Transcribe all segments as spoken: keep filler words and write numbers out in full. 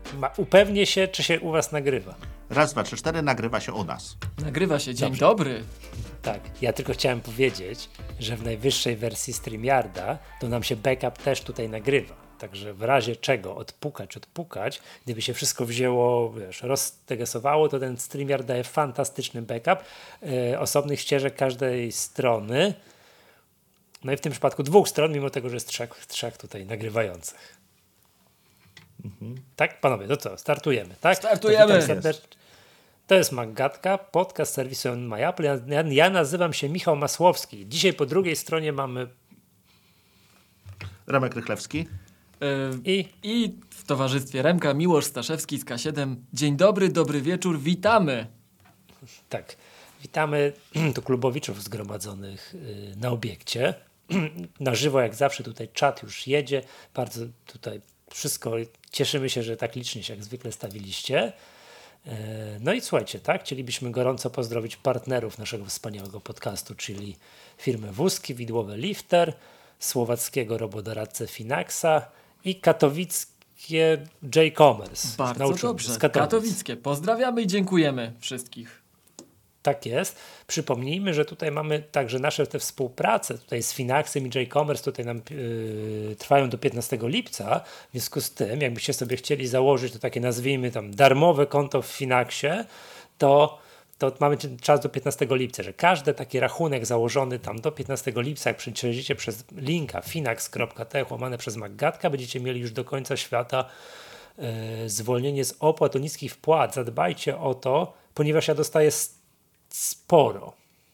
Ma, upewnię się, czy się u was nagrywa. Raz, dwa, trzy, cztery, nagrywa się u nas. Nagrywa się, dzień Dobrze. dobry. Tak, ja tylko chciałem powiedzieć, że w najwyższej wersji StreamYarda to nam się backup też tutaj nagrywa. Także w razie czego odpukać, odpukać, gdyby się wszystko wzięło, wiesz, roztegesowało, to ten StreamYard daje fantastyczny backup e, osobnych ścieżek każdej strony. No i w tym przypadku dwóch stron, mimo tego, że jest trzech, trzech tutaj nagrywających. Mhm. Tak, panowie, to co? Startujemy, tak? Startujemy. To, serdecznie. To jest Maggatka, podcast serwisu MyApple. Ja, ja, ja nazywam się Michał Masłowski. Dzisiaj po drugiej stronie mamy Remek Rychlewski. Yy, I? I w towarzystwie Remka Miłosz Staszewski z K siedem. Dzień dobry, dobry wieczór, witamy. Tak, witamy tu klubowiczów zgromadzonych yy, na obiekcie. Na żywo jak zawsze tutaj czat już jedzie. Bardzo tutaj wszystko, cieszymy się, że tak licznie się jak zwykle stawiliście. No i słuchajcie, tak, chcielibyśmy gorąco pozdrowić partnerów naszego wspaniałego podcastu, czyli firmę Wózki Widłowe Lifter, słowackiego robodoradcę Finaxa i katowickie J-Commerce. Bardzo Nauczyłem dobrze, z Katowic. katowickie. Pozdrawiamy i dziękujemy wszystkich. Tak jest. Przypomnijmy, że tutaj mamy także nasze te współprace tutaj z Finaxem i J-Commerce tutaj nam yy, trwają do piętnastego lipca. W związku z tym, jakbyście sobie chcieli założyć to takie, nazwijmy tam, darmowe konto w Finaxie, to, to mamy czas do piętnastego lipca, że każdy taki rachunek założony tam do piętnastego lipca, jak przejdziecie przez linka finax kropka t łamane przez Maggatka, będziecie mieli już do końca świata yy, zwolnienie z opłat o niskich wpłat. Zadbajcie o to, ponieważ ja dostaję sporo,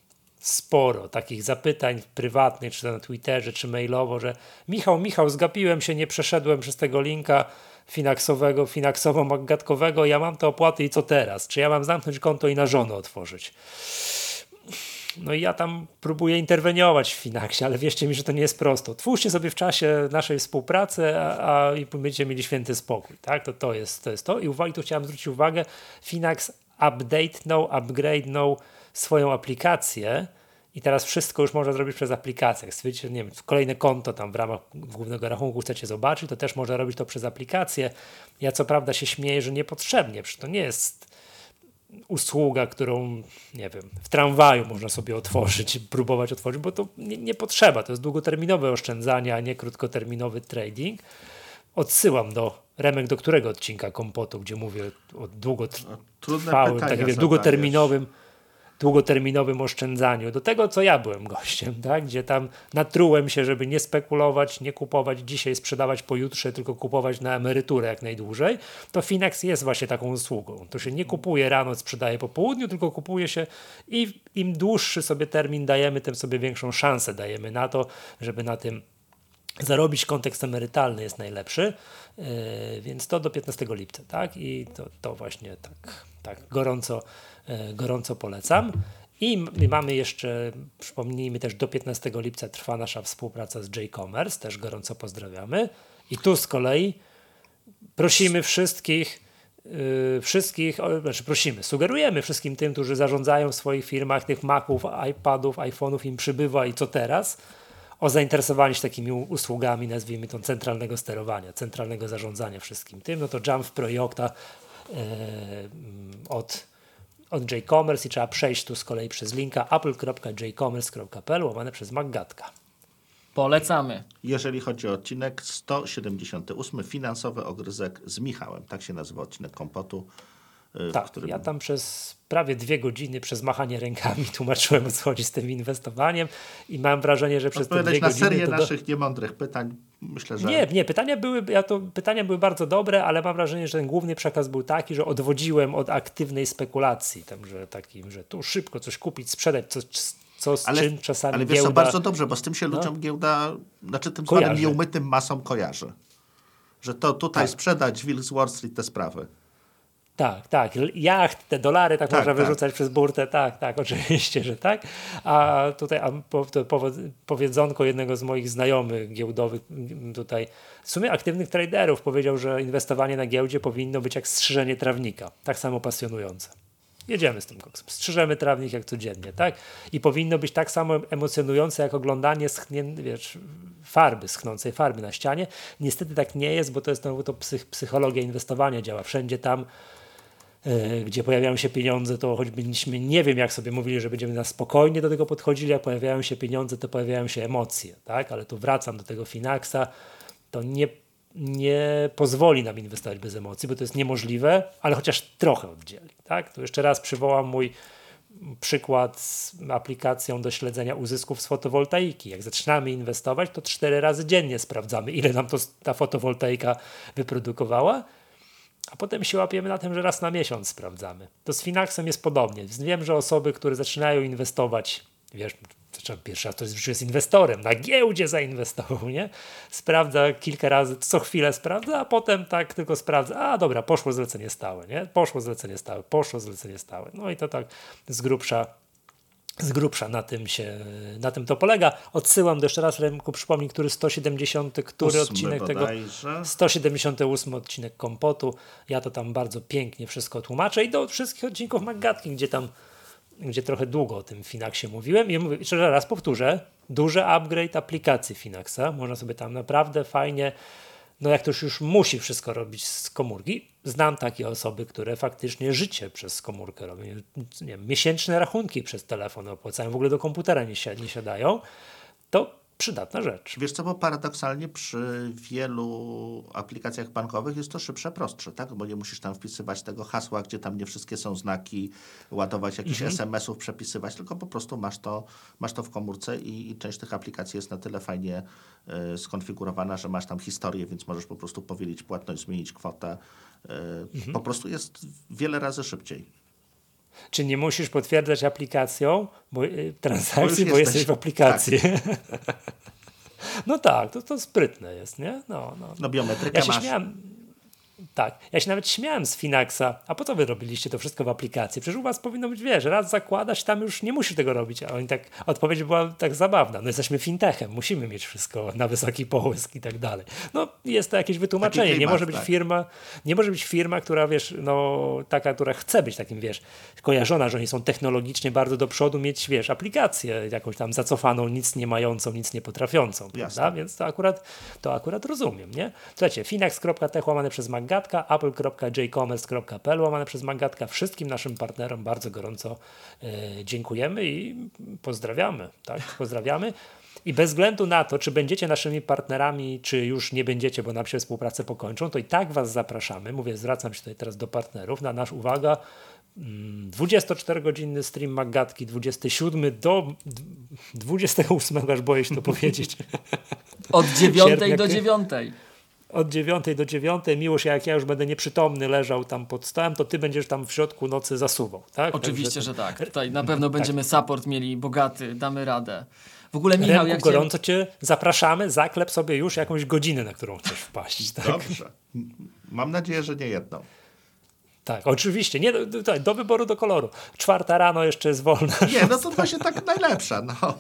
sporo takich zapytań prywatnych, czy to na Twitterze, czy mailowo, że Michał, Michał, zgapiłem się, nie przeszedłem przez tego linka finaxowego, finaxowo-maggatkowego, ja mam te opłaty i co teraz? Czy ja mam zamknąć konto i na żonę otworzyć? No i ja tam próbuję interweniować w Finaxie, ale wierzcie mi, że to nie jest prosto. Twórzcie sobie w czasie naszej współpracy, a, a i będziecie mieli święty spokój. Tak? To, to, jest, to jest to. I uwagi, tu chciałem zwrócić uwagę, Finax update no, upgrade no swoją aplikację i teraz wszystko już można zrobić przez aplikację. Jak stwierdzicie, nie wiem, kolejne konto tam w ramach głównego rachunku chcecie zobaczyć, to też można robić to przez aplikację. Ja co prawda się śmieję, że niepotrzebnie, przecież to nie jest usługa, którą, nie wiem, w tramwaju można sobie otworzyć, próbować otworzyć, bo to nie, nie potrzeba. To jest długoterminowe oszczędzanie, a nie krótkoterminowy trading. Odsyłam do Remek, do którego odcinka Kompotu, gdzie mówię o długotrwałym, tak jak długoterminowym, długoterminowym oszczędzaniu. Do tego, co ja byłem gościem, tak? Gdzie tam natrułem się, żeby nie spekulować, nie kupować dzisiaj, sprzedawać pojutrze, tylko kupować na emeryturę jak najdłużej, to Finax jest właśnie taką usługą. To się nie kupuje rano, sprzedaje po południu, tylko kupuje się i im dłuższy sobie termin dajemy, tym sobie większą szansę dajemy na to, żeby na tym zarobić. Kontekst emerytalny jest najlepszy, yy, więc to do piętnastego lipca, tak? I to, to właśnie tak, tak gorąco, yy, gorąco polecam. I m- mamy jeszcze, przypomnijmy też, do piętnastego lipca trwa nasza współpraca z J-Commerce, też gorąco pozdrawiamy. I tu z kolei prosimy wszystkich, yy, wszystkich, o, znaczy prosimy, sugerujemy wszystkim tym, którzy zarządzają w swoich firmach tych Maców, iPadów, iPhone'ów, im przybywa i co teraz, o zainteresowanie się takimi usługami, nazwijmy to centralnego sterowania, centralnego zarządzania wszystkim tym, no to Jump Pro i Okta yy, od, od J-Commerce i trzeba przejść tu z kolei przez linka apple kropka j commerce kropka p l łamane przez Maggatka. Polecamy. Jeżeli chodzi o odcinek sto siedemdziesiąty ósmy, finansowy ogryzek z Michałem. Tak się nazywa odcinek Kompotu. Yy, Tak, którym... ja tam przez prawie dwie godziny przez machanie rękami tłumaczyłem, o co chodzi z tym inwestowaniem i mam wrażenie, że przez te dwie na godziny... serię to do... naszych niemądrych pytań. Myślę, że... Nie, nie, pytania były, ja to, pytania były bardzo dobre, ale mam wrażenie, że ten główny przekaz był taki, że odwodziłem od aktywnej spekulacji, tam, że takim, że tu szybko coś kupić, sprzedać, co, co z ale, czym czasami ale wiesz giełda... co, bardzo dobrze, bo z tym się no. ludziom giełda, znaczy tym Kojarzy. zwanym nieumytym masom kojarzy. Że to tutaj Tak. sprzedać, Wilk z Wall Street, te sprawy. Tak, tak. Jacht, te dolary tak, Tak, można tak. wyrzucać przez burtę. Tak, tak, oczywiście, że tak. A tutaj a po, to powiedzonko jednego z moich znajomych giełdowych tutaj, w sumie aktywnych traderów, powiedział, że inwestowanie na giełdzie powinno być jak strzyżenie trawnika. Tak samo pasjonujące. jedziemy z tym koksem, strzyżemy trawnik jak codziennie, tak? I powinno być tak samo emocjonujące jak oglądanie schnie, wiesz, farby, schnącej farby na ścianie. Niestety tak nie jest, bo to jest znowu to psych, psychologia inwestowania działa. Wszędzie tam, yy, gdzie pojawiają się pieniądze, to choćbyśmy nie wiem jak sobie mówili, że będziemy na spokojnie do tego podchodzili, jak pojawiają się pieniądze, to pojawiają się emocje, tak? Ale tu wracam do tego Finaxa, to nie nie pozwoli nam inwestować bez emocji, bo to jest niemożliwe, ale chociaż trochę oddzieli. Tak? Tu jeszcze raz przywołam mój przykład z aplikacją do śledzenia uzysków z fotowoltaiki. Jak zaczynamy inwestować, to cztery razy dziennie sprawdzamy, ile nam to ta fotowoltaika wyprodukowała, a potem się łapiemy na tym, że raz na miesiąc sprawdzamy. To z Finaxem jest podobnie. Wiem, że osoby, które zaczynają inwestować, wiesz, pierwszy raz to jest, jest inwestorem, na giełdzie zainwestował, nie? Sprawdza kilka razy, co chwilę sprawdza, a potem tak tylko sprawdza, a dobra, poszło zlecenie stałe, nie? Poszło zlecenie stałe, poszło zlecenie stałe. No i to tak z grubsza, z grubsza na tym się, na tym to polega. Odsyłam do jeszcze raz, Remku, przypomnij, który sto siedemdziesiąty, który Ósmy odcinek bodajże. tego, sto siedemdziesiąty ósmy odcinek Kompotu. Ja to tam bardzo pięknie wszystko tłumaczę i do wszystkich odcinków Maggatki, gdzie tam gdzie trochę długo o tym Finaxie mówiłem i mówię, jeszcze raz powtórzę, duży upgrade aplikacji Finaxa, można sobie tam naprawdę fajnie, no jak ktoś już musi wszystko robić z komórki, znam takie osoby, które faktycznie życie przez komórkę robią, nie wiem, miesięczne rachunki przez telefon opłacają, w ogóle do komputera nie, si- nie siadają, to przydatna rzecz. Wiesz co, bo paradoksalnie przy wielu aplikacjach bankowych jest to szybsze, prostsze, tak? Bo nie musisz tam wpisywać tego hasła, gdzie tam nie wszystkie są znaki, ładować jakichś Mhm. es em esów, przepisywać, tylko po prostu masz to, masz to w komórce i, i część tych aplikacji jest na tyle fajnie y, skonfigurowana, że masz tam historię, więc możesz po prostu powielić płatność, zmienić kwotę. Y, Mhm. Po prostu jest wiele razy szybciej. Czy nie musisz potwierdzać aplikacją bo, y, transakcji, Bo bo, już jesteś jesteś- w aplikacji. No tak, to, to sprytne jest, nie? No, no. No biometrykę Ja się masz. śmiałem, tak, ja się nawet śmiałem z Finaxa, a po co wy robiliście to wszystko w aplikacji? Przecież u was powinno być, wiesz, raz zakładasz, tam już nie musisz tego robić, a oni tak, odpowiedź była tak zabawna, no jesteśmy fintechem, musimy mieć wszystko na wysoki połysk i tak dalej. No jest to jakieś wytłumaczenie, Taki nie klimat, może być tak. firma, nie może być firma, która, wiesz, no taka, która chce być takim, wiesz, kojarzona, że oni są technologicznie bardzo do przodu, mieć, wiesz, aplikację jakąś tam zacofaną, nic nie mającą, nic nie potrafiącą, Jasne. prawda? Więc to akurat, to akurat rozumiem, nie? Słuchajcie, finax kropka tech łamane przez Maggatka, apple kropka j commerce kropka p l łamane przez Maggatka. Wszystkim naszym partnerom bardzo gorąco e, dziękujemy i pozdrawiamy, tak? Pozdrawiamy. I bez względu na to, czy będziecie naszymi partnerami, czy już nie będziecie, bo nam się współpracę pokończą, to i tak was zapraszamy. Mówię, zwracam się tutaj teraz do partnerów, na nasz, uwaga, dwudziestoczterogodzinny stream Maggatki, dwudziestego siódmego do dwudziestego ósmego, aż boję się to powiedzieć. Od dziewiątej Sierpnia, do kwie- dziewiątej. Od dziewiątej do dziewiątej. Miłość, jak ja już będę nieprzytomny, leżał tam pod stołem, to ty będziesz tam w środku nocy zasuwał, tak? Oczywiście, Także że tak. Tutaj na pewno będziemy support mieli bogaty, damy radę. W ogóle to- Michał, Remku, jak cię... gorąco cię zapraszamy, zaklep sobie już jakąś godzinę, na którą chcesz wpaść, tak? Dobrze. Mam nadzieję, że nie jedną. Tak, oczywiście. Nie, do, do, do wyboru, do koloru. Czwarta rano jeszcze jest wolna. Nie, no to właśnie tak najlepsza. No.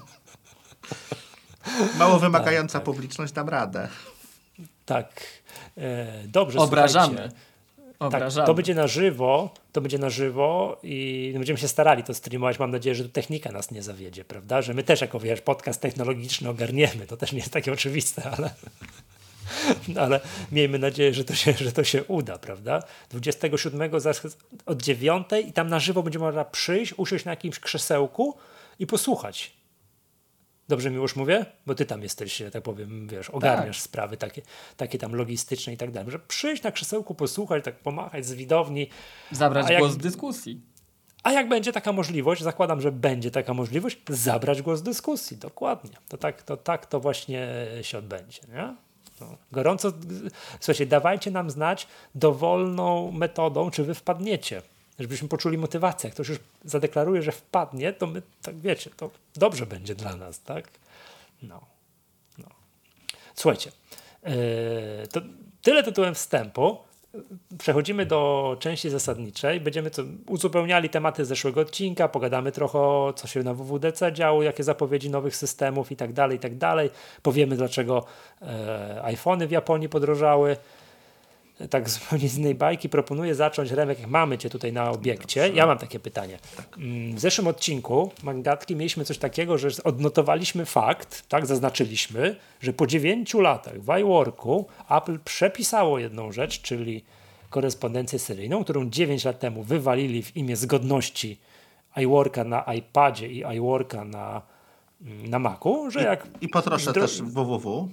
Mało wymagająca publiczność, dam radę. Tak. E, dobrze, Obrażamy. słuchajcie. Obrażamy. Tak, to będzie na żywo, to będzie na żywo i będziemy się starali to streamować. Mam nadzieję, że tu technika nas nie zawiedzie, prawda? Że my też jako, wiesz, podcast technologiczny ogarniemy. To też nie jest takie oczywiste, ale, ale miejmy nadzieję, że to się, że to się uda, prawda? dwudziestego siódmego zaraz od dziewiątej i tam na żywo będzie można przyjść, usiąść na jakimś krzesełku i posłuchać. Dobrze, Miłosz, mówię? Bo ty tam jesteś, że tak powiem, wiesz, ogarniasz sprawy takie, takie tam logistyczne i tak dalej. Że przyjść na krzesełku, posłuchać, tak pomachać z widowni. Zabrać A jak- głos w dyskusji. A jak będzie taka możliwość, zakładam, że będzie taka możliwość, zabrać głos w dyskusji. Dokładnie. To tak to, tak to właśnie się odbędzie. Nie? No. Gorąco, słuchajcie, dawajcie nam znać dowolną metodą, czy wy wpadniecie. Żebyśmy poczuli motywację. Jak ktoś już zadeklaruje, że wpadnie, to my, tak wiecie, to dobrze będzie dla nas, tak? No. no. Słuchajcie, yy, to tyle tytułem wstępu. Przechodzimy do części zasadniczej. Będziemy co, uzupełniali tematy z zeszłego odcinka, pogadamy trochę o co się na W W D C działo, jakie zapowiedzi nowych systemów i tak dalej, i tak dalej. Powiemy, dlaczego e, iPhony w Japonii podrożały. tak zupełnie z innej bajki, proponuję zacząć, Remek, jak mamy cię tutaj na obiekcie. Dobrze. Ja mam takie pytanie. Tak. W zeszłym odcinku Magdatki mieliśmy coś takiego, że odnotowaliśmy fakt, tak, zaznaczyliśmy, że po dziewięciu latach w iWorku Apple przepisało jedną rzecz, czyli korespondencję seryjną, którą dziewięć lat temu wywalili w imię zgodności iWorka na iPadzie i iWorka na, na Macu, że jak... I, i po trosze dro... też www.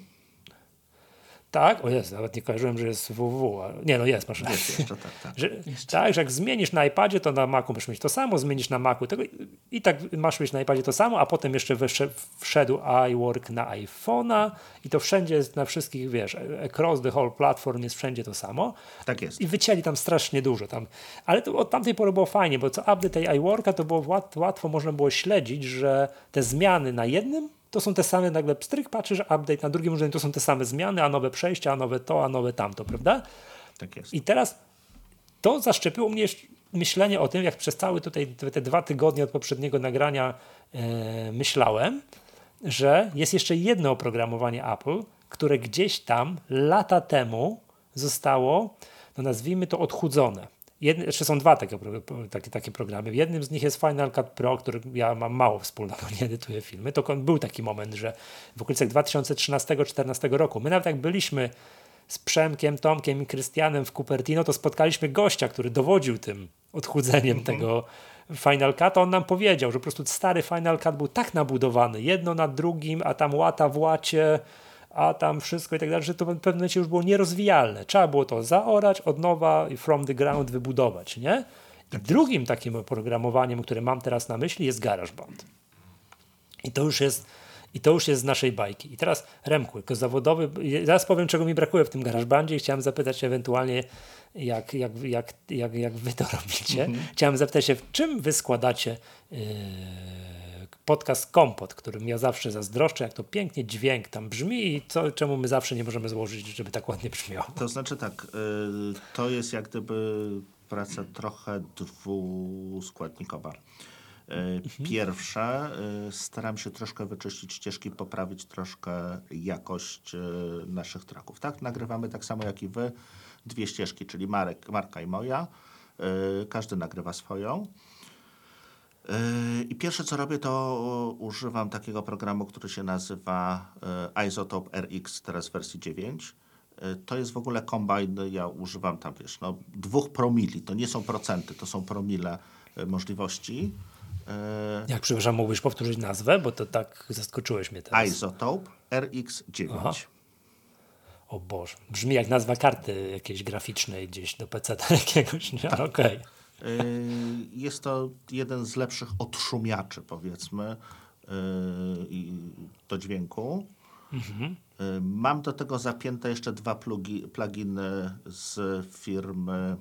Tak, o jest, nawet nie kojarzyłem, że jest www. A... Nie, no jest, masz rację. Jest jeszcze, tak, tak. Że, tak, że jak zmienisz na iPadzie, to na Macu masz mieć to samo, zmienisz na Macu tego, i tak masz mieć na iPadzie to samo, a potem jeszcze wyszedł, wszedł iWork na iPhone'a i to wszędzie jest na wszystkich, wiesz, across the whole platform jest wszędzie to samo. Tak jest. I wycięli tam strasznie dużo. Tam. Ale to od tamtej pory było fajnie, bo co update tej iWorka, to było łat, łatwo można było śledzić, że te zmiany na jednym to są te same, nagle pstryk, patrzysz, że update na drugim urządzeniu to są te same zmiany, a nowe przejścia, a nowe to, a nowe tamto, prawda? Tak jest. I teraz to zaszczepiło mnie myślenie o tym, jak przez cały tutaj te dwa tygodnie od poprzedniego nagrania e, myślałem, że jest jeszcze jedno oprogramowanie Apple, które gdzieś tam lata temu zostało, no nazwijmy to, odchudzone. Jedne, jeszcze są dwa takie, takie, takie programy. Jednym z nich jest Final Cut Pro, który ja mam mało wspólnego, nie edytuję filmy. To był taki moment, że w okolicach dwa tysiące trzynastego do dwa tysiące czternastego roku, my nawet jak byliśmy z Przemkiem, Tomkiem i Krystianem w Cupertino, to spotkaliśmy gościa, który dowodził tym odchudzeniem mm-hmm. tego Final Cut'a. On nam powiedział, że po prostu stary Final Cut był tak nabudowany, jedno nad drugim, a tam łata w łacie, a tam wszystko i tak dalej, że to w pewnym momencie już było nierozwijalne. Trzeba było to zaorać, od nowa i from the ground wybudować, nie? I tak drugim takim oprogramowaniem, które mam teraz na myśli, jest GarageBand. I to już jest I to już jest z naszej bajki. I teraz, Remku, jako zawodowy, zaraz powiem, czego mi brakuje w tym GarageBandzie i chciałem zapytać ewentualnie, jak, jak, jak, jak, jak wy to robicie. Mm-hmm. Chciałem zapytać się, w czym wy składacie yy, podcast Kompot, którym ja zawsze zazdroszczę, jak to pięknie dźwięk tam brzmi i co, czemu my zawsze nie możemy złożyć, żeby tak ładnie brzmiało. To znaczy tak, yy, to jest jak gdyby praca trochę dwuskładnikowa. Pierwsze, staram się troszkę wyczyścić ścieżki, poprawić troszkę jakość naszych tracków. Tak, nagrywamy tak samo jak i wy, dwie ścieżki, czyli Marek, Marka i moja. Każdy nagrywa swoją. I pierwsze co robię, to używam takiego programu, który się nazywa iZotope R X, teraz w wersji dziewięć. To jest w ogóle combine, ja używam tam, wiesz, no, dwóch promili, to nie są procenty, to są promile możliwości. Jak, przepraszam, mógłbyś powtórzyć nazwę, bo to tak zaskoczyłeś mnie teraz. iZotope R X dziewięć. Aha. O Boże, brzmi jak nazwa karty jakiejś graficznej gdzieś do P C jakiegoś, nie? Tak. Okej. Okay. Jest to jeden z lepszych odszumiaczy, powiedzmy, do dźwięku. Mhm. Mam do tego zapięte jeszcze dwa plugi, pluginy z firmy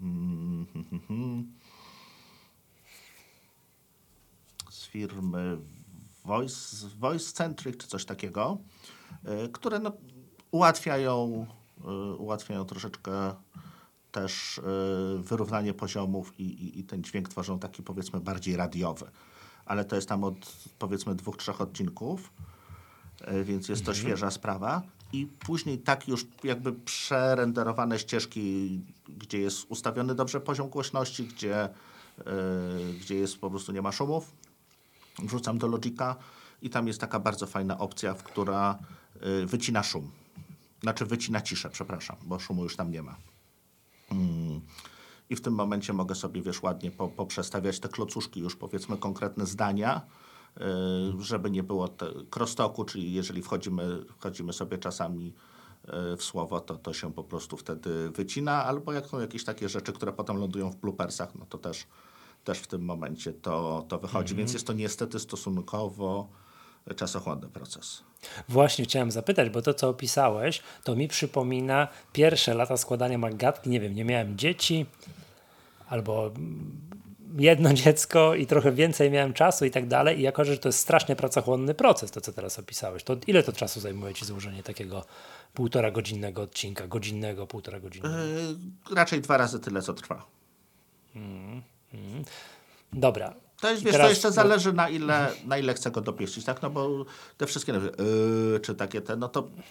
z firmy Voice, Voice Centric czy coś takiego, które no, ułatwiają, ułatwiają troszeczkę też wyrównanie poziomów i, i, i ten dźwięk tworzą taki, powiedzmy, bardziej radiowy. Ale to jest tam od, powiedzmy, dwóch, trzech odcinków, więc jest to mhm. świeża sprawa. I później tak już jakby przerenderowane ścieżki, gdzie jest ustawiony dobrze poziom głośności, gdzie, yy, gdzie jest po prostu nie ma szumów, wrzucam do Logica i tam jest taka bardzo fajna opcja, w która yy, wycina szum. Znaczy wycina ciszę, przepraszam, bo szumu już tam nie ma. Yy. I w tym momencie mogę sobie, wiesz, ładnie po, poprzestawiać te klocuszki, już powiedzmy konkretne zdania, yy, żeby nie było crosstalku, czyli jeżeli wchodzimy, wchodzimy sobie czasami yy, w słowo, to, to się po prostu wtedy wycina, albo jak są jakieś takie rzeczy, które potem lądują w bloopersach, no to też, też w tym momencie to, to wychodzi. Mm-hmm. Więc jest to niestety stosunkowo czasochłonny proces. Właśnie chciałem zapytać, bo to, co opisałeś, to mi przypomina pierwsze lata składania Maggatki. Nie wiem, nie miałem dzieci, albo jedno dziecko i trochę więcej miałem czasu i tak dalej. I jako, że to jest strasznie pracochłonny proces, to co teraz opisałeś, to ile to czasu zajmuje ci złożenie takiego półtora godzinnego odcinka, godzinnego, półtora godzinnego? Yy, raczej dwa razy tyle, co trwa. Mm, mm. Dobra. To, jest, wiesz, teraz, to jeszcze zależy, na ile, na ile chcę go dopieścić, tak? No bo te wszystkie, yy, czy takie te, no to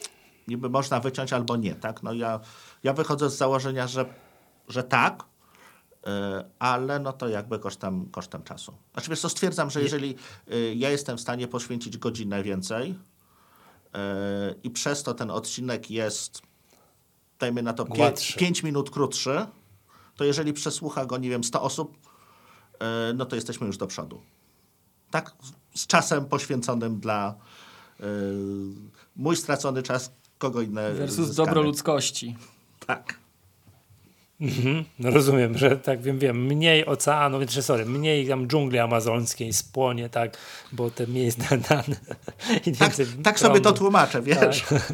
niby można wyciąć albo nie, tak? No ja, ja wychodzę z założenia, że, że tak, yy, ale no to jakby kosztem, kosztem czasu. Znaczy wiesz co, stwierdzam, że jeżeli yy, ja jestem w stanie poświęcić godzinę więcej yy, i przez to ten odcinek jest, dajmy na to pięć minut krótszy, to jeżeli przesłucha go, nie wiem, sto osób, yy, no to jesteśmy już do przodu. Tak? Z czasem poświęconym dla yy, mój stracony czas, kogo inne Versus zyskane. dobro ludzkości. Tak. Mhm. No rozumiem, że tak wiem, wiem, mniej oceanu, znaczy sorry, mniej tam dżungli amazońskiej spłonie, tak, bo te miejsca dane. I Tak, tak sobie to tłumaczę, wiesz. Tak.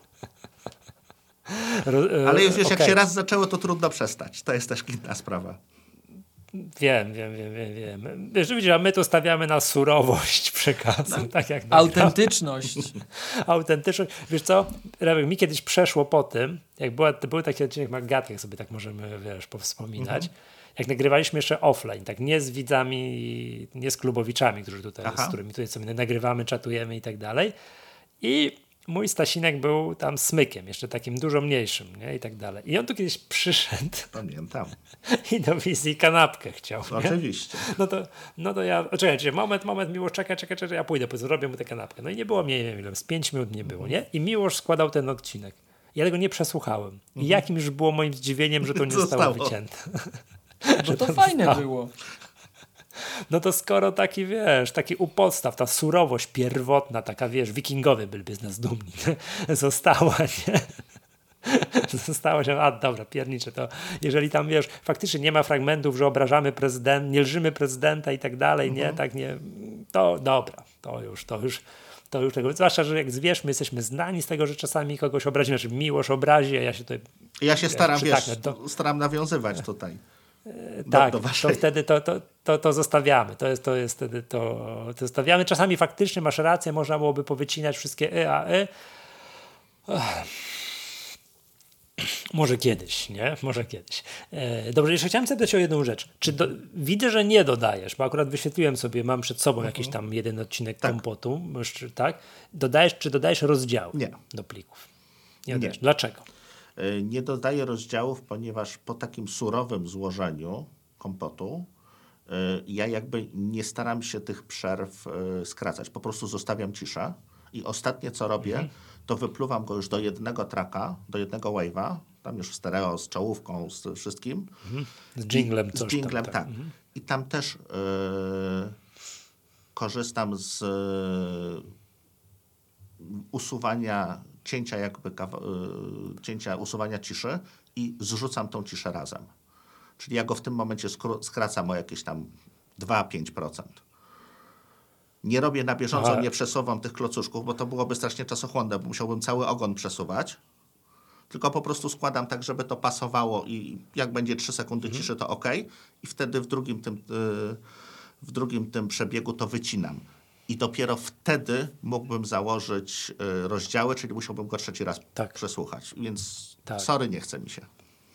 Ale już wiesz, okay. Jak się raz zaczęło, to trudno przestać. To jest też inna sprawa. Wiem, wiem, wiem, wiem, wiem. Wiesz, widzisz, a my tu stawiamy na surowość przekazu. No. Tak jak autentyczność. Autentyczność. Wiesz co, Rebek, mi kiedyś przeszło po tym, jak była, były takie odcinek Magaty, jak sobie tak możemy, wiesz, powspominać, mhm. jak nagrywaliśmy jeszcze offline, tak nie z widzami, nie z klubowiczami, którzy tutaj, z którymi tutaj sobie nagrywamy, czatujemy i tak dalej. I mój Stasinek był tam smykiem, jeszcze takim dużo mniejszym, nie? I tak dalej. I on tu kiedyś przyszedł. Pamiętam. I do wizji kanapkę chciał. No, oczywiście. No to, no to ja, czekaj, moment, moment, Miłosz, czekaj, czekaj, czekaj, ja pójdę, zrobię mu tę kanapkę. No i nie było mnie, nie wiem, z pięć minut nie było, nie? I Miłosz składał ten odcinek. Ja tego nie przesłuchałem. I mhm. jakim już było moim zdziwieniem, że to nie zostało wycięte. Bo to fajne zostało. Było. No to skoro taki, wiesz, taki u podstaw, ta surowość pierwotna, taka, wiesz, wikingowie byliby z nas dumni, nie? Została, nie? Zostało się, a dobra, piernicze, to jeżeli tam, wiesz, faktycznie nie ma fragmentów, że obrażamy prezydenta, nie lżymy prezydenta i tak dalej, nie, mhm. tak nie, to dobra, to już, to już, to już tego, zwłaszcza, że jak zwierz, my jesteśmy znani z tego, że czasami kogoś obrazimy, znaczy Miłosz obrazi, a ja się tutaj... Ja się staram, wiesz, wiesz to... staram nawiązywać tutaj. Do, tak, do to wtedy to, to, to, to zostawiamy. To jest, to jest wtedy to, to zostawiamy. Czasami faktycznie masz rację, można byłoby powycinać wszystkie y, a y. Ach. Może kiedyś, nie? Może kiedyś. E, dobrze, jeszcze chciałem zapytać o jedną rzecz. Czy do, widzę, że nie dodajesz, bo akurat wyświetliłem sobie, mam przed sobą mhm. jakiś tam jeden odcinek tak. kompotu, tak? Dodajesz, czy dodajesz rozdział nie. do plików? Nie dodajesz. Dlaczego? Nie dodaję rozdziałów, ponieważ po takim surowym złożeniu kompotu ja jakby nie staram się tych przerw skracać. Po prostu zostawiam ciszę i ostatnie co robię, mhm. to wypluwam go już do jednego tracka, do jednego wave'a, tam już w stereo, z czołówką, z wszystkim. Mhm. Z dżinglem coś Z dżinglem, tam, tak. tak. Mhm. I tam też yy, korzystam z yy, usuwania cięcia jakby yy, cięcia, usuwania ciszy i zrzucam tą ciszę razem. Czyli ja go w tym momencie skru- skracam o jakieś tam dwa do pięciu procent. Nie robię na bieżąco, Aha. nie przesuwam tych klocuszków, bo to byłoby strasznie czasochłonne, bo musiałbym cały ogon przesuwać. Tylko po prostu składam tak, żeby to pasowało i jak będzie trzy sekundy mhm. ciszy, to ok. I wtedy w drugim tym, yy, w drugim tym przebiegu to wycinam. I dopiero wtedy mógłbym założyć y, rozdziały, czyli musiałbym go trzeci raz tak. przesłuchać. Więc tak. sorry, nie chce mi się.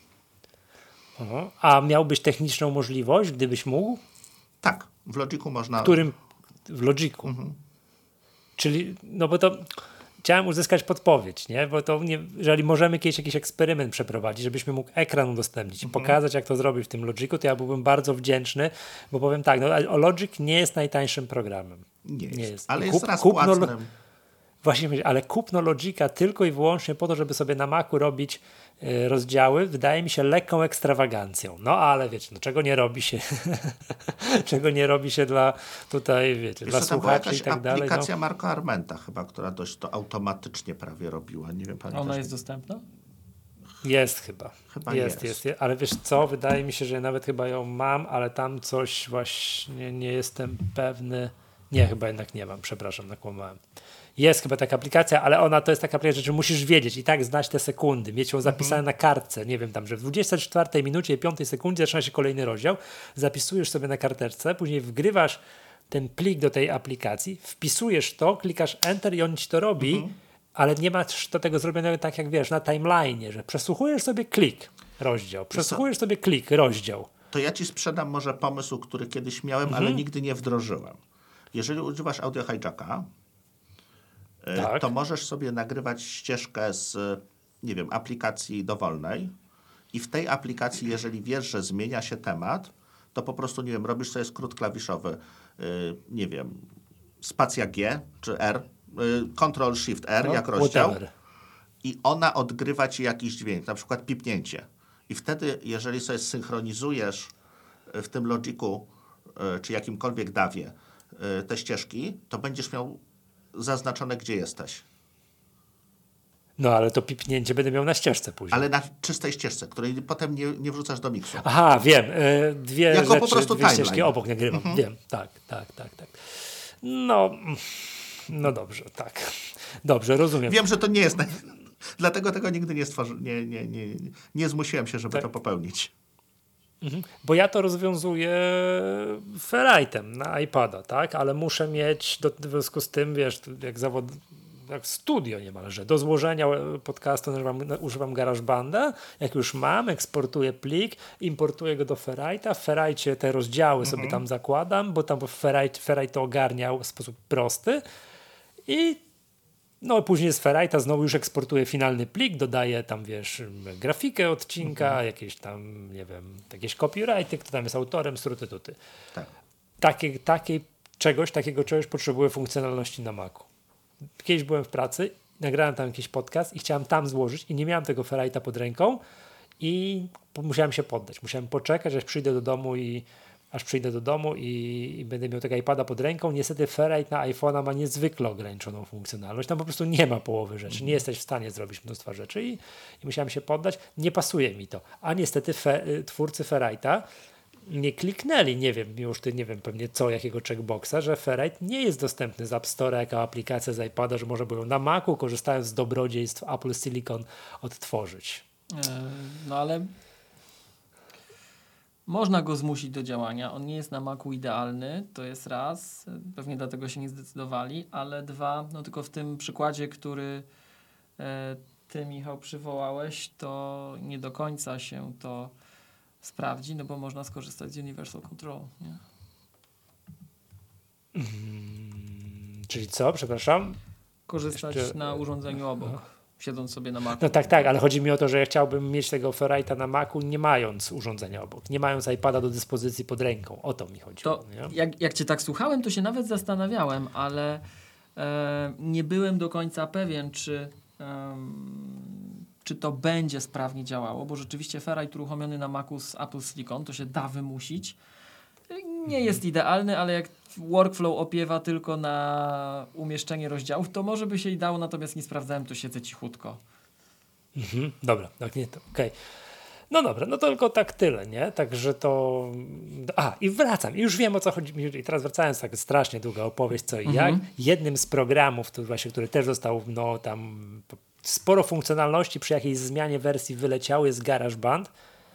Aha. A miałbyś techniczną możliwość, gdybyś mógł? Tak, w Logicu można... W którym? W Logicu. Mhm. Czyli, no bo to chciałem uzyskać podpowiedź, nie? Bo to nie, jeżeli możemy kiedyś jakiś eksperyment przeprowadzić, żebyśmy mógł ekran udostępnić mhm. i pokazać, jak to zrobić w tym Logicu, to ja byłbym bardzo wdzięczny, bo powiem tak, no Logic nie jest najtańszym programem. Nie jest, nie jest. ale kup, jest raz kupno, płatnym. Właśnie, ale kupno Logica tylko i wyłącznie po to, żeby sobie na Macu robić y, rozdziały, wydaje mi się lekką ekstrawagancją. No ale wiecie, no, czego nie robi się czego nie robi się dla tutaj, wiecie, Wiesz, dla słuchaczy i tak dalej. Aplikacja no. Marco Armenta chyba, która dość to automatycznie prawie robiła. Nie wiem, pamiętasz? Ona jest dostępna? Jest chyba. Chyba jest, jest. jest. Ale wiesz co, wydaje mi się, że ja nawet chyba ją mam, ale tam coś właśnie nie jestem pewny. Nie, chyba jednak nie mam, przepraszam, nakłamałem. Jest chyba taka aplikacja, ale ona to jest taka aplikacja, że musisz wiedzieć i tak znać te sekundy, mieć ją zapisane mhm. na kartce, nie wiem, tam, że w dwudziestej czwartej minucie i piątej sekundzie zaczyna się kolejny rozdział, zapisujesz sobie na karteczce, później wgrywasz ten plik do tej aplikacji, wpisujesz to, klikasz Enter i on ci to robi, mhm. ale nie masz do tego zrobionego tak jak wiesz, na timeline'ie, że przesłuchujesz sobie klik, rozdział, przesłuchujesz sobie klik, rozdział. To ja ci sprzedam może pomysł, który kiedyś miałem, mhm. ale nigdy nie wdrożyłem. Jeżeli używasz audio hijacka, Tak. to możesz sobie nagrywać ścieżkę z, nie wiem, aplikacji dowolnej i w tej aplikacji, jeżeli wiesz, że zmienia się temat, to po prostu, nie wiem, robisz sobie skrót klawiszowy, nie wiem, spacja G czy R, Ctrl Shift R No, jak rozdział whatever. i ona odgrywa ci jakiś dźwięk, na przykład pipnięcie. I wtedy, jeżeli sobie synchronizujesz w tym Logicu czy jakimkolwiek dawie te ścieżki, to będziesz miał zaznaczone, gdzie jesteś. No ale to pipnięcie będę miał na ścieżce później. Ale na czystej ścieżce, której potem nie, nie wrzucasz do miksu. Aha, wiem. E, dwie Jako rzeczy, po prostu dwie timeline. ścieżki obok nagrywam. Mhm. Wiem, tak, tak, tak, tak. No, no dobrze, tak. Dobrze, rozumiem. Wiem, że to nie jest... Na... Dlatego tego nigdy nie stworzy... Nie, nie, nie, nie zmusiłem się, żeby Tak. to popełnić. Mhm. Bo ja to rozwiązuję Ferritem na iPada, tak? Ale muszę mieć do, w związku z tym, wiesz, jak zawod... jak studio niemalże. Do złożenia podcastu używam, używam GarageBanda. Jak już mam, eksportuję plik, importuję go do Ferrite'a. W Ferrite te rozdziały mhm. sobie tam zakładam, bo tam Ferrite, Ferrite to ogarniał w sposób prosty. I no później z Ferrite'a znowu już eksportuję finalny plik, dodaję tam, wiesz, grafikę odcinka, mhm. jakieś tam, nie wiem, jakieś copyrighty, kto tam jest autorem, struty tuty. Tak. Takie, takiej czegoś, takiego czegoś potrzebuję funkcjonalności na Macu. Kiedyś byłem w pracy, nagrałem tam jakiś podcast i chciałem tam złożyć i nie miałem tego Ferrite'a pod ręką i musiałem się poddać. Musiałem poczekać, aż przyjdę do domu i aż przyjdę do domu i, i będę miał tego iPada pod ręką. Niestety Ferrite na iPhone'a ma niezwykle ograniczoną funkcjonalność. Tam po prostu nie ma połowy rzeczy. Nie jesteś w stanie zrobić mnóstwa rzeczy i, i musiałem się poddać. Nie pasuje mi to. A niestety fe, twórcy Ferrite'a nie kliknęli, nie wiem, już ty nie wiem pewnie co, jakiego checkboxa, że Ferrite nie jest dostępny z App Store'a jako aplikacja z iPada, że można było ją na Macu, korzystając z dobrodziejstw Apple Silicon, odtworzyć. No ale można go zmusić do działania. On nie jest na Macu idealny, to jest raz. Pewnie dlatego się nie zdecydowali, ale dwa, no tylko w tym przykładzie, który e, ty, Michał, przywołałeś, to nie do końca się to sprawdzi, no bo można skorzystać z Universal Control. Nie? Hmm, czyli co, przepraszam? Korzystać Jeszcze... na urządzeniu obok, no. siedząc sobie na Macu. No tak, tak, ale chodzi mi o to, że ja chciałbym mieć tego Ferrite'a na Macu, nie mając urządzenia obok, nie mając iPada do dyspozycji pod ręką. O to mi chodzi. To nie? Jak, jak cię tak słuchałem, to się nawet zastanawiałem, ale e, nie byłem do końca pewien, czy um, czy to będzie sprawnie działało, bo rzeczywiście Ferrite uruchomiony na Macu z Apple Silicon, to się da wymusić. Nie jest idealny, ale jak workflow opiewa tylko na umieszczenie rozdziałów, to może by się i dało, natomiast nie sprawdzałem, to siedzę cichutko. Mhm, dobra, tak nie to, okej. Okay. No dobra, no to tylko tak tyle, nie? Także to... A, i wracam, i już wiem, o co chodzi. I teraz wracając, tak strasznie długa opowieść, co i mhm. jak. Jednym z programów, który właśnie, który też został, no tam... sporo funkcjonalności przy jakiejś zmianie wersji wyleciały, jest GarageBand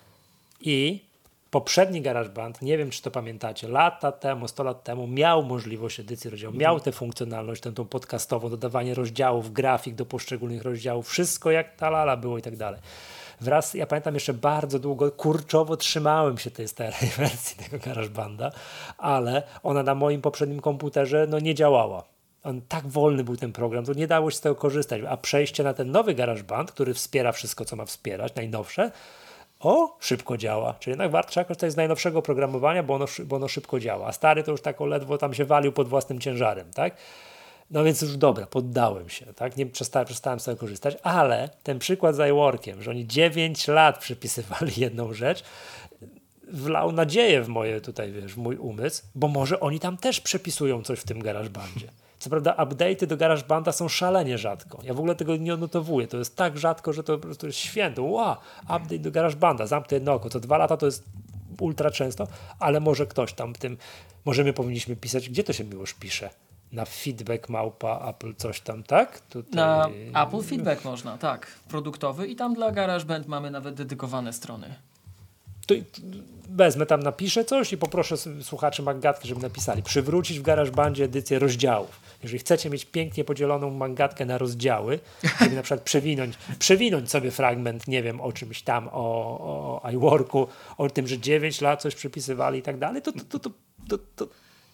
i poprzedni GarageBand, nie wiem czy to pamiętacie, lata temu, sto lat temu miał możliwość edycji rozdziałów, miał tę funkcjonalność, tę tą podcastową, dodawanie rozdziałów, grafik do poszczególnych rozdziałów, wszystko jak ta lala było i tak dalej. Wraz, ja pamiętam jeszcze bardzo długo, kurczowo trzymałem się tej starej wersji tego GarageBanda, ale ona na moim poprzednim komputerze no nie działała. On tak wolny był ten program, to nie dało się z tego korzystać, a przejście na ten nowy GarageBand, który wspiera wszystko, co ma wspierać, najnowsze, o, szybko działa. Czyli jednak warto trzeba korzystać z najnowszego oprogramowania, bo ono, bo ono szybko działa. A stary to już tak ledwo tam się walił pod własnym ciężarem, tak? No więc już dobra, poddałem się, tak? Nie przestałem, przestałem z tego korzystać, ale ten przykład z iWorkiem, że oni dziewięć lat przypisywali jedną rzecz, wlał nadzieję w moje tutaj, wiesz, w mój umysł, bo może oni tam też przepisują coś w tym GarageBandzie. Co prawda update'y do GarageBanda są szalenie rzadko. Ja w ogóle tego nie odnotowuję. To jest tak rzadko, że to po prostu jest święto. Wow, update do GarageBanda, zamknę jedno oko. Co dwa lata to jest ultra często, ale może ktoś tam w tym, może my powinniśmy pisać, gdzie to się miłoż pisze? Na feedback małpa Apple coś tam, tak? Tutaj... Na Apple Feedback można, tak. Produktowy i tam dla GarageBand mamy nawet dedykowane strony. To wezmę tam, napiszę coś i poproszę słuchaczy Maggatki, żeby napisali. Przywrócić w GarageBandzie edycję rozdziałów. Jeżeli chcecie mieć pięknie podzieloną Maggatkę na rozdziały, żeby na przykład przewinąć, przewinąć sobie fragment, nie wiem, o czymś tam, o, o iWorku, o tym, że dziewięć lat coś przypisywali i tak dalej, to, to, to, to, to,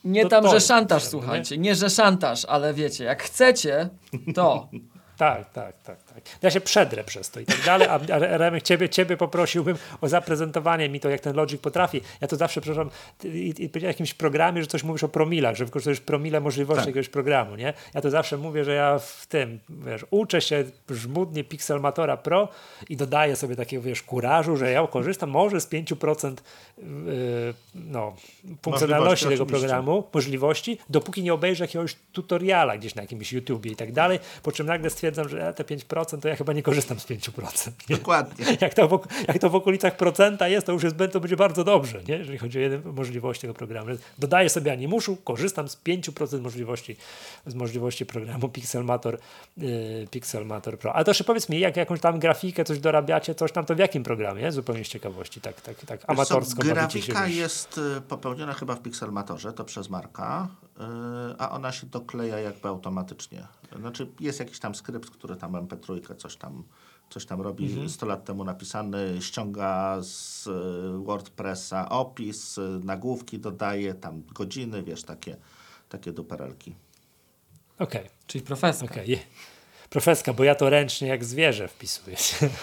Nie to tam, to że jest szantaż, potrzebne, słuchajcie. Nie? nie, że szantaż, ale wiecie, jak chcecie, to... Tak, tak, tak, tak. Ja się przedrę przez to i tak dalej, a a Remek, ciebie, ciebie poprosiłbym o zaprezentowanie mi to, jak ten Logic potrafi. Ja to zawsze, przepraszam, i, i w jakimś programie, że coś mówisz o promilach, że wykorzystujesz promile możliwości Tak. jakiegoś programu, nie? Ja to zawsze mówię, że ja w tym, wiesz, uczę się żmudnie Pixelmatora Pro i dodaję sobie takiego, wiesz, kurażu, że ja korzystam może z pięć procent yy, no, funkcjonalności tego oczywiście. programu, możliwości, dopóki nie obejrzę jakiegoś tutoriala gdzieś na jakimś YouTubie i tak dalej, po czym nagle stwierdzam, że te pięć procent to ja chyba nie korzystam z pięć procent. Nie? Dokładnie. Jak to, w, jak to w okolicach procenta jest, to już jest, to będzie bardzo dobrze, nie? Jeżeli chodzi o jedną możliwość tego programu. Dodaję sobie Animuszu, korzystam z pięć procent możliwości, z możliwości programu Pixelmator, yy, Pixelmator Pro. A to jeszcze powiedz mi, jak jakąś tam grafikę, coś dorabiacie, coś tam, to w jakim programie? Zupełnie z ciekawości, tak, tak, tak amatorsko Co, bawicie się. grafika Wiesz. jest y, popełniona chyba w Pixelmatorze, to przez Marka, y, a ona się dokleja jakby automatycznie. Znaczy jest jakiś tam skrypt, który tam em pe trzy coś tam, coś tam robi, Mhm. sto lat temu napisany, ściąga z y, WordPressa opis, y, nagłówki dodaje, tam godziny, wiesz, takie, takie duperelki. Okej, Czyli profesor. okej. Profeska, bo ja to ręcznie jak zwierzę wpisuję.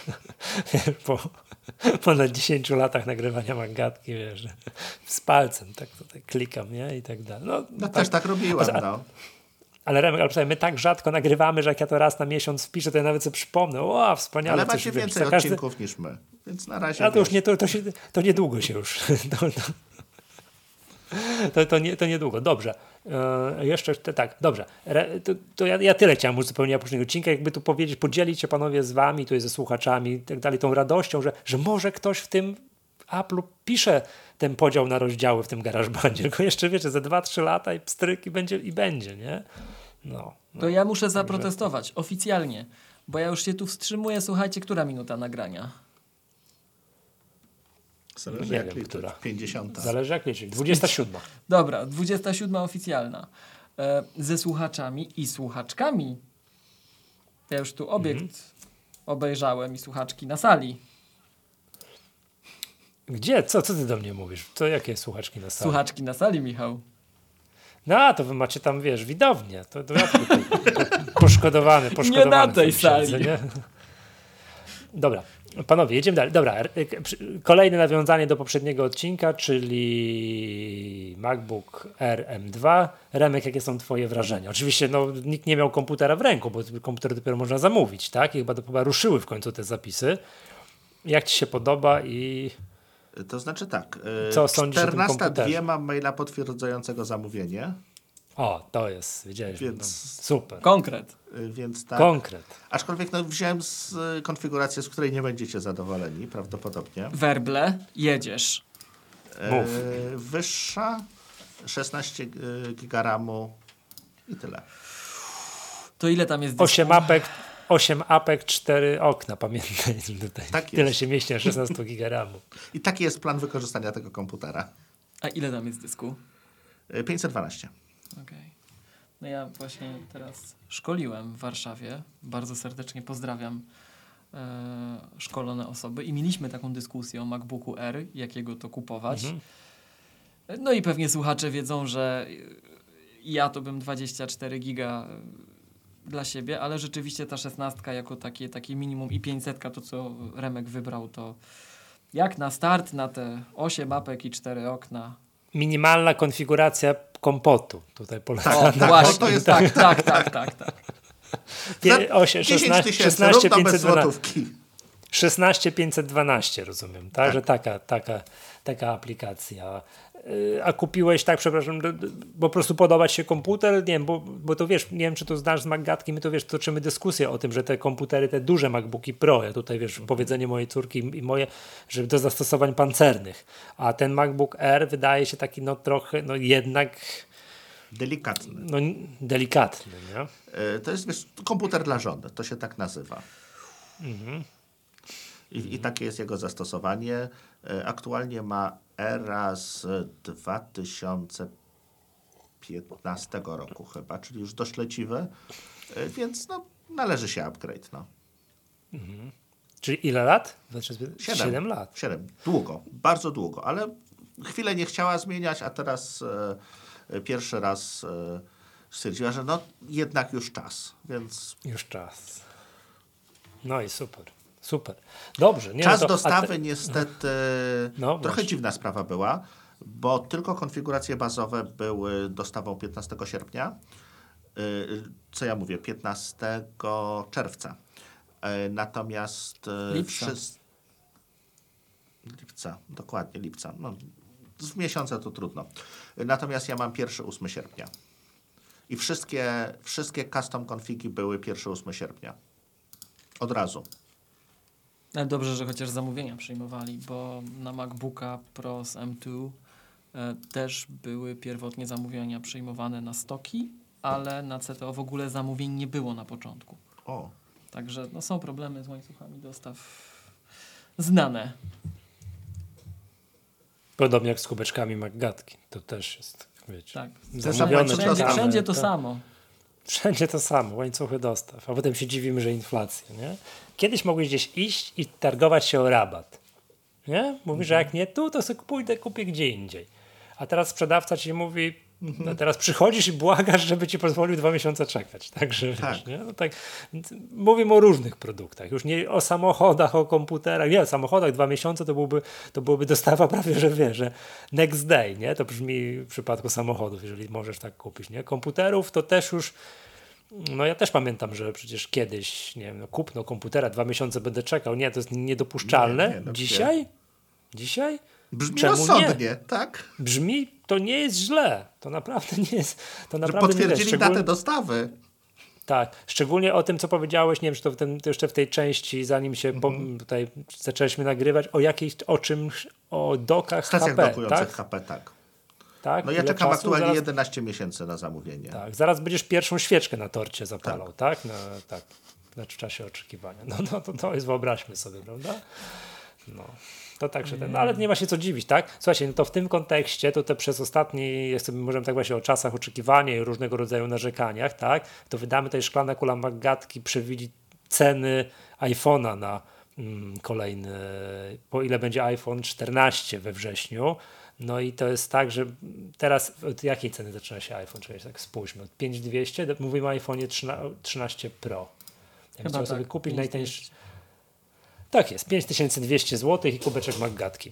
po ponad dziesięciu latach nagrywania magatki, wiesz, z palcem tak tutaj klikam, nie? I tak dalej. No, No też tak robiłem, A- no. Ale Remek, ale słuchaj, my tak rzadko nagrywamy, że jak ja to raz na miesiąc wpiszę, to ja nawet sobie przypomnę. O, wspaniale. Ale coś macie wiem, więcej co każdy- odcinków niż my, więc na razie A to już wiesz. nie, to, to, się, to niedługo się już. To, to, to, to, nie, to niedługo. Dobrze. E, jeszcze te, tak, dobrze. Re, to to ja, ja tyle chciałem uzupełnienia poprzedniego odcinka. Jakby tu powiedzieć, podzielić się panowie z wami, tutaj ze słuchaczami i tak dalej, tą radością, że, że może ktoś w tym Apple'u pisze ten podział na rozdziały w tym GarageBandzie. Tylko jeszcze wiecie, za dwa trzy lata i pstryk i będzie, i będzie, nie? No. To ja muszę zaprotestować oficjalnie, bo ja już się tu wstrzymuję. Słuchajcie, która minuta nagrania? Zależy Nie jak wiem, liczyć. która. pięćdziesiąta. Zależy jak liczyć. dwudziesta siódma. Dobra, dwudziesta siódma oficjalna. E, ze słuchaczami i słuchaczkami. Ja już tu obiekt Mhm. obejrzałem i słuchaczki na sali. Gdzie? Co, co ty do mnie mówisz? To jakie słuchaczki na sali? Słuchaczki na sali, Michał. No, a to wy macie tam, wiesz, widownię. To, to ja tutaj poszkodowany, poszkodowany. Nie na tej w tym siedzę, sali. nie? Dobra, panowie, jedziemy dalej. Dobra, r- przy- kolejne nawiązanie do poprzedniego odcinka, czyli MacBook Air M dwa. Remek, jakie są twoje wrażenia? Oczywiście no, nikt nie miał komputera w ręku, bo komputer dopiero można zamówić, tak? I chyba, to chyba ruszyły w końcu te zapisy. Jak ci się podoba i... To znaczy tak, y, Co sądzisz o tym czternasta komputerze? dwie mam maila potwierdzającego zamówienie, O, to jest, wiedziałeś, Więc- no, super. Konkret. y, więc tak. Konkret. Aczkolwiek no, wziąłem z y, konfigurację, z której nie będziecie zadowoleni, prawdopodobnie. Werble, jedziesz. Mów. Y, wyższa, szesnaście giga ramu i tyle. To ile tam jest dysku? osiem apek, osiem apek, cztery okna, pamiętaj tutaj. Tak Tyle jest. się mieści na szesnaście giga ramu. I taki jest plan wykorzystania tego komputera. A ile tam jest dysku? Y, pięćset dwanaście. Okej. No ja właśnie teraz szkoliłem w Warszawie. Bardzo serdecznie pozdrawiam e, szkolone osoby. I mieliśmy taką dyskusję o MacBooku Air, jakiego to kupować. Mhm. No i pewnie słuchacze wiedzą, że ja to bym dwadzieścia cztery giga dla siebie, ale rzeczywiście ta szesnastka jako takie, takie minimum i pięćset, to co Remek wybrał, to jak na start, na te osiem apek i cztery okna. Minimalna konfiguracja kompotu. Tutaj polega O, tak, właśnie, to jest tak, tak, tak, tak, tak. Pie- osiem, dziesięć szesnaście, tysięcy, szesnaście, równo bez pięćset dwanaście. złotówki. szesnaście pięćset dwanaście, rozumiem, tak? Tak. Że taka, taka, taka aplikacja. Yy, A kupiłeś, tak, przepraszam, do- do- bo po prostu podobać się komputer? Nie wiem, bo, bo to wiesz, nie wiem, czy to znasz z Maggatki, my to wiesz, toczymy dyskusję o tym, że te komputery, te duże MacBooki Pro, ja tutaj wiesz, powiedzenie mojej córki i moje, że do zastosowań pancernych, a ten MacBook Air wydaje się taki, no trochę, no jednak, Delikatny. no delikatny, nie? Y, To jest wiesz, komputer dla żony, to się tak nazywa. I, I takie jest jego zastosowanie. Y, Aktualnie ma Era z dwa tysiące piętnastego roku chyba, czyli już dość leciwy, y, więc no, należy się upgrade. No. Czyli ile lat? Znaczy, Siedem. siedem lat. Siedem. Długo, bardzo długo, ale chwilę nie chciała zmieniać, a teraz, e, y, pierwszy raz y, stwierdziła, że no jednak już czas, więc... Już czas. No i super. Super. Dobrze. Nie, Czas no to, dostawy te... niestety No, trochę właśnie. dziwna sprawa była, bo tylko konfiguracje bazowe były dostawą piętnastego sierpnia, y, co ja mówię, piętnastego czerwca. Y, Natomiast y, Lipca. wszyscy... Lipca, dokładnie lipca. No, w miesiące to trudno. Natomiast ja mam pierwszy ósmy sierpnia. I wszystkie, wszystkie custom configi były pierwszy ósmy sierpnia. Od razu. Ale dobrze, że chociaż zamówienia przyjmowali, bo na MacBooka Pro z M dwa e, też były pierwotnie zamówienia przyjmowane na stoki, ale na C T O w ogóle zamówień nie było na początku. O. Także no, są problemy z łańcuchami dostaw znane. Podobnie jak z kubeczkami McGatki. To też jest, wiecie, Tak. zamówione, łańcuchy Wszędzie, dostaw. wszędzie to to- samo. Wszędzie to samo, łańcuchy dostaw. A potem się dziwimy, że inflacja, nie? Kiedyś mogłeś gdzieś iść i targować się o rabat. Nie? Mówisz, że jak nie tu, to sobie pójdę, kupię gdzie indziej. A teraz sprzedawca ci mówi, no teraz przychodzisz i błagasz, żeby ci pozwolił dwa miesiące czekać. Także Tak. wiesz, nie? No tak, więc mówimy o różnych produktach. Już nie o samochodach, o komputerach. Nie, o samochodach dwa miesiące to byłby, to byłoby dostawa prawie, że wiesz, że next day, nie? To brzmi w przypadku samochodów, jeżeli możesz tak kupić, nie? Komputerów to też już, no ja też pamiętam, że przecież kiedyś, nie wiem, no kupno komputera, dwa miesiące będę czekał. Nie, to jest niedopuszczalne. Nie, nie, no Dzisiaj? Dzisiaj? Brzmi Czemu rozsądnie, tak? Brzmi, to nie jest źle. To naprawdę nie jest. To Że naprawdę nie jest. potwierdzili Szczególnie, datę dostawy. tak, szczególnie o tym, co powiedziałeś, nie wiem, czy to, w tym, to jeszcze w tej części, zanim się po, tutaj zaczęliśmy nagrywać, o jakiejś, o czymś, o dokach Stacjach H P, dokujących tak? H P, tak. tak? No ja Ile czekam czasu? aktualnie Zaraz- jedenaście miesięcy na zamówienie. Tak, zaraz będziesz pierwszą świeczkę na torcie zapalał, tak? No, tak, znaczy w czasie oczekiwania. No, no to, to jest, wyobraźmy sobie, prawda? No. To tak, że ten, no, ale nie ma się co dziwić, tak? Słuchajcie, no to w tym kontekście, to te przez ostatni, jak sobie możemy tak właśnie o czasach oczekiwania i różnego rodzaju narzekaniach, tak? To wydamy tej szklana kula McGatki przewidzi ceny iPhone'a na mm, kolejny, po ile będzie iPhone czternaście we wrześniu. No i to jest tak, że teraz od jakiej ceny zaczyna się iPhone? Czyli tak spójrzmy, od pięć tysięcy dwieście, mówimy o iPhone'ie trzynaście Pro. Jak Chyba chciał sobie tak, kupić pięć najtańszy. Tak jest, pięć tysięcy dwieście złotych i kubeczek McGatki.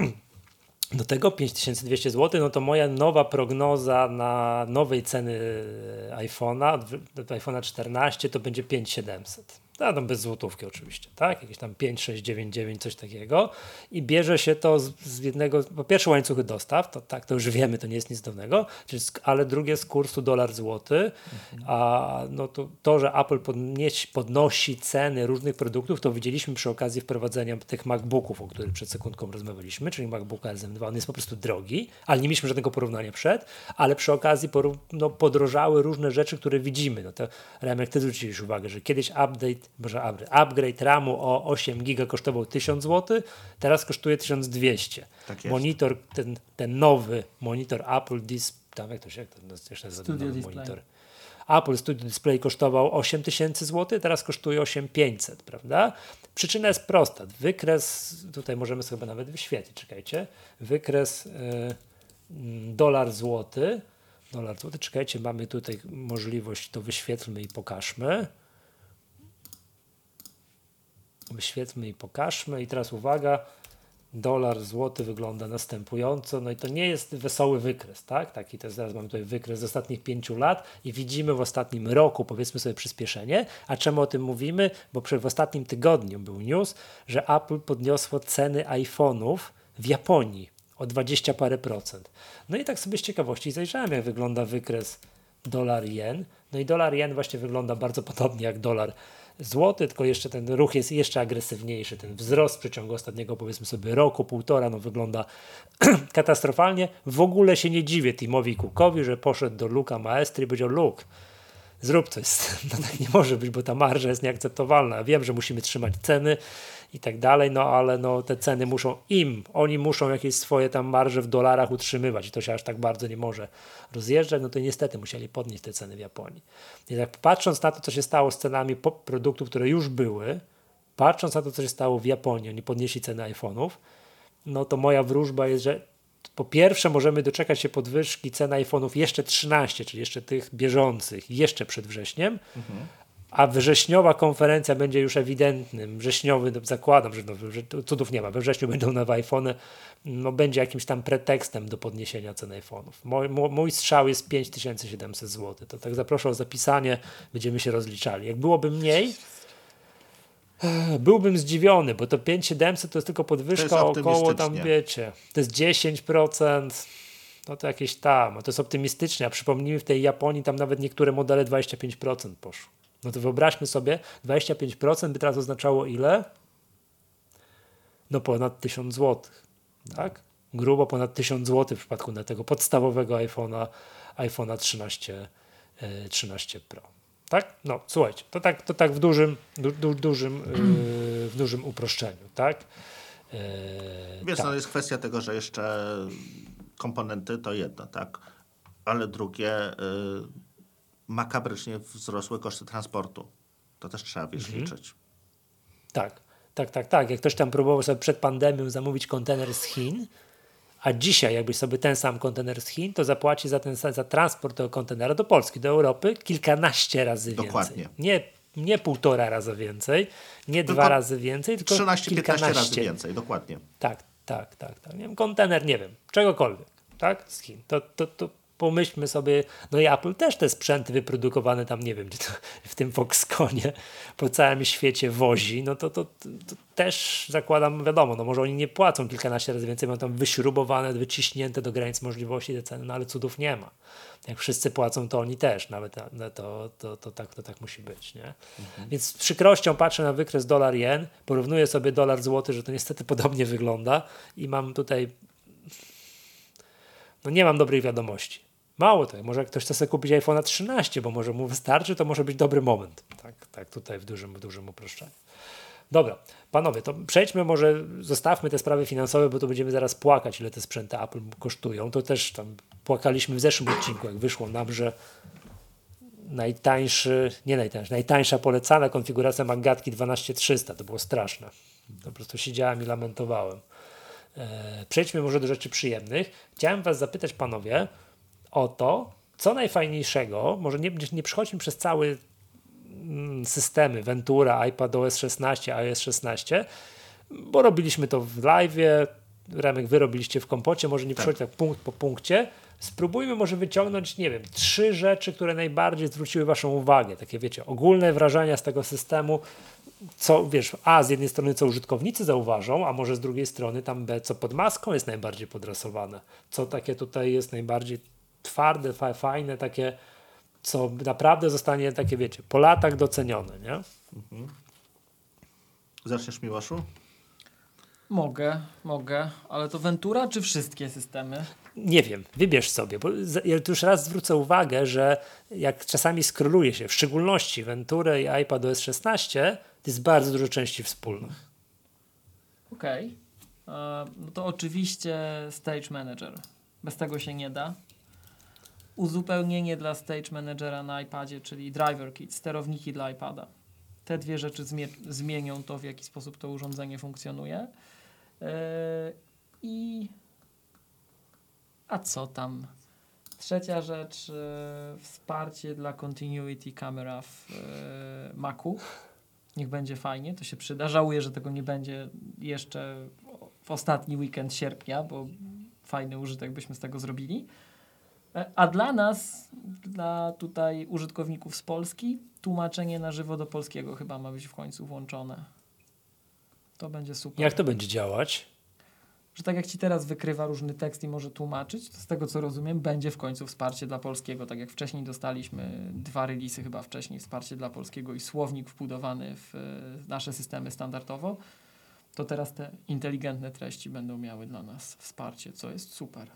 Do tego pięć tysięcy dwieście złotych, no to moja nowa prognoza na nowej ceny iPhone'a, od iPhone'a czternaście to będzie pięć tysięcy siedemset. No, tam bez złotówki oczywiście, tak? Jakieś tam pięć sześć dziewięć dziewięć, coś takiego. I bierze się to z, z jednego, po pierwsze łańcuchy dostaw, to tak, to już wiemy, to nie jest nic nowego, czyli sk- ale drugie z kursu dolar-złoty, a no to, to, że Apple podnieś, podnosi ceny różnych produktów, to widzieliśmy przy okazji wprowadzenia tych MacBooków, o których przed sekundką rozmawialiśmy, czyli MacBooka S M dwa, on jest po prostu drogi, ale nie mieliśmy żadnego porównania przed, ale przy okazji porów- no, podrożały różne rzeczy, które widzimy. No to Remek, ty zwróciłeś uwagę, że kiedyś update Może upgrade, upgrade ramu o osiem giga kosztował tysiąc złotych, teraz kosztuje tysiąc dwieście. Tak jest. Monitor, ten, ten nowy monitor Apple Display, tam jak to się, jak to jeszcze nazywa, Studio nowy Display. monitor. Apple Studio Display kosztował osiem tysięcy złotych, teraz kosztuje osiem tysięcy pięćset, prawda? Przyczyna jest prosta. Wykres, tutaj możemy sobie chyba nawet wyświetlić, czekajcie. Wykres yy, dolar złoty, dolar złoty, czekajcie, mamy tutaj możliwość, to wyświetlmy i pokażmy. Wyświetlmy i pokażmy. I teraz uwaga, dolar złoty wygląda następująco. No i to nie jest wesoły wykres, tak? Taki to jest, zaraz mamy tutaj wykres z ostatnich pięciu lat i widzimy w ostatnim roku, powiedzmy sobie, przyspieszenie. A czemu o tym mówimy? Bo przy, w ostatnim tygodniu był news, że Apple podniosło ceny iPhone'ów w Japonii o dwadzieścia parę procent. No i tak sobie z ciekawości zajrzałem, jak wygląda wykres dolar-jen. No i dolar-jen właśnie wygląda bardzo podobnie jak dolar złoty, tylko jeszcze ten ruch jest jeszcze agresywniejszy. Ten wzrost w przeciągu ostatniego, powiedzmy sobie, roku, półtora, no wygląda katastrofalnie. W ogóle się nie dziwię Timowi Cookowi, że poszedł do Luca Maestri i powiedział: Luke, zrób coś. No tak nie może być, bo ta marża jest nieakceptowalna. Wiem, że musimy trzymać ceny i tak dalej, no ale no, te ceny muszą im, oni muszą jakieś swoje tam marże w dolarach utrzymywać i to się aż tak bardzo nie może rozjeżdżać, no to niestety musieli podnieść te ceny w Japonii. I tak patrząc na to, co się stało z cenami produktów, które już były, patrząc na to, co się stało w Japonii, oni podnieśli ceny iPhone'ów, no to moja wróżba jest, że po pierwsze możemy doczekać się podwyżki cen iPhone'ów jeszcze trzynaście, czyli jeszcze tych bieżących, jeszcze przed wrześniem, mhm. a wrześniowa konferencja będzie już ewidentnym, wrześniowy, no zakładam, że, no, że cudów nie ma, we wrześniu będą nowe iPhony, no będzie jakimś tam pretekstem do podniesienia cen iPhone'ów. Mój, mój strzał jest pięć tysięcy siedemset złotych, to tak zaproszę o zapisanie, będziemy się rozliczali. Jak byłoby mniej, byłbym zdziwiony, bo to pięć tysięcy siedemset to jest tylko podwyżka około tam, wiecie, to jest dziesięć procent, no to jakieś tam, to jest optymistycznie, a przypomnijmy, w tej Japonii tam nawet niektóre modele dwadzieścia pięć procent poszło. No to wyobraźmy sobie, dwadzieścia pięć procent by teraz oznaczało ile? No ponad tysiąc złotych, tak? Grubo ponad tysiąc złotych w przypadku na tego podstawowego iPhone'a, iPhone'a trzynaście, trzynaście Pro. Tak? No, słuchajcie, to tak, to tak w dużym, du, du, dużym, yy, w dużym uproszczeniu, tak? Yy, Wiesz, tak. no jest kwestia tego, że jeszcze komponenty to jedno, tak? Ale drugie, yy, makabrycznie wzrosły koszty transportu. To też trzeba, wiesz, mhm. liczyć. Tak, tak, tak, tak. Jak ktoś tam próbował sobie przed pandemią zamówić kontener z Chin, a dzisiaj jakbyś sobie ten sam kontener z Chin, to zapłaci za ten za transport tego kontenera do Polski, do Europy kilkanaście razy więcej. Dokładnie. Nie, nie półtora razy więcej, nie tylko dwa razy więcej, tylko trzynaście kilkanaście piętnaście razy więcej, dokładnie. Tak, tak, tak. tak. Nie wiem, kontener, nie wiem, czegokolwiek, tak, z Chin. To, to, to pomyślmy sobie, no i Apple też te sprzęty wyprodukowane tam, nie wiem, gdzie to, w tym Foxconnie po całym świecie wozi, no to, to, to, to też zakładam, wiadomo, no może oni nie płacą kilkanaście razy więcej, mają tam wyśrubowane, wyciśnięte do granic możliwości te ceny, no ale cudów nie ma. Jak wszyscy płacą, to oni też, nawet no to, to, to, tak, to tak musi być, nie? Mhm. Więc z przykrością patrzę na wykres dolar-jen, porównuję sobie dolar-złoty, że to niestety podobnie wygląda i mam tutaj no nie mam dobrej wiadomości. Mało tego, może jak ktoś chce sobie kupić iPhone'a trzynaście, bo może mu wystarczy, to może być dobry moment. Tak, tak tutaj w dużym, w dużym uproszczeniu. Dobra, panowie, to przejdźmy może, zostawmy te sprawy finansowe, bo to będziemy zaraz płakać, ile te sprzęty Apple kosztują. To też tam płakaliśmy w zeszłym odcinku, jak wyszło nam, że najtańszy, nie najtańszy, najtańsza polecana konfiguracja Magatki dwanaście trzysta, to było straszne. Po prostu siedziałem i lamentowałem. Przejdźmy może do rzeczy przyjemnych. Chciałem was zapytać, panowie, o to, co najfajniejszego, może nie, nie przechodźmy przez cały mm, systemy Ventura, iPadOS szesnaście, iOS szesnaście, bo robiliśmy to w live'ie, Remek, wy robiliście w kompocie, może nie przechodźmy tak punkt po punkcie. Spróbujmy może wyciągnąć, nie wiem, trzy rzeczy, które najbardziej zwróciły waszą uwagę, takie wiecie, ogólne wrażenia z tego systemu, co wiesz, a z jednej strony co użytkownicy zauważą, a może z drugiej strony tam B, co pod maską jest najbardziej podrasowane, co takie tutaj jest najbardziej twarde, fa- fajne, takie, co naprawdę zostanie takie, wiecie, po latach docenione, nie? Mhm. Zaczniesz, Miłoszu? Mogę, mogę, ale to Ventura czy wszystkie systemy? Nie wiem, wybierz sobie, bo ja tu już raz zwrócę uwagę, że jak czasami skroluje się, w szczególności Venturę i iPadOS szesnaście, to jest bardzo dużo części wspólnych. Okej, okay. No to oczywiście Stage Manager, bez tego się nie da. Uzupełnienie dla Stage Managera na iPadzie, czyli Driver Kit, sterowniki dla iPada. Te dwie rzeczy zmie- zmienią to, w jaki sposób to urządzenie funkcjonuje. Yy, I a co tam? Trzecia rzecz, yy, wsparcie dla Continuity Camera w yy, Macu. Niech będzie fajnie, to się przyda. Żałuję, że tego nie będzie jeszcze w ostatni weekend sierpnia, bo fajny użytek byśmy z tego zrobili. A dla nas, dla tutaj użytkowników z Polski, tłumaczenie na żywo do polskiego chyba ma być w końcu włączone. To będzie super. Jak to będzie działać? Że tak jak ci teraz wykrywa różny tekst i może tłumaczyć, to z tego co rozumiem będzie w końcu wsparcie dla polskiego. Tak jak wcześniej dostaliśmy dwa releasy chyba wcześniej, wsparcie dla polskiego i słownik wbudowany w nasze systemy standardowo, to teraz te inteligentne treści będą miały dla nas wsparcie, co jest super.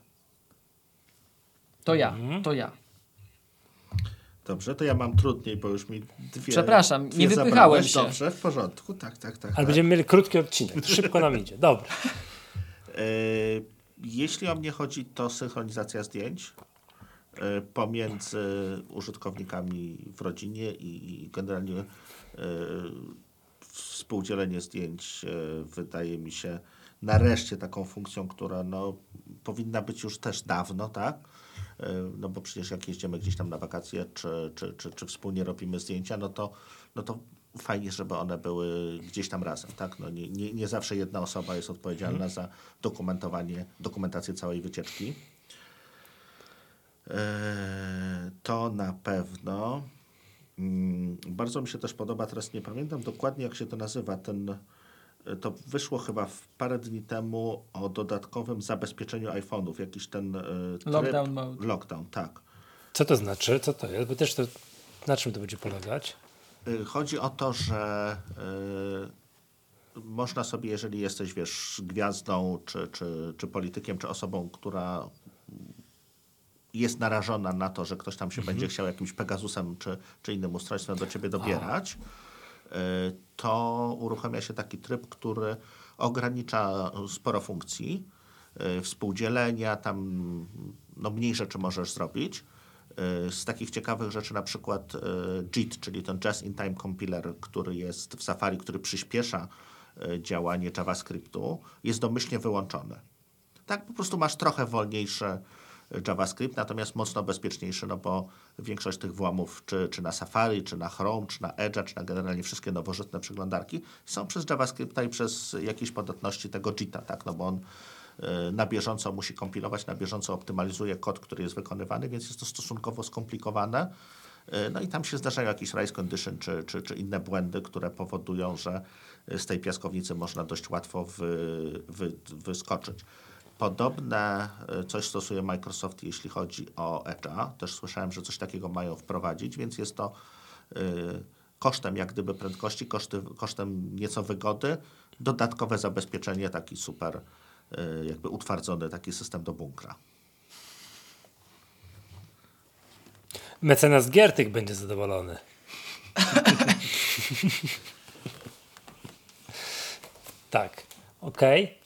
To ja, mhm. to ja. Dobrze, to ja mam trudniej, bo już mi dwie Przepraszam, dwie nie wypychałem się. Dobrze, w porządku, tak, tak, tak. Ale tak. będziemy mieli krótki odcinek, szybko nam idzie. Dobra. Yy, jeśli o mnie chodzi, to synchronizacja zdjęć yy, pomiędzy użytkownikami w rodzinie i generalnie yy, w współdzielenie zdjęć e, wydaje mi się nareszcie taką funkcją, która no, powinna być już też dawno, tak? E, no bo przecież jak jeździmy gdzieś tam na wakacje, czy, czy, czy, czy wspólnie robimy zdjęcia, no to, no to fajnie, żeby one były gdzieś tam razem, tak? No nie, nie, nie zawsze jedna osoba jest odpowiedzialna hmm. za dokumentowanie, dokumentację całej wycieczki. E, to na pewno. Mm, bardzo mi się też podoba, teraz nie pamiętam dokładnie jak się to nazywa, ten, to wyszło chyba w parę dni temu o dodatkowym zabezpieczeniu iPhone'ów, jakiś ten e, tryb, Lockdown mode. Lockdown, tak. Co to znaczy? Co to jest? Bo też to, na czym to będzie polegać? Chodzi o to, że y, można sobie, jeżeli jesteś, wiesz, gwiazdą, czy, czy, czy politykiem, czy osobą, która jest narażona na to, że ktoś tam się mhm. będzie chciał jakimś Pegasusem, czy, czy innym ustrojstwem do ciebie dobierać, y, to uruchamia się taki tryb, który ogranicza sporo funkcji, y, współdzielenia, tam no, mniej rzeczy możesz zrobić. Z takich ciekawych rzeczy na przykład J I T, czyli ten Just in Time Compiler, który jest w Safari, który przyspiesza działanie JavaScriptu, jest domyślnie wyłączony. Tak, po prostu masz trochę wolniejszy JavaScript, natomiast mocno bezpieczniejszy, no bo większość tych włamów, czy, czy na Safari, czy na Chrome, czy na Edge'a, czy na generalnie wszystkie nowożytne przeglądarki są przez JavaScripta i przez jakieś podatności tego J I T-a, tak, no bo on na bieżąco musi kompilować, na bieżąco optymalizuje kod, który jest wykonywany, więc jest to stosunkowo skomplikowane. No i tam się zdarzają jakieś race condition czy, czy, czy inne błędy, które powodują, że z tej piaskownicy można dość łatwo wy, wy, wyskoczyć. Podobne coś stosuje Microsoft, jeśli chodzi o Edge'a. Też słyszałem, że coś takiego mają wprowadzić, więc jest to y, kosztem jak gdyby prędkości, koszty, kosztem nieco wygody, dodatkowe zabezpieczenie, taki super jakby utwardzony taki system do bunkra. Mecenas Giertych będzie zadowolony. Tak, okej. Okay.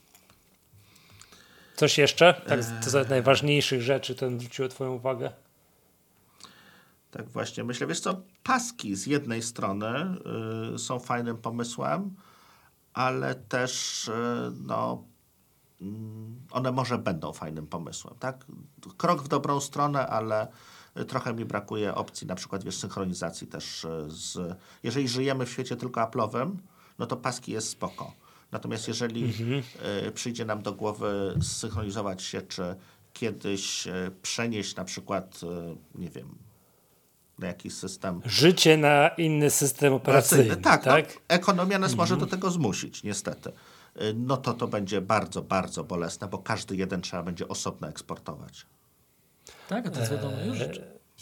Coś jeszcze? Tak, to z najważniejszych rzeczy, to zwróciło twoją uwagę? Tak właśnie, myślę, wiesz co, paski z jednej strony y, są fajnym pomysłem, ale też y, no one może będą fajnym pomysłem, tak? Krok w dobrą stronę, ale trochę mi brakuje opcji, na przykład wiesz, synchronizacji też z... Jeżeli żyjemy w świecie tylko Apple'owym, no to paski jest spoko. Natomiast jeżeli mhm. y, przyjdzie nam do głowy zsynchronizować się, czy kiedyś y, przenieść na przykład, y, nie wiem, na jakiś system... Życie na inny system operacyjny, tak? tak? No, ekonomia nas mhm. może do tego zmusić, niestety. No to to będzie bardzo, bardzo bolesne, bo każdy jeden trzeba będzie osobno eksportować. Tak, a to jest wiadomo już rzecz.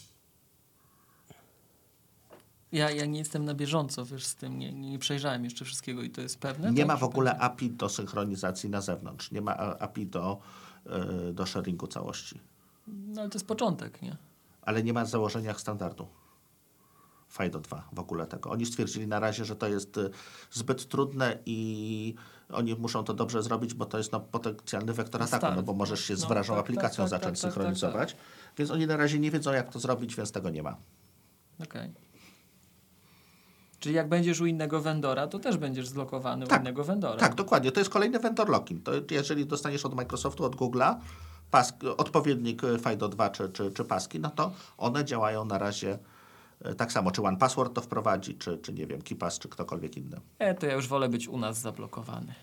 Ja, ja nie jestem na bieżąco, wiesz, z tym, nie, nie przejrzałem jeszcze wszystkiego i to jest pewne. Nie tak, ma w ogóle będzie? A P I do synchronizacji na zewnątrz. Nie ma A P I do, yy, do sharingu całości. No ale to jest początek, nie? Ale nie ma w założeniach standardu FIDO dwa w ogóle tego. Oni stwierdzili na razie, że to jest zbyt trudne i oni muszą to dobrze zrobić, bo to jest no, potencjalny wektor ataku, no bo możesz się z wrażą no, tak, aplikacją tak, zacząć tak, synchronizować. Tak, tak, tak. Więc oni na razie nie wiedzą, jak to zrobić, więc tego nie ma. Okej. Okay. Czyli jak będziesz u innego vendora, to też będziesz zlokowany tak, u innego vendora. Tak, dokładnie. To jest kolejny vendor locking. To jeżeli dostaniesz od Microsoftu, od Google'a pask, odpowiednik FIDO dwa czy, czy, czy paski, no to one działają na razie tak samo. Czy OnePassword to wprowadzi, czy, czy nie wiem, KeePass, czy ktokolwiek inny. E, to ja już wolę być u nas zablokowany.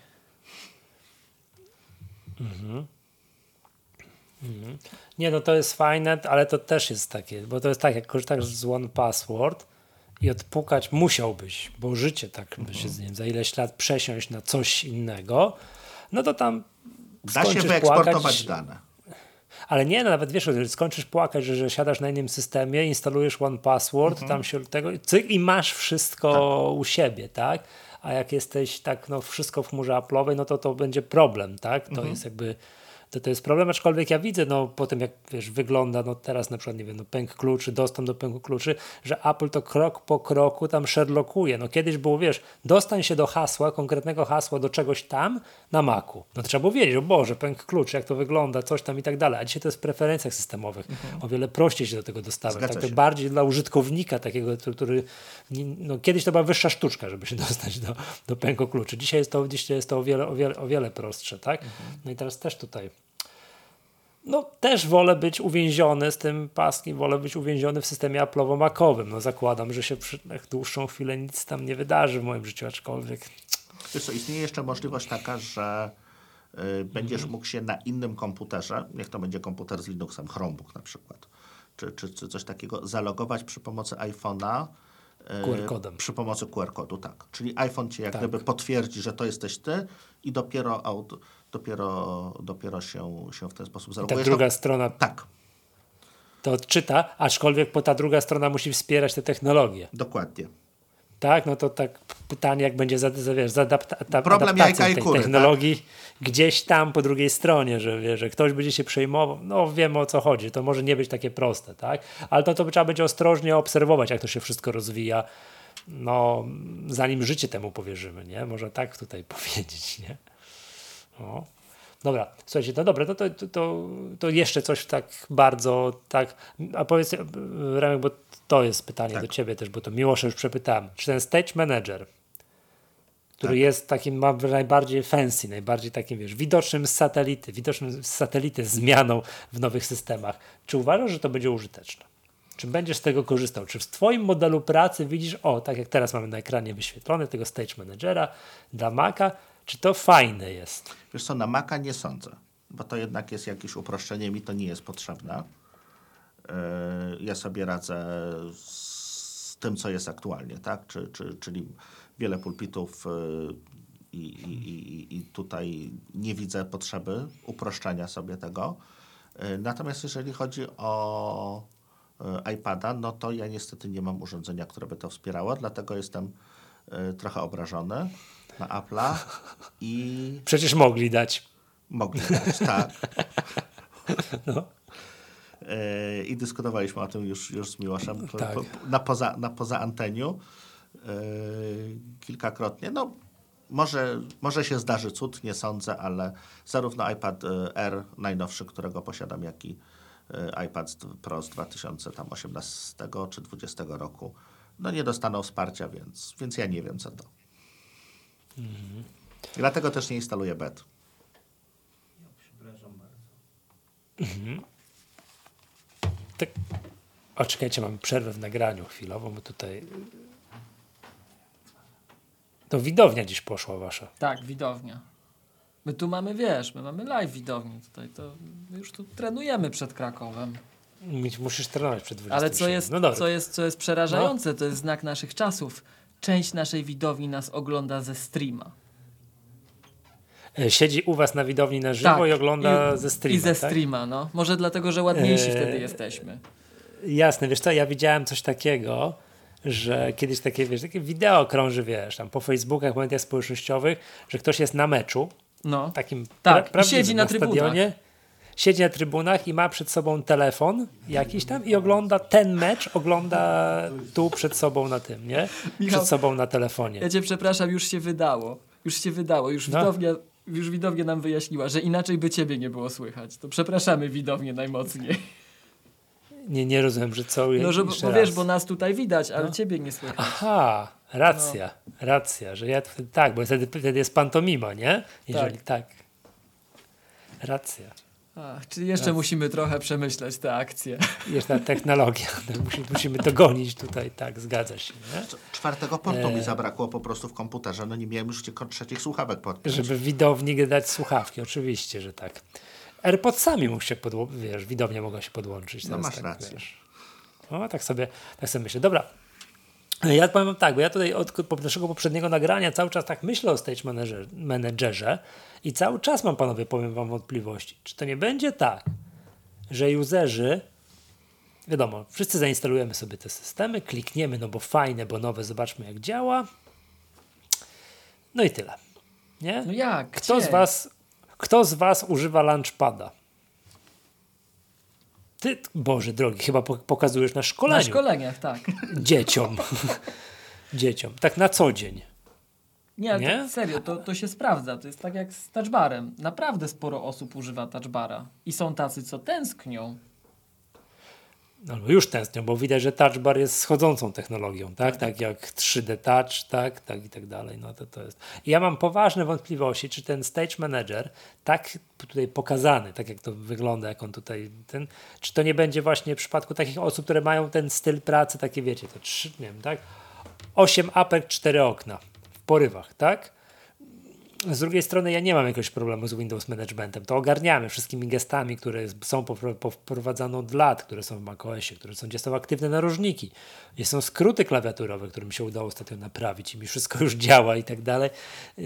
Mhm. Mhm. Nie, no to jest fajne, ale to też jest takie, bo to jest tak, jak korzystasz z OnePassword i odpukać musiałbyś, bo życie tak by się z nim za ileś lat przesiąść na coś innego, no to tam da się wyeksportować płakać, dane. Ale nie, no nawet wiesz, skończysz płakać, że, że siadasz na innym systemie, instalujesz OnePassword, mhm. tam się tego cyk, i masz wszystko tak. u siebie, tak? A jak jesteś tak, no wszystko w chmurze Apple'owej, no to to będzie problem, tak? To mhm. jest jakby to to jest problem, aczkolwiek ja widzę, no po tym jak wiesz, wygląda, no teraz na przykład, nie wiem, no pęk kluczy, dostęp do pęku kluczy, że Apple to krok po kroku tam sherlockuje. No kiedyś było, wiesz, dostań się do hasła, konkretnego hasła do czegoś tam na Macu. No trzeba było wiedzieć, o Boże, pęk kluczy, jak to wygląda, coś tam i tak dalej. A dzisiaj to jest w preferencjach systemowych. Mhm. O wiele prościej się do tego dostawać. Tak, to bardziej dla użytkownika takiego, który, no kiedyś to była wyższa sztuczka, żeby się dostać do, do pęku kluczy. Dzisiaj jest to, dzisiaj jest to o wiele, o wiele, o wiele prostsze, tak? Mhm. No i teraz też tutaj no też wolę być uwięziony z tym paskiem, wolę być uwięziony w systemie Apple'owo-Macowym. No zakładam, że się przy dłuższą chwilę nic tam nie wydarzy w moim życiu, aczkolwiek. Wiesz co, istnieje jeszcze możliwość taka, że y, będziesz mógł się na innym komputerze, niech to będzie komputer z Linuxem, Chromebook na przykład, czy, czy, czy coś takiego, zalogować przy pomocy iPhone'a. Q R kodem. Przy pomocy Q R kodu, tak. Czyli iPhone ci jak tak. gdyby potwierdzi, że to jesteś ty i dopiero, auto, dopiero, dopiero się, się w ten sposób zalogujesz. Ta druga to, strona tak. to odczyta, aczkolwiek po ta druga strona musi wspierać te technologie. Dokładnie. Tak, no to tak pytanie, jak będzie za, za, wiesz, z adapta- Problem jajka i tej kury, technologii tak? Gdzieś tam po drugiej stronie, że, wie, że ktoś będzie się przejmował, no wiemy o co chodzi, to może nie być takie proste, tak? Ale to, to trzeba będzie ostrożnie obserwować, jak to się wszystko rozwija, no zanim życie temu powierzymy, nie? Można tak tutaj powiedzieć, nie? O. Dobra, słuchajcie, no dobra, no to, to, to, to jeszcze coś tak bardzo, tak, a powiedz, Remek, bo to jest pytanie tak. do ciebie też, bo to Miłosza już przepytałem. Czy ten Stage Manager, który tak. jest takim ma najbardziej fancy, najbardziej takim, wiesz, widocznym z satelity, widocznym z satelity zmianą w nowych systemach, czy uważasz, że to będzie użyteczne? Czy będziesz z tego korzystał? Czy w twoim modelu pracy widzisz, o, tak jak teraz mamy na ekranie wyświetlone tego Stage Managera dla Maca, czy to fajne jest? Wiesz co, na Maca nie sądzę, bo to jednak jest jakieś uproszczenie, mi to nie jest potrzebne. Yy, ja sobie radzę z tym, co jest aktualnie, tak? Czy, czy, czyli wiele pulpitów yy, i, i, i tutaj nie widzę potrzeby uproszczenia sobie tego. Yy, natomiast jeżeli chodzi o yy, iPada, no to ja niestety nie mam urządzenia, które by to wspierało, dlatego jestem yy, trochę obrażony na Apple'a i... Przecież mogli dać. Mogli dać, tak. No. Yy, I dyskutowaliśmy o tym już, już z Miłoszem po, tak. po, na, poza, na poza anteniu yy, kilkakrotnie. No, może, może się zdarzy cud, nie sądzę, ale zarówno iPad Air najnowszy, którego posiadam, jak i yy, iPad Pro z dwa tysiące osiemnastego czy dwudziestego roku, no nie dostaną wsparcia, więc, więc ja nie wiem, co to. Mhm. Dlatego też nie instaluję bet. Ja przepraszam bardzo. Mhm. Tak. O, czekajcie, mamy przerwę w nagraniu chwilową, bo tutaj to widownia dziś poszła wasza. Tak, widownia. My tu mamy, wiesz, my mamy live widowni tutaj, to już tu trenujemy przed Krakowem. Musisz trenować przed dwudziestym. Ale co jest, no co jest, co jest przerażające, no. To jest znak naszych czasów. Część naszej widowni nas ogląda ze streama. Siedzi u was na widowni na żywo tak, i ogląda i, ze streama. I ze tak? streama, no. Może dlatego, że ładniejsi eee, wtedy jesteśmy. Jasne, wiesz co, ja widziałem coś takiego, że kiedyś takie, wiesz, takie wideo krąży, wiesz, tam po Facebookach, po mediach społecznościowych, że ktoś jest na meczu, no. takim tak, pra- i siedzi na, na trybunach. stadionie, siedzi na trybunach i ma przed sobą telefon jakiś tam i ogląda ten mecz, ogląda tu przed sobą na tym, nie? Michał, przed sobą na telefonie. Ja cię przepraszam, już się wydało. Już się wydało, już no. widownia... Już widownia nam wyjaśniła, że inaczej by ciebie nie było słychać. To przepraszamy widownię najmocniej. Nie, nie rozumiem, że co No, że, bo wiesz, bo nas tutaj widać, ale no. ciebie nie słychać. Aha, racja, no. racja, że ja wtedy, tak, bo wtedy, wtedy jest pantomima, nie? Jeżeli tak. tak. Racja. Ach, czyli jeszcze racja. Musimy trochę przemyśleć tę akcję. Jest ta technologia, musimy, musimy to gonić tutaj, tak, zgadza się. Nie? Czwartego portu e... mi zabrakło po prostu w komputerze, no nie miałem już trzecich słuchawek podpiąć. Żeby widowni dać słuchawki, oczywiście, że tak. AirPodsami mógł się podło- wiesz, widownia mogła się podłączyć. No masz tak, rację. Wiesz. No, tak sobie, tak sobie myślę. Dobra. Ja powiem tak, bo ja tutaj od naszego poprzedniego nagrania cały czas tak myślę o Stage Manager, Managerze i cały czas mam, panowie, powiem wam wątpliwości. Czy to nie będzie tak, że userzy, wiadomo, wszyscy zainstalujemy sobie te systemy, klikniemy, no bo fajne, bo nowe, zobaczmy jak działa. No i tyle. Nie? No jak? Kto Gdzie? z was Kto z was używa Launchpada? Ty, Boże drogi, chyba pokazujesz na szkoleniu. Na szkoleniach, tak. Dzieciom. Dzieciom. Tak na co dzień. Nie, ale Nie? To, serio, to, to się sprawdza. To jest tak jak z touchbarem. Naprawdę sporo osób używa touchbara. I są tacy, co tęsknią. Albo już tęsknią, bo widać, że touch bar jest schodzącą technologią, tak? Tak jak trzy D touch, tak, tak i tak dalej. No to, to jest. I ja mam poważne wątpliwości, czy ten Stage Manager, tak tutaj pokazany, tak jak to wygląda, jak on tutaj, ten, czy to nie będzie właśnie w przypadku takich osób, które mają ten styl pracy, takie wiecie, to trzy, nie wiem, tak? osiem apek, cztery okna w porywach, tak? Z drugiej strony ja nie mam jakiegoś problemu z Windows Managementem. To ogarniamy wszystkimi gestami, które są poprowadzane od lat, które są w macOSie, które są, gdzie są aktywne narożniki. Gdzie są skróty klawiaturowe, które mi się udało ostatnio naprawić i mi wszystko już działa i tak dalej. Yy,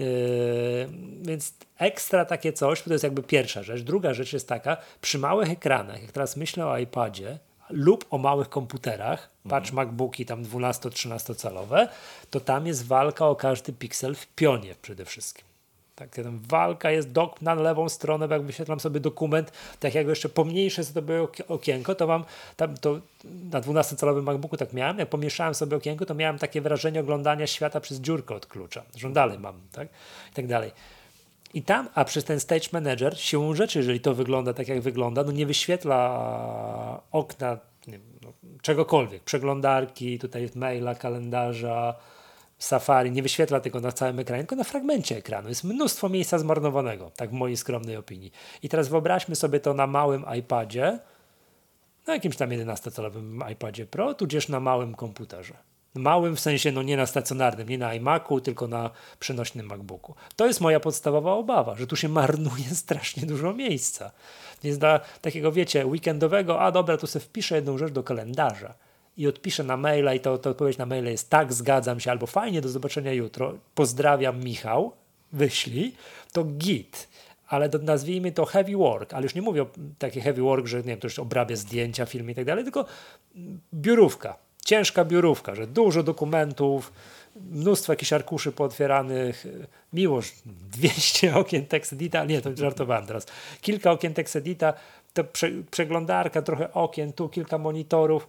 więc ekstra takie coś, to jest jakby pierwsza rzecz. Druga rzecz jest taka, przy małych ekranach, jak teraz myślę o iPadzie lub o małych komputerach, patrz MacBooki tam dwunasto-trzynastocalowe, to tam jest walka o każdy piksel w pionie przede wszystkim. Tak, tam walka jest dok na lewą stronę, bo jak wyświetlam sobie dokument, tak jak jeszcze pomniejsze sobie okienko, to mam tam to na dwunastocalowym MacBooku tak miałem, jak pomieszałem sobie okienko, to miałem takie wrażenie oglądania świata przez dziurkę od klucza, że dalej mam, tak, i tak dalej. I tam, a przez ten Stage Manager siłą rzeczy, jeżeli to wygląda tak jak wygląda, no nie wyświetla okna, nie wiem, no, czegokolwiek, przeglądarki, tutaj maila, kalendarza, Safari, nie wyświetla tego na całym ekranie, tylko na fragmencie ekranu. Jest mnóstwo miejsca zmarnowanego, tak w mojej skromnej opinii. I teraz wyobraźmy sobie to na małym iPadzie, na jakimś tam jedenastocalowym iPadzie Pro, tudzież na małym komputerze. Małym w sensie, no nie na stacjonarnym, nie na iMacu, tylko na przenośnym MacBooku. To jest moja podstawowa obawa, że tu się marnuje strasznie dużo miejsca. Więc dla takiego, wiecie, weekendowego, a dobra, tu sobie wpiszę jedną rzecz do kalendarza i odpiszę na maila i to, to odpowiedź na maila jest tak, zgadzam się, albo fajnie, do zobaczenia jutro, pozdrawiam Michał, wyślij, to git. Ale to nazwijmy to heavy work, ale już nie mówię o taki heavy work, że nie wiem, to już obrabia zdjęcia, filmy i tak dalej, tylko biurówka, ciężka biurówka, że dużo dokumentów, mnóstwo jakichś arkuszy pootwieranych, miłość, dwieście okien TextEdita, nie, to żartowałem teraz, kilka okien TextEdita, to prze, przeglądarka, trochę okien, tu kilka monitorów.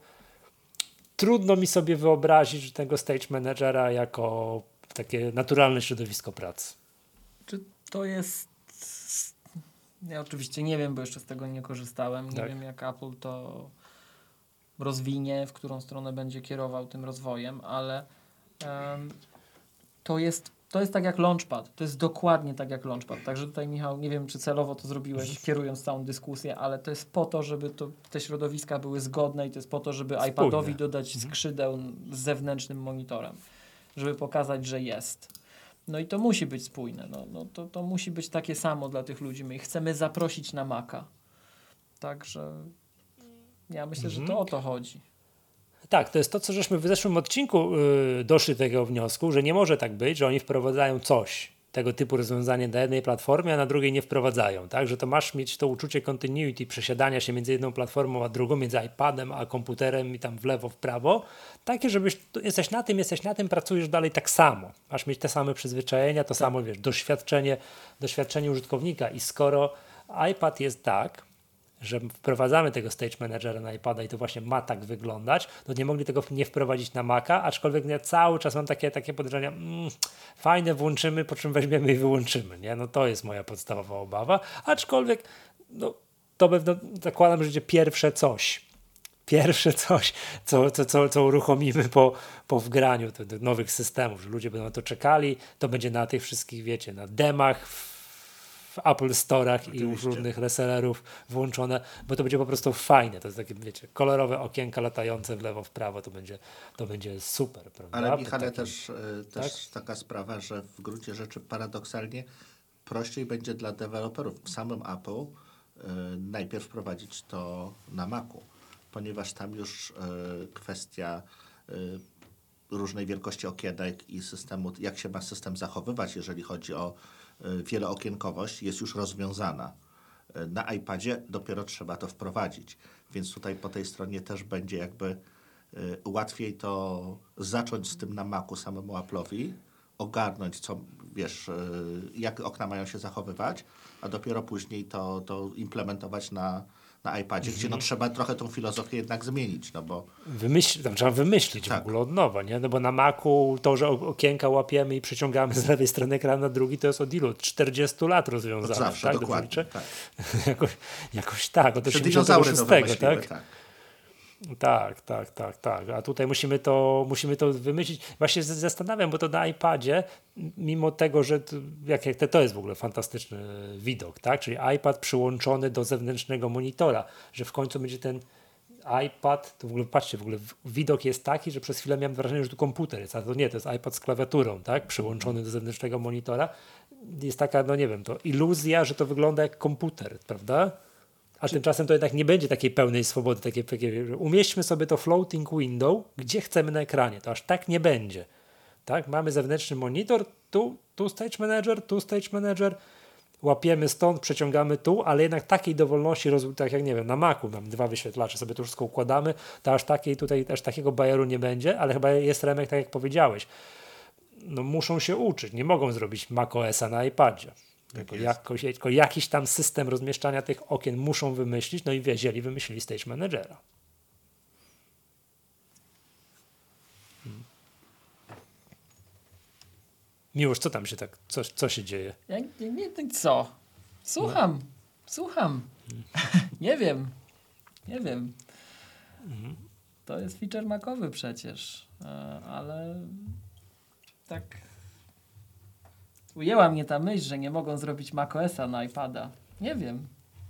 Trudno mi sobie wyobrazić tego Stage Managera jako takie naturalne środowisko pracy. Czy to jest... Ja oczywiście nie wiem, bo jeszcze z tego nie korzystałem. Nie tak. wiem, jak Apple to rozwinie, w którą stronę będzie kierował tym rozwojem, ale um, to jest to jest tak jak Launchpad. To jest dokładnie tak jak Launchpad. Także tutaj, Michał, nie wiem, czy celowo to zrobiłeś, kierując całą dyskusję, ale to jest po to, żeby to, te środowiska były zgodne i to jest po to, żeby Spójne. iPadowi dodać skrzydeł z zewnętrznym monitorem, żeby pokazać, że jest. No i to musi być spójne. No, no to, to musi być takie samo dla tych ludzi. My ich chcemy zaprosić na Maca. Także ja myślę, mhm. że to o to chodzi. Tak, to jest to, co żeśmy w zeszłym odcinku yy, doszli do tego wniosku, że nie może tak być, że oni wprowadzają coś, tego typu rozwiązanie na jednej platformie, a na drugiej nie wprowadzają. Tak? Że to masz mieć to uczucie continuity, przesiadania się między jedną platformą a drugą, między iPadem a komputerem i tam w lewo, w prawo. Takie, żebyś, tu jesteś na tym, jesteś na tym, pracujesz dalej tak samo. Masz mieć te same przyzwyczajenia, to tak. samo, wiesz, doświadczenie, doświadczenie użytkownika. I skoro iPad jest tak, że wprowadzamy tego Stage Managera na iPada i to właśnie ma tak wyglądać, to nie mogli tego nie wprowadzić na Maca, aczkolwiek ja cały czas mam takie, takie podejrzenia, mm, fajne, włączymy, po czym weźmiemy i wyłączymy, nie? No to jest moja podstawowa obawa, aczkolwiek no, to pewno zakładam, że będzie pierwsze coś, pierwsze coś, co, co, co, co uruchomimy po, po wgraniu do, do nowych systemów, że ludzie będą na to czekali, to będzie na tych wszystkich, wiecie, na demach, w Apple Store'ach Oczywiście. I u różnych resellerów włączone, bo to będzie po prostu fajne. To jest takie, wiecie, kolorowe okienka latające w lewo, w prawo, to będzie, to będzie super, prawda? Ale Michale, taki, też, też tak? taka sprawa, że w gruncie rzeczy paradoksalnie prościej będzie dla deweloperów w samym Apple y, najpierw wprowadzić to na Macu, ponieważ tam już y, kwestia y, różnej wielkości okienek i systemu, jak się ma system zachowywać, jeżeli chodzi o wielookienkowość, jest już rozwiązana. Na iPadzie dopiero trzeba to wprowadzić. Więc tutaj po tej stronie też będzie jakby y, łatwiej to zacząć z tym na Macu samemu Apple'owi, ogarnąć, co, wiesz, jak okna mają się zachowywać, a dopiero później to, to implementować na, na iPadzie, gdzie no, trzeba trochę tą filozofię jednak zmienić, no bo... Wymyśl, tam trzeba wymyślić Tak. w ogóle od nowa, nie? No bo na Macu to, że okienka łapiemy i przyciągamy z lewej strony ekran na drugi, to jest od ilu? czterdziestu lat rozwiązane. Od zawsze, tak? dokładnie. Dobrze Tak. jakoś, jakoś tak, od Jeszcze osiemdziesiątego dinozaury to szóstego, wymyśliły, tak? tak. Tak, tak, tak, tak. A tutaj musimy to, musimy to wymyślić. Właśnie z- zastanawiam, bo to na iPadzie, mimo tego, że to, jak, jak to, to jest w ogóle fantastyczny widok, tak? Czyli iPad przyłączony do zewnętrznego monitora, że w końcu będzie ten iPad, to w ogóle patrzcie, w ogóle w- widok jest taki, że przez chwilę miałem wrażenie, że tu komputer jest, a to nie, to jest iPad z klawiaturą, tak? Przyłączony do zewnętrznego monitora. Jest taka, no nie wiem, to iluzja, że to wygląda jak komputer, prawda? A tymczasem to jednak nie będzie takiej pełnej swobody, takiej, takiej, że umieśćmy sobie to floating window, gdzie chcemy na ekranie. To aż tak nie będzie. Tak? Mamy zewnętrzny monitor, tu, tu Stage Manager, tu Stage Manager, łapiemy stąd, przeciągamy tu, ale jednak takiej dowolności, roz- tak jak nie wiem, na Macu mam dwa wyświetlacze, sobie to wszystko układamy, to aż takiej tutaj, aż takiego bajeru nie będzie, ale chyba jest Remek, tak jak powiedziałeś. No muszą się uczyć, nie mogą zrobić macOSa na iPadzie. Tylko, jest. jakoś, tylko jakiś tam system rozmieszczania tych okien muszą wymyślić, no i wzięli, wymyślili Stage Managera. Hmm. Miłosz, co tam się tak, co, co się dzieje? Ja nie, nie wiem co. Słucham, no. słucham. nie wiem, nie wiem. Mhm. To jest feature macowy przecież, e, ale tak ujęła mnie ta myśl, że nie mogą zrobić macOSa na iPada. Nie wiem.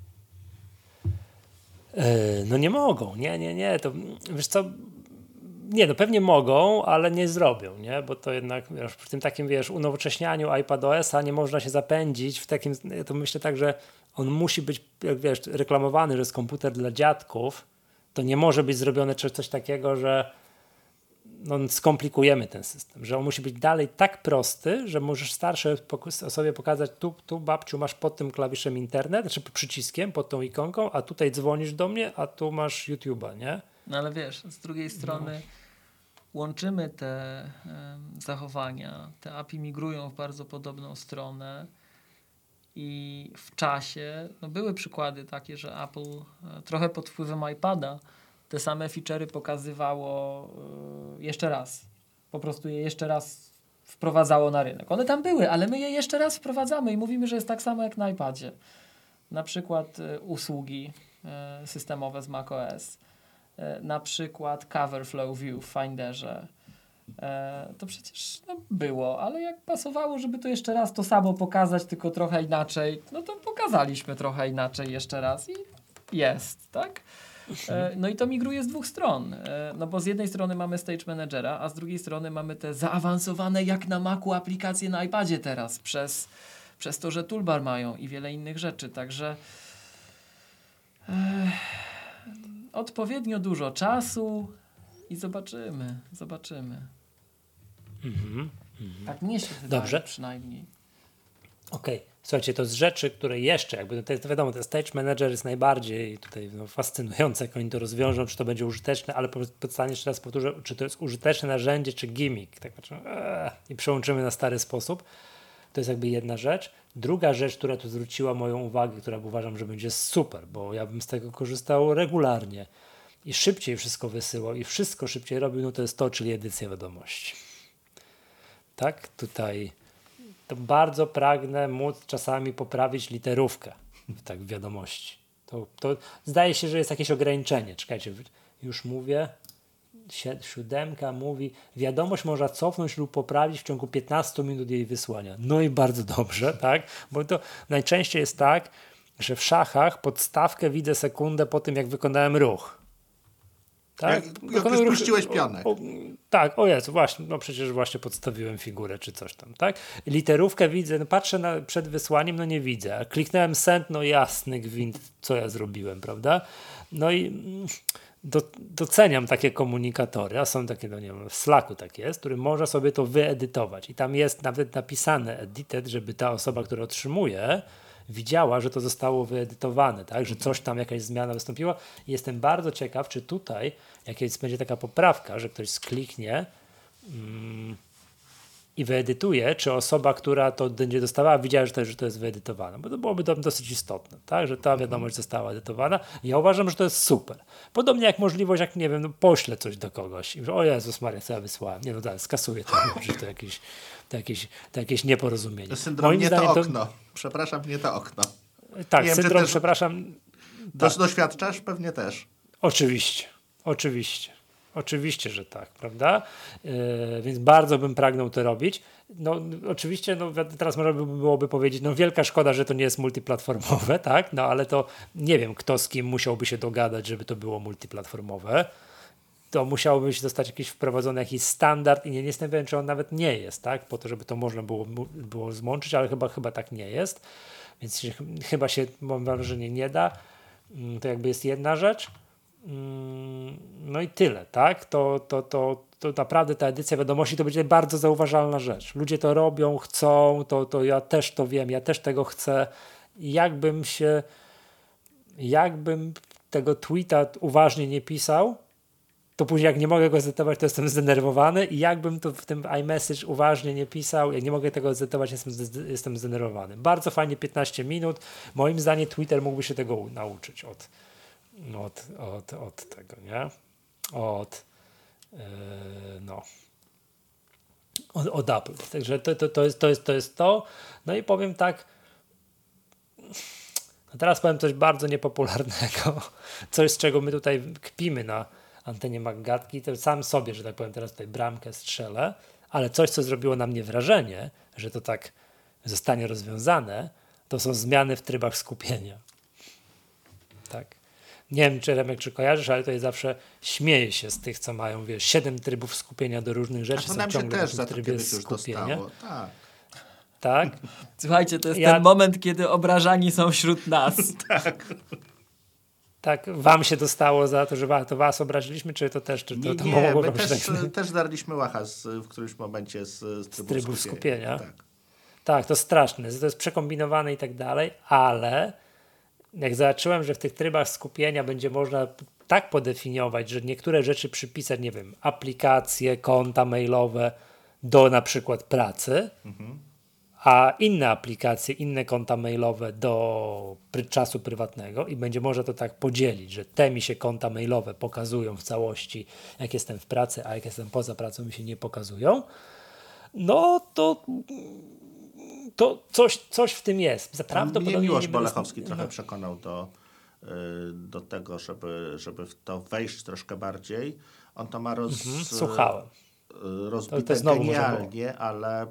Yy, no nie mogą, nie, nie, nie, to wiesz co, nie, no pewnie mogą, ale nie zrobią, nie, bo to jednak wiesz, w tym takim, wiesz, unowocześnianiu iPadOS-a nie można się zapędzić w takim, to myślę tak, że on musi być, jak wiesz, reklamowany, że jest komputer dla dziadków, to nie może być zrobione coś takiego, że no, skomplikujemy ten system, że on musi być dalej tak prosty, że możesz starszej osobie pokazać, tu, tu babciu masz pod tym klawiszem internet, czy przyciskiem, pod tą ikonką, a tutaj dzwonisz do mnie, a tu masz YouTube'a, nie? No ale wiesz, z drugiej strony no. łączymy te um, zachowania, te A P I migrują w bardzo podobną stronę i w czasie, no były przykłady takie, że Apple e, trochę pod wpływem iPada te same feature'y pokazywało y, jeszcze raz. Po prostu je jeszcze raz wprowadzało na rynek. One tam były, ale my je jeszcze raz wprowadzamy i mówimy, że jest tak samo jak na iPadzie. Na przykład y, usługi y, systemowe z macOS. Y, na przykład Cover Flow View w Finderze. Y, to przecież no, było, ale jak pasowało, żeby to jeszcze raz to samo pokazać, tylko trochę inaczej, no to pokazaliśmy trochę inaczej jeszcze raz i jest, tak? No i to migruje z dwóch stron, no bo z jednej strony mamy Stage Managera, a z drugiej strony mamy te zaawansowane jak na Macu aplikacje na iPadzie teraz, przez, przez to, że toolbar mają i wiele innych rzeczy, także e, odpowiednio dużo czasu i zobaczymy, zobaczymy. Mhm. Tak mnie się wydaje. Dobrze. Przynajmniej. Okej, okay. Słuchajcie, to z rzeczy, które jeszcze, jakby to jest, wiadomo, ten Stage Manager jest najbardziej tutaj no, fascynujące, jak oni to rozwiążą, czy to będzie użyteczne, ale pytanie jeszcze raz powtórzę, czy to jest użyteczne narzędzie, czy gimmick, tak patrzę, ee, i przełączymy na stary sposób. To jest jakby jedna rzecz. Druga rzecz, która tu zwróciła moją uwagę, która uważam, że będzie super, bo ja bym z tego korzystał regularnie i szybciej wszystko wysyłał i wszystko szybciej robił, no to jest to, czyli edycja wiadomości. Tak, tutaj to bardzo pragnę móc czasami poprawić literówkę w tak w wiadomości. To, to zdaje się, że jest jakieś ograniczenie. Czekajcie, już mówię. Siódemka mówi, wiadomość można cofnąć lub poprawić w ciągu piętnastu minut jej wysłania. No i bardzo dobrze, tak? Bo to najczęściej jest tak, że w szachach podstawkę widzę sekundę po tym, jak wykonałem ruch. Tak? Jak, jak już puściłeś pionek. O, o, tak, o Jezu, właśnie, no przecież właśnie podstawiłem figurę czy coś tam, tak? Literówkę widzę, no patrzę na, przed wysłaniem, no nie widzę, a kliknąłem send, no jasny gwint, co ja zrobiłem, prawda? No i do, doceniam takie komunikatory, a są takie, no nie wiem, w Slacku tak jest, który można sobie to wyedytować i tam jest nawet napisane edited, żeby ta osoba, która otrzymuje, widziała, że to zostało wyedytowane, tak? Że coś tam, jakaś zmiana wystąpiła. I jestem bardzo ciekaw, czy tutaj jakaś będzie taka poprawka, że ktoś skliknie, mm, i wyedytuję, czy osoba, która to będzie dostawała, widziała, że to, że to jest wyedytowane, bo to byłoby do, dosyć istotne, tak? Że ta wiadomość została edytowana. Ja uważam, że to jest super. Podobnie jak możliwość, jak nie wiem, no, poślę coś do kogoś i że o Jezus Maria, co ja wysłałem. Nie no tak, skasuję to, że to jakieś, to jakieś, to jakieś nieporozumienie. Syndrom Moim nie zdaniem to okno. Przepraszam, nie to okno. Tak, Nie wiem, czy syndrom, też- przepraszam. Też doświadczasz? Pewnie też. Oczywiście, oczywiście, oczywiście, że tak, prawda? Yy, więc bardzo bym pragnął to robić. No oczywiście, no, teraz można by byłoby powiedzieć, no wielka szkoda, że to nie jest multiplatformowe, tak? No ale to nie wiem, kto z kim musiałby się dogadać, żeby to było multiplatformowe. To musiałoby się zostać jakiś wprowadzony jakiś standard i nie, nie jestem pewien, czy on nawet nie jest, tak? Po to, żeby to można było, było złączyć, ale chyba, chyba tak nie jest. Więc się, chyba się, mam wrażenie, nie da. To jakby jest jedna rzecz. No i tyle, tak? To, to, to, to naprawdę ta edycja wiadomości to będzie bardzo zauważalna rzecz. Ludzie to robią, chcą, to, to ja też to wiem, ja też tego chcę. I jakbym się, jakbym tego tweeta uważnie nie pisał, to później jak nie mogę go zedytować, to jestem zdenerwowany i jakbym to w tym iMessage uważnie nie pisał, jak nie mogę tego zedytować, jestem, jestem zdenerwowany. Bardzo fajnie, piętnaście minut. Moim zdaniem Twitter mógłby się tego nauczyć od, od, od, od tego, nie? Od yy, no od, od Apple. Także to, to, to, jest, to, jest, to jest to. No i powiem tak, a teraz powiem coś bardzo niepopularnego, coś z czego my tutaj kpimy na antenie Maggatki, to sam sobie, że tak powiem, teraz tutaj bramkę strzelę, ale coś, co zrobiło na mnie wrażenie, że to tak zostanie rozwiązane, to są zmiany w trybach skupienia. Tak. Nie wiem, czy Remek, czy kojarzysz, ale to jest zawsze, śmieję się z tych, co mają, wiesz, siedem trybów skupienia do różnych rzeczy, A to są nam się ciągle też w za tym to trybie kiedyś już skupienia. dostało. Tak. Tak? Słuchajcie, to jest Ja- ten moment, kiedy obrażani są wśród nas. Tak, wam się dostało za to, że wa- to was obraziliśmy, czy to też, czy to, Nie, to nie, mogło my wam się też, tak... też darliśmy łacha z, w którymś momencie z, z trybu, trybu skupienia. Tak. Tak, to straszne, to jest przekombinowane i tak dalej, ale jak zobaczyłem, że w tych trybach skupienia będzie można tak podefiniować, że niektóre rzeczy przypisać, nie wiem, aplikacje, konta mailowe do na przykład pracy, a inne aplikacje, inne konta mailowe do pry- czasu prywatnego i będzie można to tak podzielić, że te mi się konta mailowe pokazują w całości, jak jestem w pracy, a jak jestem poza pracą mi się nie pokazują, no to to coś, coś w tym jest. Mnie Prawdopodobnie Miłosz nie będę- Bolechowski trochę no. przekonał do, y, do tego, żeby, żeby w to wejść troszkę bardziej. On to ma roz, Mhm, słuchałem. y, rozbite To- to znowu może genialnie, ale,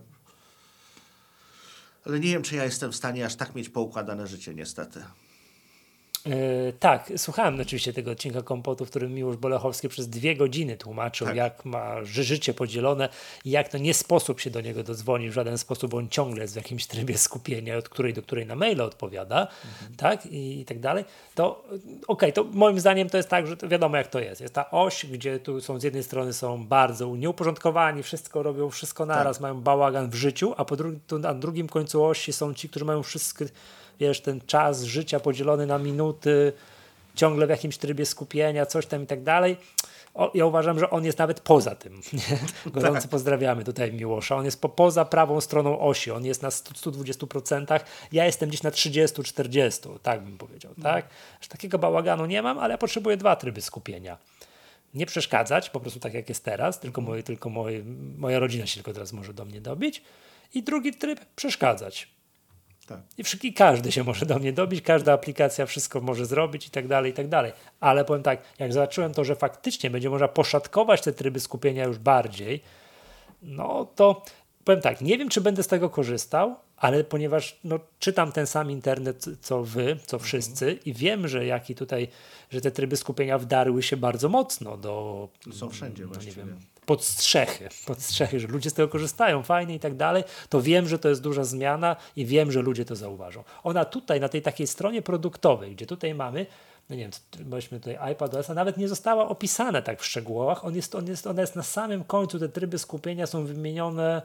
ale nie wiem, czy ja jestem w stanie aż tak mieć poukładane życie, niestety. Yy, tak, słuchałem oczywiście tego odcinka Kompotu, w którym Miłosz Bolechowski przez dwie godziny tłumaczył, Tak. jak ma ży- życie podzielone i jak to nie sposób się do niego dodzwonić w żaden sposób, bo on ciągle jest w jakimś trybie skupienia, od której do której na maile odpowiada, tak, i, i tak dalej. To yy, okej, to moim zdaniem to jest tak, że to wiadomo jak to jest. Jest ta oś, gdzie tu są z jednej strony są bardzo nieuporządkowani, wszystko robią, wszystko naraz, mają bałagan w życiu, a po dru- tu na drugim końcu osi są ci, którzy mają wszystkie, wiesz, ten czas życia podzielony na minuty, ciągle w jakimś trybie skupienia, coś tam i tak dalej. O, ja uważam, że on jest nawet poza tym. Nie? Gorąco pozdrawiamy tutaj Miłosza. On jest po, poza prawą stroną osi. On jest na sto, sto dwudziestu procentach. Ja jestem gdzieś na trzydziestu czterdziestu. Tak bym powiedział. Tak? Że takiego bałaganu nie mam, ale ja potrzebuję dwa tryby skupienia. Nie przeszkadzać, po prostu tak jak jest teraz, tylko, moje, tylko moje, moja rodzina się tylko teraz może do mnie dobić. I drugi tryb przeszkadzać. Tak. I, wszy- I każdy się może do mnie dobić, każda aplikacja wszystko może zrobić i tak dalej, i tak dalej. Ale powiem tak, jak zobaczyłem to, że faktycznie będzie można poszatkować te tryby skupienia już bardziej, no to powiem tak, nie wiem, czy będę z tego korzystał, ale ponieważ no, czytam ten sam internet, co wy, co wszyscy i wiem, że jaki tutaj, że te tryby skupienia wdarły się bardzo mocno do... Są wszędzie no, nie właściwie. wiem, pod strzechy, pod strzechy, że ludzie z tego korzystają fajnie i tak dalej, to wiem, że to jest duża zmiana i wiem, że ludzie to zauważą. Ona tutaj, na tej takiej stronie produktowej, gdzie tutaj mamy, no nie wiem, weźmy tutaj iPadOS, a nawet nie została opisana tak w szczegółach, on jest, on jest, ona jest na samym końcu, te tryby skupienia są wymienione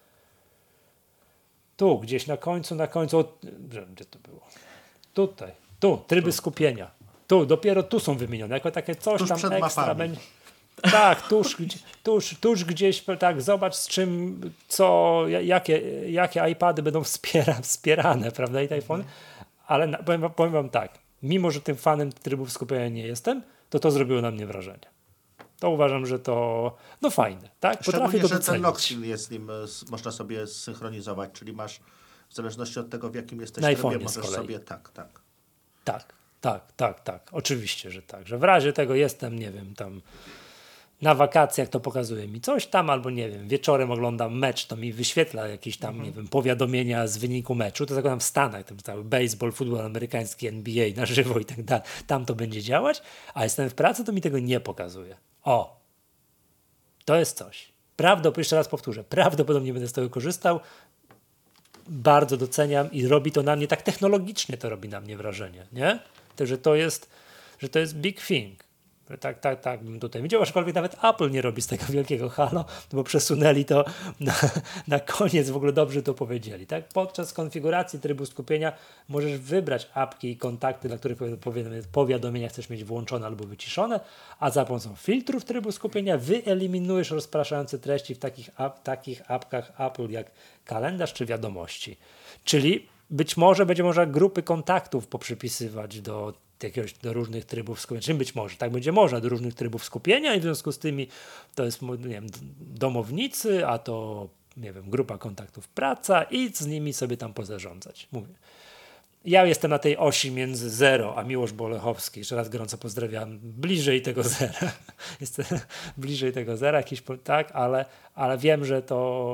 tu, gdzieś na końcu, na końcu, od, gdzie to było? Tutaj, tu, tryby skupienia. Tu, dopiero tu są wymienione, jako takie coś Tuż tam przed ekstra mapami. będzie. Tak, tuż, tuż, tuż gdzieś, tak, zobacz z czym, co, jakie, jakie iPady będą wspiera, wspierane, prawda, i iPhone, ale na, powiem, powiem wam tak, mimo że tym fanem trybów skupienia nie jestem, to to zrobiło na mnie wrażenie. To uważam, że to, no fajne, tak, potrafię Szczególnie, to że ten docenić. lockfill jest nim, e, s- można sobie synchronizować, czyli masz, w zależności od tego, w jakim jesteś Na trybie, iPhone'ie z możesz kolei. sobie, tak, tak. Tak, tak, tak, tak, oczywiście, że tak, że w razie tego jestem, nie wiem, tam na wakacjach to pokazuje mi coś tam, albo nie wiem, wieczorem oglądam mecz, to mi wyświetla jakieś tam, Mhm. nie wiem, powiadomienia z wyniku meczu, to zakładam w Stanach, ten cały baseball, futbol amerykański, N B A na żywo i tak dalej, tam to będzie działać, a jestem w pracy, to mi tego nie pokazuje. O, to jest coś. Prawdopodobnie, jeszcze raz powtórzę, prawdopodobnie będę z tego korzystał, bardzo doceniam i robi to na mnie, tak technologicznie to robi na mnie wrażenie, nie? To, że to jest, że to jest big thing. Że Tak, tak, tak bym tutaj widział, aczkolwiek nawet Apple nie robi z tego wielkiego halo, bo przesunęli to na, na koniec, w ogóle dobrze to powiedzieli. Tak? Podczas konfiguracji trybu skupienia możesz wybrać apki i kontakty, dla których powiadomienia, powiadomienia chcesz mieć włączone albo wyciszone, a za pomocą filtrów trybu skupienia wyeliminujesz rozpraszające treści w takich, ap, takich apkach Apple jak kalendarz czy wiadomości. Czyli być może będzie można grupy kontaktów poprzypisywać do jakiegoś, do różnych trybów skupienia. Czym być może? Tak będzie można do różnych trybów skupienia i w związku z tymi to jest, nie wiem, domownicy, a to, nie wiem, grupa kontaktów praca i z nimi sobie tam pozarządzać. Mówię. Ja jestem na tej osi między zero a Miłosz Bolechowski. Jeszcze raz gorąco pozdrawiam. Bliżej tego zera. Jestem bliżej tego zera, jakiś, tak, ale, ale wiem, że to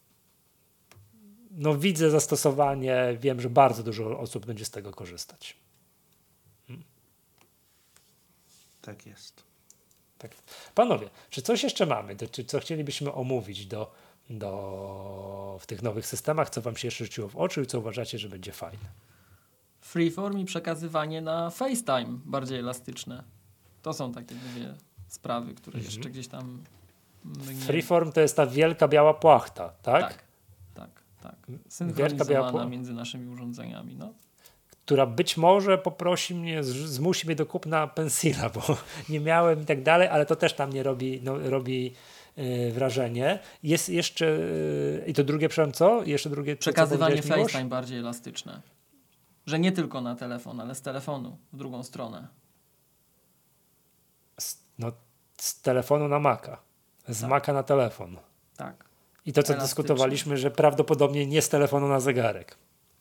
no widzę zastosowanie, wiem, że bardzo dużo osób będzie z tego korzystać. Tak jest. Tak. Panowie, czy coś jeszcze mamy, do, czy co chcielibyśmy omówić do, do, w tych nowych systemach, co wam się jeszcze rzuciło w oczy i co uważacie, że będzie fajne? Freeform i przekazywanie na FaceTime bardziej elastyczne. To są takie dwie sprawy, które Mhm. jeszcze gdzieś tam... my nie- Freeform to jest ta wielka biała płachta, tak? Tak, tak, tak. biała Synchronizowana pła- między naszymi urządzeniami. No. Która być może poprosi mnie, z- zmusi mnie do kupna pensila, bo nie miałem i tak dalej, ale to też tam nie robi, no, robi yy, wrażenie. Jest jeszcze, yy, i to drugie, przepraszam, co? Jeszcze drugie, co Przekazywanie powiedziałeś, Miłosz? FaceTime bardziej elastyczne. Że nie tylko na telefon, ale z telefonu w drugą stronę. Z, no, z telefonu na Maca. Z Tak. Maca na telefon. Tak. I to, co Elastyczne. dyskutowaliśmy, że prawdopodobnie nie z telefonu na zegarek.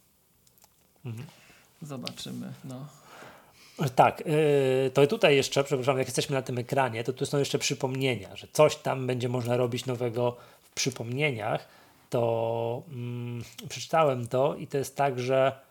Zobaczymy. No. Tak, yy, to tutaj jeszcze, przepraszam, jak jesteśmy na tym ekranie, to tu są jeszcze przypomnienia, że coś tam będzie można robić nowego w przypomnieniach. To mm, przeczytałem to i to jest tak, że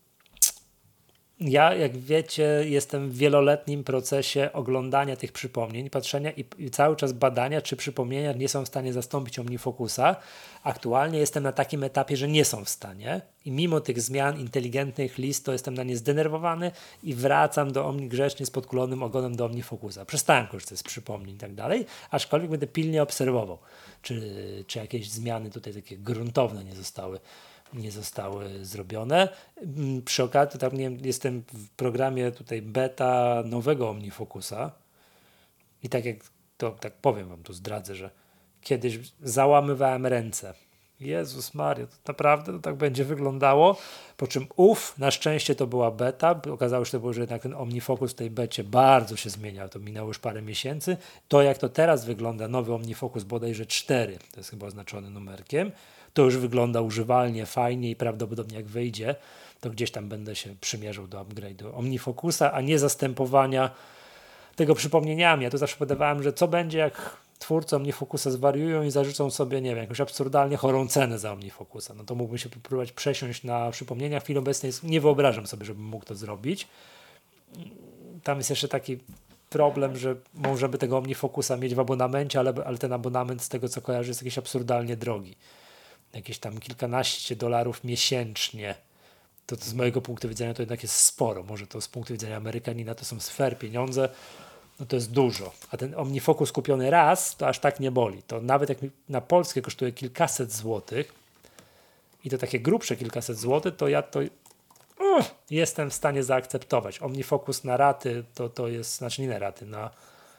ja, jak wiecie, jestem w wieloletnim procesie oglądania tych przypomnień, patrzenia i, i cały czas badania, czy przypomnienia nie są w stanie zastąpić OmniFocusa. Aktualnie jestem na takim etapie, że nie są w stanie i mimo tych zmian inteligentnych list, to jestem na nie zdenerwowany i wracam do Omni grzecznie z podkulonym ogonem do OmniFocusa. Przestałem korzystać z przypomnień i tak dalej, aczkolwiek będę pilnie obserwował, czy, czy jakieś zmiany tutaj takie gruntowne nie zostały nie zostały zrobione. Mm, Przy okazji, to tak, nie wiem, jestem w programie tutaj beta nowego OmniFocusa i tak jak to tak powiem wam, tu zdradzę, że kiedyś załamywałem ręce. Jezus Maria, to naprawdę to tak będzie wyglądało. Po czym uf, na szczęście to była beta. Okazało się, to było, że jednak ten OmniFocus w tej becie bardzo się zmieniał. To minęło już parę miesięcy. To jak to teraz wygląda, nowy OmniFocus bodajże cztery, to jest chyba oznaczony numerkiem, to już wygląda używalnie, fajnie i prawdopodobnie jak wyjdzie, to gdzieś tam będę się przymierzał do upgrade'u OmniFocusa, a nie zastępowania tego przypomnieniami. Ja to zawsze podawałem, że co będzie, jak twórcy OmniFocusa zwariują i zażyczą sobie, nie wiem, jakąś absurdalnie chorą cenę za OmniFocusa. No to mógłbym się próbować przesiąść na przypomnienia. W chwili obecnej jest, nie wyobrażam sobie, żebym mógł to zrobić. Tam jest jeszcze taki problem, że można by tego OmniFocusa mieć w abonamencie, ale, ale ten abonament z tego, co kojarzę, jest jakiś absurdalnie drogi. Jakieś tam kilkanaście dolarów miesięcznie. To, to z mojego punktu widzenia to jednak jest sporo. Może to z punktu widzenia Amerykanina to są sfer pieniądze, no to jest dużo. A ten OmniFocus kupiony raz, to aż tak nie boli. To nawet jak mi na Polskę kosztuje kilkaset złotych i to takie grubsze kilkaset złotych, to ja to uh, jestem w stanie zaakceptować. OmniFocus na raty to, to jest, znaczy nie na raty, na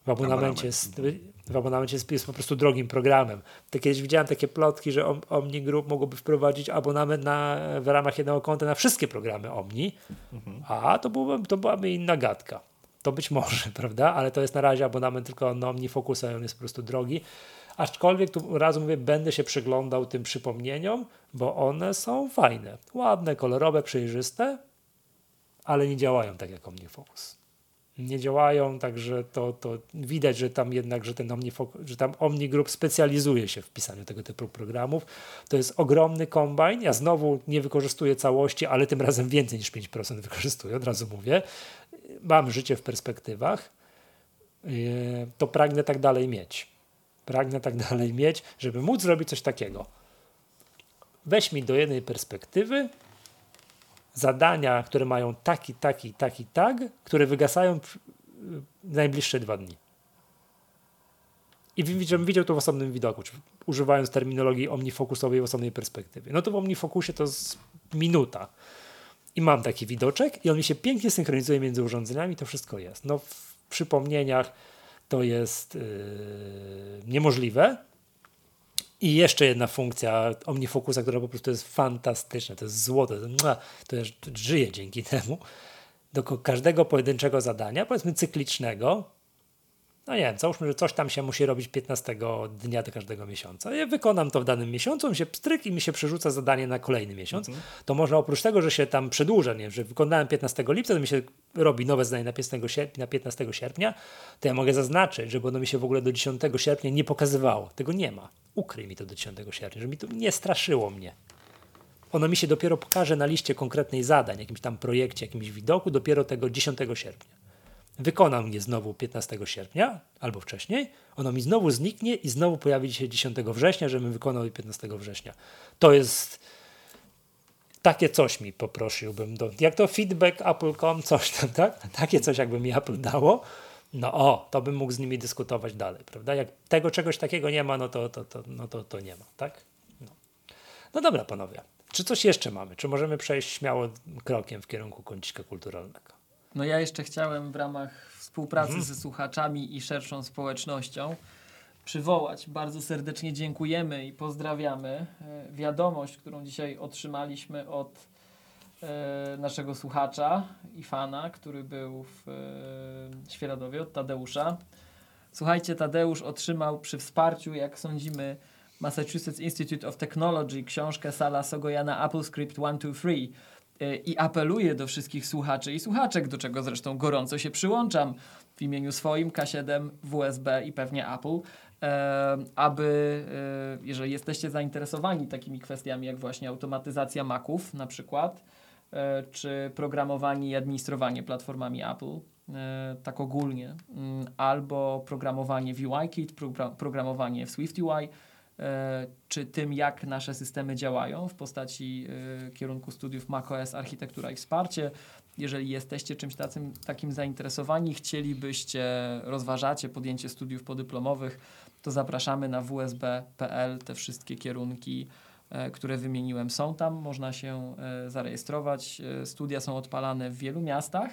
w abonamencie, jest, w abonamencie jest, jest po prostu drogim programem. To kiedyś widziałem takie plotki, że Om, Omni Group mogłoby wprowadzić abonament na, w ramach jednego konta na wszystkie programy Omni, mhm. a to, byłoby, to byłaby inna gadka. To być może, prawda? Ale to jest na razie abonament tylko na Omni Focusa i on jest po prostu drogi. Aczkolwiek tu razu mówię, będę się przyglądał tym przypomnieniom, bo one są fajne, ładne, kolorowe, przejrzyste, ale nie działają tak jak OmniFocus. Nie działają, także to, to widać, że tam jednak, że ten OmniFocus, że tam Omni Group specjalizuje się w pisaniu tego typu programów. To jest ogromny kombajn. Ja znowu nie wykorzystuję całości, ale tym razem więcej niż pięć procent wykorzystuję, od razu mówię. Mam życie w perspektywach. To pragnę tak dalej mieć. Pragnę tak dalej mieć, żeby móc zrobić coś takiego. Weź mi do jednej perspektywy zadania, które mają taki, taki, taki tag, które wygasają w najbliższe dwa dni. I żebym widział to w osobnym widoku, czy używając terminologii omnifocusowej w osobnej perspektywie. No to w OmniFocusie to jest minuta. I mam taki widoczek i on mi się pięknie synchronizuje między urządzeniami, to wszystko jest. No w przypomnieniach to jest yy, niemożliwe. I jeszcze jedna funkcja OmniFocusa, która po prostu jest fantastyczna, to jest złoto, to, jest, to jest, żyje dzięki temu. Do każdego pojedynczego zadania, powiedzmy cyklicznego, no nie wiem, załóżmy, że coś tam się musi robić piętnastego dnia do każdego miesiąca. Ja wykonam to w danym miesiącu, mi się pstryk i mi się przerzuca zadanie na kolejny miesiąc. Mhm. To można oprócz tego, że się tam przedłuża, nie, że wykonałem piętnastego lipca, to mi się robi nowe zadanie na piętnastego sierpnia, na piętnastego sierpnia, to ja mogę zaznaczyć, żeby ono mi się w ogóle do dziesiątego sierpnia nie pokazywało. Tego nie ma. Ukryj mi to do dziesiątego sierpnia, żeby mi to nie straszyło mnie. Ono mi się dopiero pokaże na liście konkretnej zadań, jakimś tam projekcie, jakimś widoku, dopiero tego dziesiątego sierpnia. Wykonam je znowu piętnastego sierpnia albo wcześniej, ono mi znowu zniknie i znowu pojawi się dziesiątego września, żebym wykonał je piętnastego września. To jest takie coś mi poprosiłbym. Do, jak to feedback apple kropka com, coś tam, tak? Takie coś jakby mi Apple dało, no o, to bym mógł z nimi dyskutować dalej, prawda? Jak tego czegoś takiego nie ma, no to, to, to, no to, to nie ma, tak? No. no dobra, panowie. Czy coś jeszcze mamy? Czy możemy przejść śmiało krokiem w kierunku kącika kulturalnego? No ja jeszcze chciałem w ramach współpracy mhm. ze słuchaczami i szerszą społecznością przywołać. Bardzo serdecznie dziękujemy i pozdrawiamy. Wiadomość, którą dzisiaj otrzymaliśmy od e, naszego słuchacza i fana, który był w e, Świeradowie, od Tadeusza. Słuchajcie, Tadeusz otrzymał przy wsparciu, jak sądzimy, Massachusetts Institute of Technology książkę Sala Sogojana AppleScript jeden, dwa, trzy. I apeluję do wszystkich słuchaczy i słuchaczek, do czego zresztą gorąco się przyłączam w imieniu swoim, K siedem, W S B i pewnie Apple, e, aby, e, jeżeli jesteście zainteresowani takimi kwestiami jak właśnie automatyzacja Maców na przykład, e, czy programowanie i administrowanie platformami Apple, e, tak ogólnie, m, albo programowanie w U I Kit, pro, programowanie w SwiftUI, czy tym, jak nasze systemy działają w postaci y, kierunku studiów macOS, architektura i wsparcie. Jeżeli jesteście czymś takim, takim zainteresowani, chcielibyście, rozważacie podjęcie studiów podyplomowych, to zapraszamy na w s b kropka p l. Te wszystkie kierunki, y, które wymieniłem, są tam. Można się y, zarejestrować. Y, studia są odpalane w wielu miastach.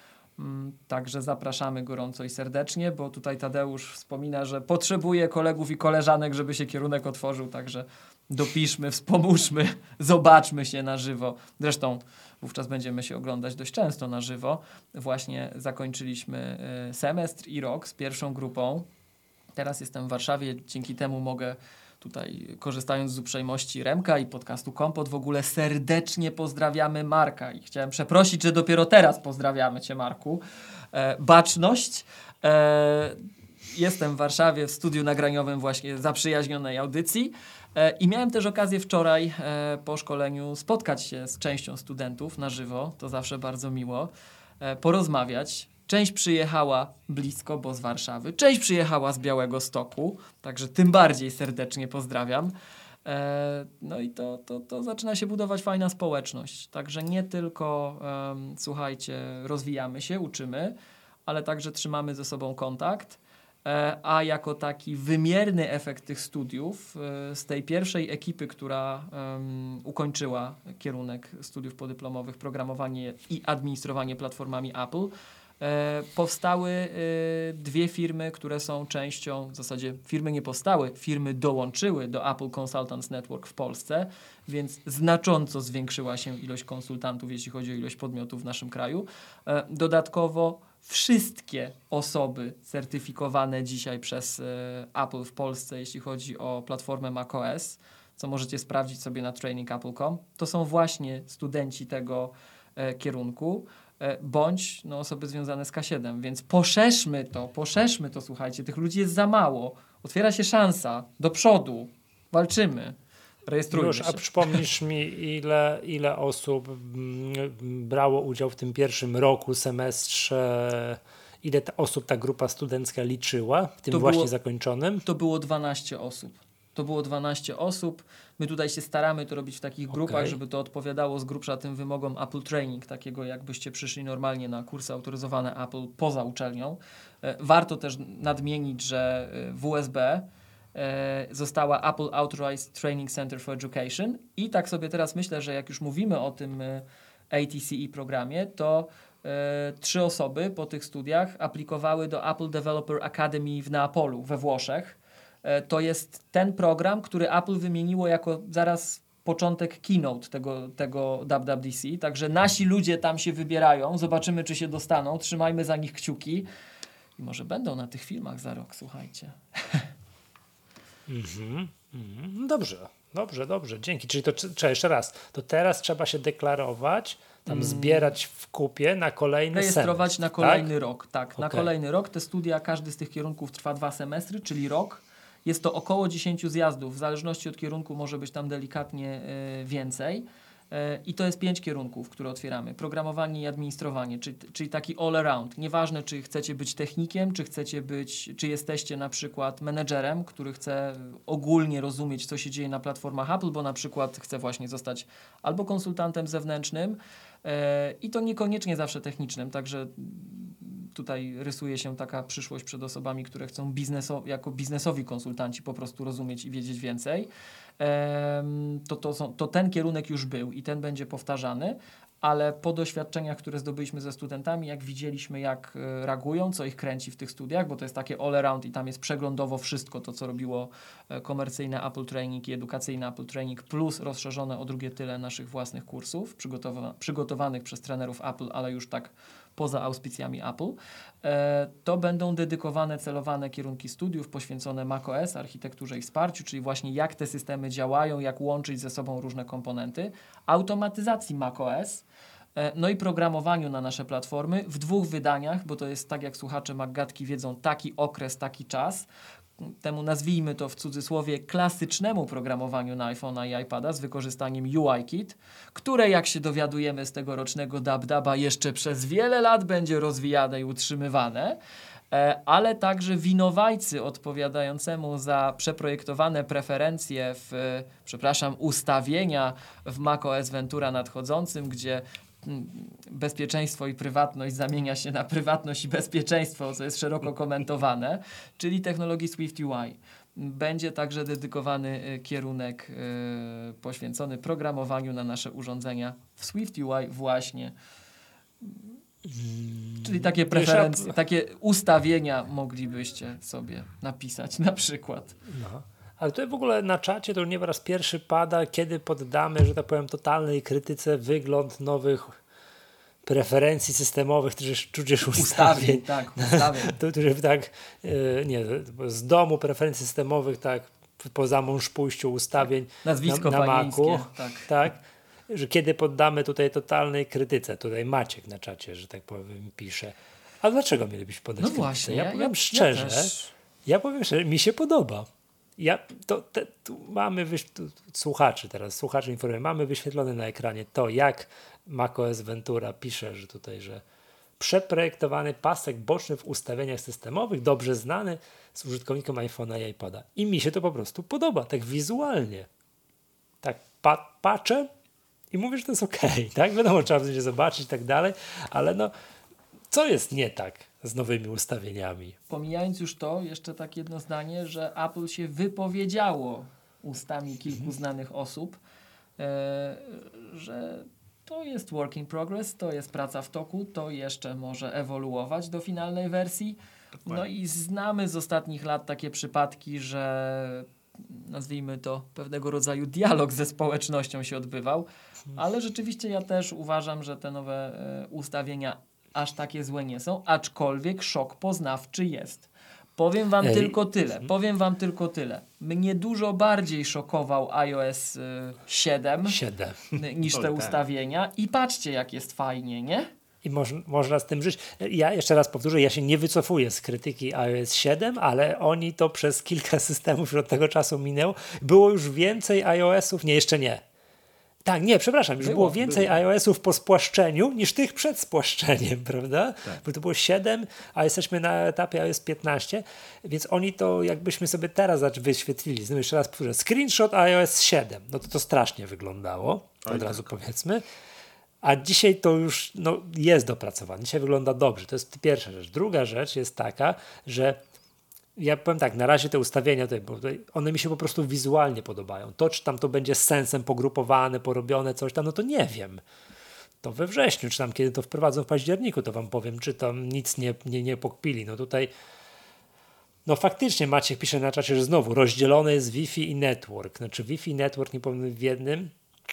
Także zapraszamy gorąco i serdecznie, bo tutaj Tadeusz wspomina, że potrzebuje kolegów i koleżanek, żeby się kierunek otworzył, także dopiszmy, wspomóżmy, zobaczmy się na żywo. Zresztą wówczas będziemy się oglądać dość często na żywo. Właśnie zakończyliśmy semestr i rok z pierwszą grupą. Teraz jestem w Warszawie, dzięki temu mogę tutaj, korzystając z uprzejmości Remka i podcastu Kompot, w ogóle serdecznie pozdrawiamy Marka i chciałem przeprosić, że dopiero teraz pozdrawiamy Cię, Marku. E, baczność. E, jestem w Warszawie w studiu nagraniowym właśnie zaprzyjaźnionej audycji e, i miałem też okazję wczoraj e, po szkoleniu spotkać się z częścią studentów na żywo, to zawsze bardzo miło, e, porozmawiać. Część przyjechała blisko, bo z Warszawy. Część przyjechała z Białegostoku, także tym bardziej serdecznie pozdrawiam. E, no i to, to, to zaczyna się budować fajna społeczność. Także nie tylko, um, słuchajcie, rozwijamy się, uczymy, ale także trzymamy ze sobą kontakt. E, a jako taki wymierny efekt tych studiów e, z tej pierwszej ekipy, która um, ukończyła kierunek studiów podyplomowych programowanie i administrowanie platformami Apple, E, powstały e, dwie firmy, które są częścią, w zasadzie firmy nie powstały, firmy dołączyły do Apple Consultants Network w Polsce, więc znacząco zwiększyła się ilość konsultantów, jeśli chodzi o ilość podmiotów w naszym kraju. E, dodatkowo wszystkie osoby certyfikowane dzisiaj przez e, Apple w Polsce, jeśli chodzi o platformę macOS, co możecie sprawdzić sobie na training apple kropka com, to są właśnie studenci tego e, kierunku, e, bądź no, osoby związane z K siedem, więc poszerzmy to, poszerzmy to, słuchajcie, tych ludzi jest za mało, otwiera się szansa, do przodu, walczymy, rejestrujmy Już, się. a przypomnisz mi, ile, ile osób mm, brało udział w tym pierwszym roku, semestrze, ile ta osób ta grupa studencka liczyła w tym To właśnie było- zakończonym? To było dwanaście osób. To było dwanaście osób. My tutaj się staramy to robić w takich grupach, Okej. żeby to odpowiadało z grubsza tym wymogom Apple Training, takiego jakbyście przyszli normalnie na kursy autoryzowane Apple poza uczelnią. E, Warto też nadmienić, że e, W S B e, została Apple Authorized Training Center for Education i tak sobie teraz myślę, że jak już mówimy o tym e, A T C E programie, to e, trzy osoby po tych studiach aplikowały do Apple Developer Academy w Neapolu we Włoszech. E, To jest ten program, który Apple wymieniło jako zaraz początek keynote tego, tego W W D C. Także nasi ludzie tam się wybierają. Zobaczymy, czy się dostaną. Trzymajmy za nich kciuki. I może będą na tych filmach za rok, słuchajcie. Mhm, mhm. Dobrze, dobrze, dobrze, dzięki. Czyli to trzeba jeszcze raz, to teraz trzeba się deklarować, tam zbierać w kupie na kolejny Rejestrować semestr, na kolejny tak? rok. Tak, na Okej. kolejny rok. Te studia, każdy z tych kierunków trwa dwa semestry, czyli rok. Jest to około dziesięć zjazdów. W zależności od kierunku może być tam delikatnie y, więcej. Y, I to jest pięć kierunków, które otwieramy. Programowanie i administrowanie, czyli, czyli taki all around. Nieważne, czy chcecie być technikiem, czy chcecie być, czy jesteście na przykład menedżerem, który chce ogólnie rozumieć, co się dzieje na platformach Apple, bo na przykład chce właśnie zostać albo konsultantem zewnętrznym, e, i to niekoniecznie zawsze technicznym, także tutaj rysuje się taka przyszłość przed osobami, które chcą bizneso- jako biznesowi konsultanci po prostu rozumieć i wiedzieć więcej. Em, to, to, są, to ten kierunek już był i ten będzie powtarzany, ale po doświadczeniach, które zdobyliśmy ze studentami, jak widzieliśmy, jak e, reagują, co ich kręci w tych studiach, bo to jest takie all around i tam jest przeglądowo wszystko to, co robiło e, komercyjne Apple Training i edukacyjne Apple Training, plus rozszerzone o drugie tyle naszych własnych kursów, przygotowa- przygotowanych przez trenerów Apple, ale już tak poza auspicjami Apple. E, to będą dedykowane, celowane kierunki studiów poświęcone macOS, architekturze i wsparciu, czyli właśnie jak te systemy działają, jak łączyć ze sobą różne komponenty, automatyzacji macOS, e, no i programowaniu na nasze platformy w dwóch wydaniach, bo to jest, tak jak słuchacze Maggatki wiedzą, taki okres, taki czas, temu nazwijmy to w cudzysłowie klasycznemu programowaniu na iPhone'a i iPada z wykorzystaniem U I Kit, które jak się dowiadujemy z tegorocznego DubDuba jeszcze przez wiele lat będzie rozwijane i utrzymywane, e, ale także winowajcy odpowiadającemu za przeprojektowane preferencje w, e, przepraszam, ustawienia w macOS Ventura nadchodzącym, gdzie bezpieczeństwo i prywatność zamienia się na prywatność i bezpieczeństwo, co jest szeroko komentowane, czyli technologii Swift U I. Będzie także dedykowany y, kierunek y, poświęcony programowaniu na nasze urządzenia w Swift U I właśnie. Czyli takie preferencje, takie ustawienia moglibyście sobie napisać na przykład. No. Ale tutaj w ogóle na czacie to już nie po raz pierwszy pada, kiedy poddamy, że tak powiem, totalnej krytyce wygląd nowych preferencji systemowych, tudzież, tudzież ustawień. Tak, ustawień. To, to, żeby tak, yy, nie, z domu preferencji systemowych, tak, po zamąż pójściu ustawień Nazwisko na, na panieńskie, Macu, tak. tak, że kiedy poddamy tutaj totalnej krytyce, tutaj Maciek na czacie, że tak powiem, pisze. A dlaczego mielibyśmy poddać No krytyce? właśnie, Ja, ja- powiem ja- szczerze, ja też. ja powiem szczerze, mi się podoba. Ja, to, te, tu mamy wyś, tu, słuchaczy teraz, słuchaczy informuję, mamy wyświetlone na ekranie to, jak macOS Ventura pisze, że tutaj, że przeprojektowany pasek boczny w ustawieniach systemowych, dobrze znany z użytkownikom iPhone'a i iPada. I mi się to po prostu podoba, tak wizualnie. Tak pa, patrzę i mówię, że to jest okej, tak? Wiadomo, trzeba będzie zobaczyć i tak dalej, ale no, co jest nie tak z nowymi ustawieniami? Pomijając już to, jeszcze tak jedno zdanie, że Apple się wypowiedziało ustami kilku znanych osób, e, że to jest work in progress, to jest praca w toku, to jeszcze może ewoluować do finalnej wersji. No i znamy z ostatnich lat takie przypadki, że nazwijmy to pewnego rodzaju dialog ze społecznością się odbywał, ale rzeczywiście ja też uważam, że te nowe e, ustawienia aż takie złe nie są, aczkolwiek szok poznawczy jest. Powiem wam Ej. tylko tyle, powiem wam tylko tyle. Mnie dużo bardziej szokował iOS y, siedem siedem. niż Oj, te tak. ustawienia i patrzcie jak jest fajnie, nie? I moż, można z tym żyć. Ja jeszcze raz powtórzę, ja się nie wycofuję z krytyki iOS siedem, ale oni to przez kilka systemów już od tego czasu minęło. Było już więcej iOS-ów, nie, jeszcze nie. Tak, nie, przepraszam, już było, Było, więcej było. iOS-ów po spłaszczeniu niż tych przed spłaszczeniem, prawda? Tak. Bo to było siedem, a jesteśmy na etapie iOS piętnaście, więc oni to jakbyśmy sobie teraz zac- wyświetlili, znowu jeszcze raz powtórzę, screenshot iOS siedem, no to to strasznie wyglądało, to Oj, od razu tak. powiedzmy. A dzisiaj to już no, jest dopracowane, dzisiaj wygląda dobrze, to jest pierwsza rzecz. Druga rzecz jest taka, że ja powiem tak, na razie te ustawienia tutaj, bo tutaj one mi się po prostu wizualnie podobają. To, czy tam to będzie z sensem pogrupowane, porobione, coś tam, no to nie wiem. To we wrześniu, czy tam kiedy to wprowadzą w październiku, to wam powiem, czy tam nic nie, nie, nie pokpili. No tutaj, no faktycznie Maciek pisze na czacie, że znowu rozdzielone jest Wi-Fi i network. Znaczy Wi-Fi i network nie powinny w jednym.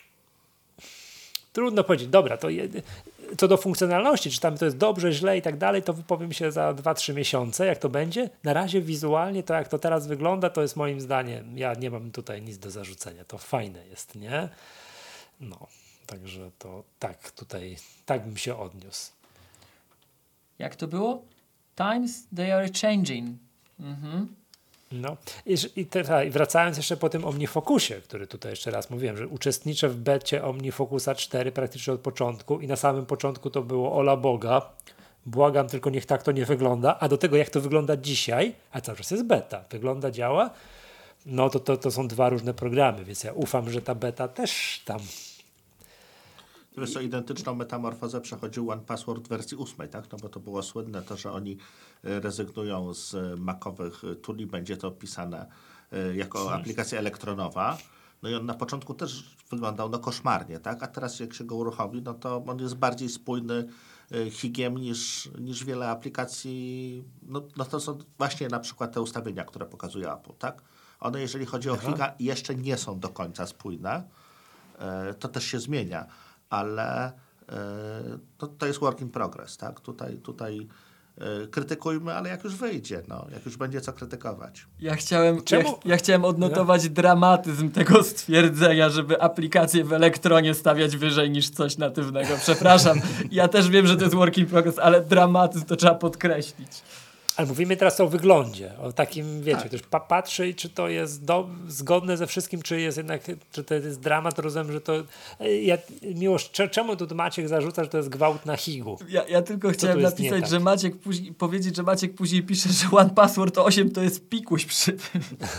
Trudno powiedzieć, dobra, to je, co do funkcjonalności, czy tam to jest dobrze, źle i tak dalej, to wypowiem się za dwa trzy miesiące, jak to będzie. Na razie wizualnie to, jak to teraz wygląda, to jest moim zdaniem, ja nie mam tutaj nic do zarzucenia, to fajne jest, nie? No, także to tak tutaj, tak bym się odniósł. Jak to było? Times they are changing. Mhm. No i, i, te, i wracając jeszcze po tym OmniFocusie, który tutaj jeszcze raz mówiłem, że uczestniczę w becie OmniFocusa cztery praktycznie od początku i na samym początku to było ola Boga, błagam, tylko niech tak to nie wygląda, a do tego jak to wygląda dzisiaj, a cały czas jest beta, wygląda, działa, no to, to, to są dwa różne programy, więc ja ufam, że ta beta też tam. Wiesz co, identyczną metamorfozę przechodził One Password w wersji ósmej, tak? No bo to było słynne to, że oni e, rezygnują z e, macowych tuli, będzie to opisane e, jako aplikacja elektronowa. No i on na początku też wyglądał no koszmarnie, tak? A teraz jak się go uruchomi, no to on jest bardziej spójny e, higiem niż, niż wiele aplikacji. No, no to są właśnie na przykład te ustawienia, które pokazuje Apple, tak? One, jeżeli chodzi o Aha. higa, jeszcze nie są do końca spójne. E, to też się zmienia. Ale yy, to, to jest work in progress, tak? Tutaj, tutaj yy, krytykujmy, ale jak już wyjdzie, no, jak już będzie co krytykować. Ja chciałem, ja, Czemu? ja chciałem odnotować dramatyzm tego stwierdzenia, żeby aplikację w elektronie stawiać wyżej niż coś natywnego. Przepraszam, ja też wiem, że to jest work in progress, ale dramatyzm to trzeba podkreślić. Ale mówimy teraz o wyglądzie, o takim, wiecie, Tak. ktoś pa- patrzy i czy to jest do, zgodne ze wszystkim, czy jest jednak, czy to jest dramat, rozumiem, że to, ja, Miłosz, cze- czemu tu Maciek zarzuca, że to jest gwałt na higu? Ja, ja tylko tu chciałem jest nie napisać, tak? że Maciek później, powiedzieć, że Maciek później pisze, że One Password osiem to jest pikuś przy tym.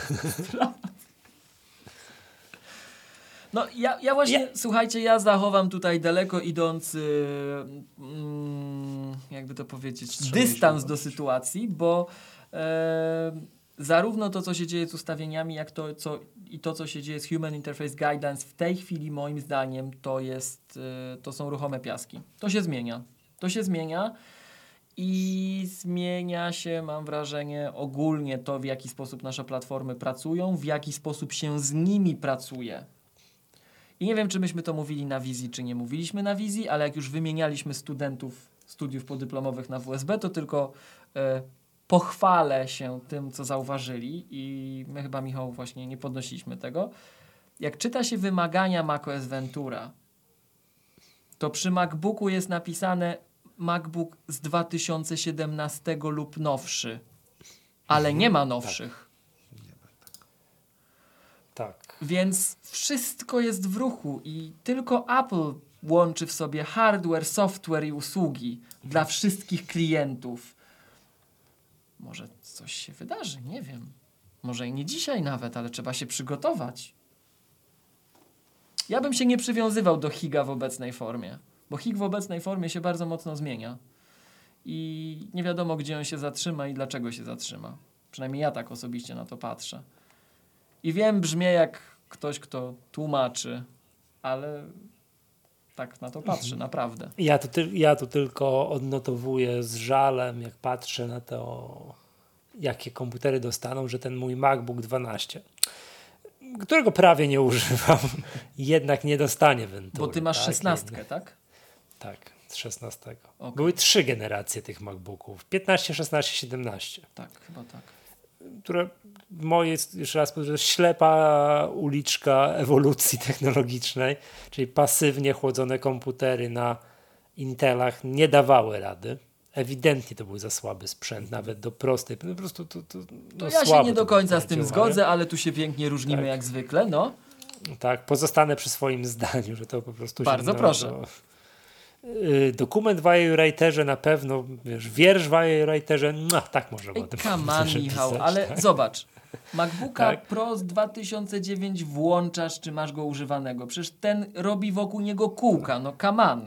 No ja, ja właśnie, Ja- słuchajcie, ja zachowam tutaj daleko idący, mm, jakby to powiedzieć, Wstrzymaj się dystans bądź. do sytuacji, bo e, zarówno to, co się dzieje z ustawieniami, jak to, co, i to, co się dzieje z Human Interface Guidance w tej chwili, moim zdaniem, to jest, e, to są ruchome piaski. To się zmienia. To się zmienia. I zmienia się, mam wrażenie, ogólnie to, w jaki sposób nasze platformy pracują, w jaki sposób się z nimi pracuje. I nie wiem, czy myśmy to mówili na wizji, czy nie mówiliśmy na wizji, ale jak już wymienialiśmy studentów studiów podyplomowych na W S B, to tylko e, pochwalę się tym, co zauważyli i my chyba, Michał, właśnie nie podnosiliśmy tego. Jak czyta się wymagania macOS Ventura, to przy MacBooku jest napisane MacBook z dwa tysiące siedemnastego lub nowszy, ale nie ma nowszych. Tak. Więc wszystko jest w ruchu i tylko Apple łączy w sobie hardware, software i usługi dla wszystkich klientów. Może coś się wydarzy, nie wiem. Może i nie dzisiaj nawet, ale trzeba się przygotować. Ja bym się nie przywiązywał do higa w obecnej formie, bo hig w obecnej formie się bardzo mocno zmienia. I nie wiadomo, gdzie on się zatrzyma i dlaczego się zatrzyma. Przynajmniej ja tak osobiście na to patrzę. I wiem, brzmię jak ktoś, kto tłumaczy, ale tak na to patrzy, naprawdę. Ja tu, ty, ja tu tylko odnotowuję z żalem, jak patrzę na to, jakie komputery dostaną, że ten mój MacBook dwanaście, którego prawie nie używam, jednak nie dostanie Ventury. Bo ty masz tak? szesnastkę, Jednak, tak? tak, z szesnastego. Okay. Były trzy generacje tych MacBooków, piętnaście, szesnaście, siedemnaście. Tak, chyba tak. Które moje, jeszcze raz powiem, ślepa uliczka ewolucji technologicznej, czyli pasywnie chłodzone komputery na Intelach nie dawały rady. Ewidentnie to był za słaby sprzęt, nawet do prostej. No po prostu to, to, no To ja się nie do końca z tym działało. zgodzę, ale tu się pięknie różnimy Tak. jak zwykle, no. Tak, pozostanę przy swoim zdaniu, że to po prostu... Bardzo się, no, proszę. No, yy, dokument w I A Writerze na pewno, wiesz, wiersz w I A Writerze, no tak możemy o Ej, tym come on, pisać, Michał, ale tak? zobacz. MacBooka Tak. Pro z dwa tysiące dziewięć włączasz, czy masz go używanego. Przecież ten robi wokół niego kółka, no come on.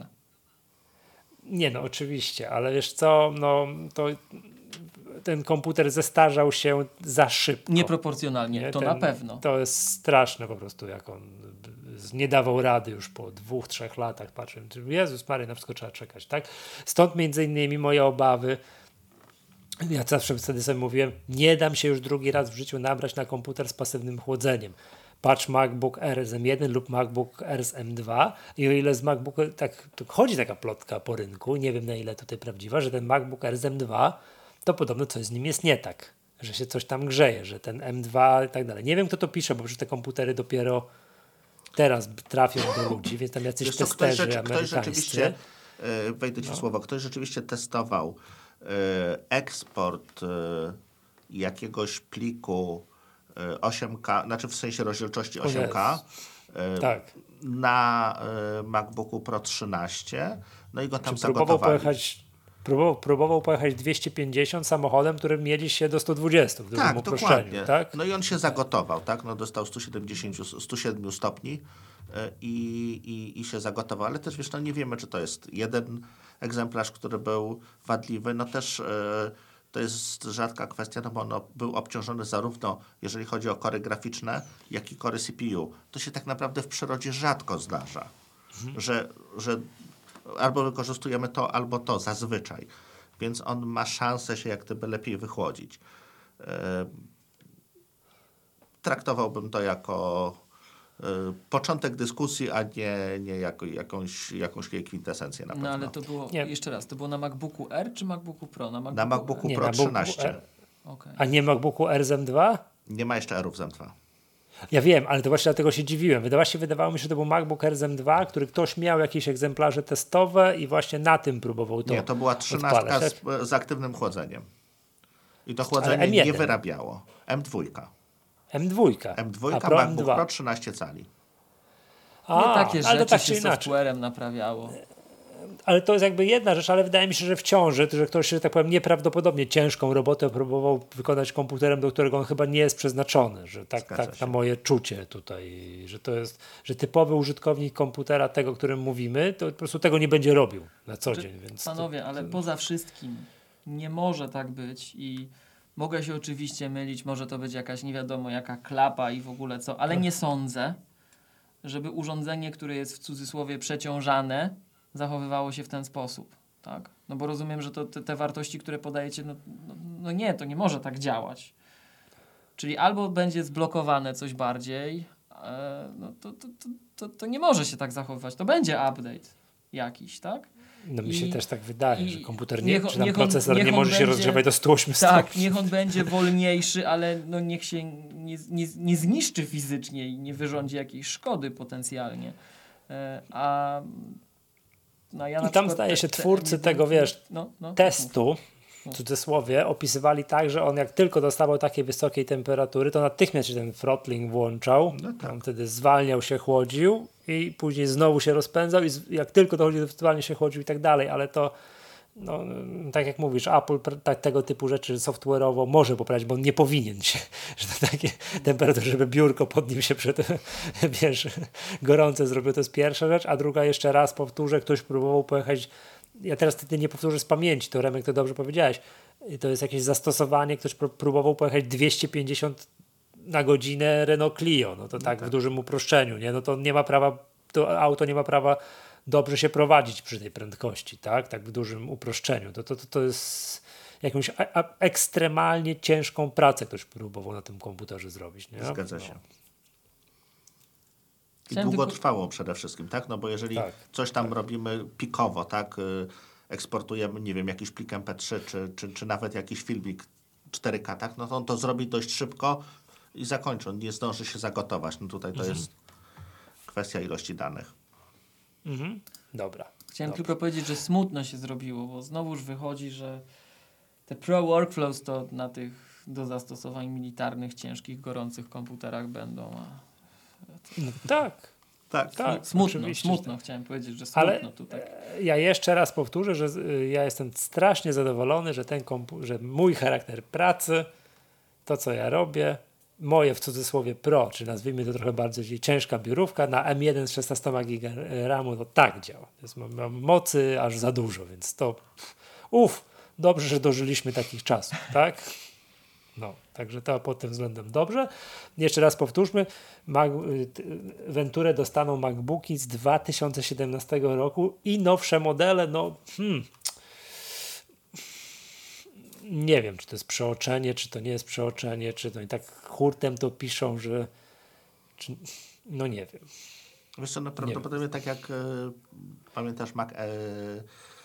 Nie no, oczywiście, ale wiesz co, no to ten komputer zestarzał się za szybko. Nieproporcjonalnie, Nie? to Ten, na pewno. To jest straszne po prostu, jak on nie dawał rady już po dwóch, trzech latach. Patrzę, Jezus Maria, na wszystko trzeba czekać, tak? Stąd między innymi moje obawy. Ja zawsze wtedy sobie mówiłem, nie dam się już drugi raz w życiu nabrać na komputer z pasywnym chłodzeniem. Patrz MacBook Air z M jeden lub MacBook Air z M dwa i o ile z MacBook, tak tu chodzi taka plotka po rynku, nie wiem na ile tutaj prawdziwa, że ten MacBook Air z M dwa, to podobno coś z nim jest nie tak, że się coś tam grzeje, że ten M dwa i tak dalej. Nie wiem kto to pisze, bo przecież te komputery dopiero teraz trafią do ludzi, więc tam jacyś Wiesz co, testerzy ktoś, rzeczy, ktoś amerykańscy. rzeczywiście, e, wejdę ci No. w słowo, ktoś rzeczywiście testował e, eksport e, jakiegoś pliku e, osiem K, znaczy w sensie rozdzielczości osiem K e, Tak. na e, MacBooku Pro trzynaście, no i go tam Czy próbował zagotowali. pojechać, próbował, próbował pojechać dwieście pięćdziesiąt samochodem, którym mieli się do sto dwadzieścia w dużym Tak, uproszczeniu, dokładnie. tak? No i on się zagotował, tak? No dostał sto siedemdziesiąt, sto siedem stopni e, i, i, i się zagotował, ale też wiesz, no nie wiemy, czy to jest jeden egzemplarz, który był wadliwy, no też e, to jest rzadka kwestia, no bo on był obciążony zarówno, jeżeli chodzi o kory graficzne, jak i kory C P U. To się tak naprawdę w przyrodzie rzadko zdarza, mhm. że, że albo wykorzystujemy to, albo to zazwyczaj. Więc on ma szansę się jak gdyby lepiej wychłodzić. E, traktowałbym to jako e, początek dyskusji, a nie, nie jako jakąś, jakąś jej kwintesencję na pewno. No ale to było, Nie. jeszcze raz, to było na MacBooku R czy MacBooku Pro? Na MacBooku, Na MacBooku Nie, Pro na MacBooku trzynaście. R. Okay. A nie MacBooku R z M dwa? Nie ma jeszcze R-ów z M dwa. Ja wiem, ale to właśnie dlatego się dziwiłem. Wydawało się, wydawało mi się, że to był MacBook R z M dwa, który ktoś miał jakieś egzemplarze testowe i właśnie na tym próbował to Nie, to była trzynastka odpalać. z, z aktywnym chłodzeniem. I to Ale chłodzenie M nie jeden. wyrabiało. M dwa. M dwa. M dwa, a Pro MacBook M dwa. Pro trzynaście cali. A, Nie takie ale rzeczy to tak się czy inaczej. software'em naprawiało. Ale to jest jakby jedna rzecz, ale wydaje mi się, że w ciąży, że ktoś, że tak powiem, nieprawdopodobnie ciężką robotę próbował wykonać komputerem, do którego on chyba nie jest przeznaczony, że tak, Zgadza tak się. na moje czucie tutaj, że to jest, że typowy użytkownik komputera, tego, o którym mówimy, to po prostu tego nie będzie robił na co dzień. Więc Panowie, ale poza wszystkim nie może tak być i mogę się oczywiście mylić, może to być jakaś nie wiadomo jaka klapa i w ogóle co, ale nie sądzę, żeby urządzenie, które jest w cudzysłowie przeciążane, zachowywało się w ten sposób, tak? No bo rozumiem, że to te, te wartości, które podajecie, no, no, no nie, to nie może tak działać. Czyli albo będzie zblokowane coś bardziej, e, no to, to, to, to, to nie może się tak zachowywać. To będzie update jakiś, tak? No mi I- się też tak wydaje, i że komputer nie, niech- czy tam niech on- procesor niech nie on może się będzie- rozgrzewać do stu ośmiu Tak, stopni. niech on będzie wolniejszy, ale no niech się nie, nie, nie zniszczy fizycznie i nie wyrządzi jakiejś szkody potencjalnie. E, a no ja na I tam przykład zdaje te- się te twórcy M jeden tego, wiesz, no, no, testu, w cudzysłowie, opisywali tak, że on jak tylko dostawał takiej wysokiej temperatury, to natychmiast się ten throttling włączał, No tak. on wtedy zwalniał się, chłodził i później znowu się rozpędzał i z- jak tylko dochodzi do zwalnia się chłodził i tak dalej, ale to no, tak jak mówisz, Apple pr- tak, tego typu rzeczy software'owo może poprawić, bo on nie powinien się, że to takie temperatury, żeby biurko pod nim się przed, wiesz, gorące zrobiło, to jest pierwsza rzecz, a druga jeszcze raz powtórzę, ktoś próbował pojechać, ja teraz ty nie powtórzę z pamięci, to Remek to dobrze powiedziałeś, to jest jakieś zastosowanie, ktoś pró- próbował pojechać dwieście pięćdziesiąt na godzinę Renault Clio, no to tak, w dużym uproszczeniu, nie, no to nie ma prawa, to auto nie ma prawa dobrze się prowadzić przy tej prędkości, tak, tak w dużym uproszczeniu. To, to, to, to jest jakąś a, a, ekstremalnie ciężką pracę ktoś próbował na tym komputerze zrobić. Nie? Zgadza się. No. I Chciałem długotrwało tylko- przede wszystkim, tak? No bo jeżeli Tak, coś tam robimy pikowo, tak? Y, eksportujemy, nie wiem, jakiś plik em pe trzy, czy, czy, czy nawet jakiś filmik cztery K, tak? No to on to zrobi dość szybko i zakończy. On nie zdąży się zagotować. No tutaj to Mhm. jest kwestia ilości danych. Mhm. Dobra. Chciałem Dobra. tylko powiedzieć, że smutno się zrobiło, bo znowuż wychodzi, że te Pro Workflows to na tych do zastosowań militarnych, ciężkich, gorących komputerach będą. A No, tak. Tak. Tak, smutno, oczywiście, smutno. że tak. Chciałem powiedzieć, że smutno Ale tutaj. ja jeszcze raz powtórzę, że y, ja jestem strasznie zadowolony, że ten kompu- że mój charakter pracy, to co ja robię, moje w cudzysłowie pro, czy nazwijmy to trochę bardziej ciężka biurówka na M jeden z szesnastoma giga ramu, to tak działa. To jest, mam, mam mocy aż za dużo, więc to uff, dobrze, że dożyliśmy takich czasów, tak? No, także to pod tym względem dobrze. Jeszcze raz powtórzmy, Mac, Venturę dostaną MacBooki z dwa tysiące siedemnastego roku i nowsze modele, no hmm, nie wiem, czy to jest przeoczenie, czy to nie jest przeoczenie, czy to i tak hurtem to piszą, że czy, no nie wiem. Wiesz co, no prawdopodobnie tak jak e, pamiętasz Mac, e, e,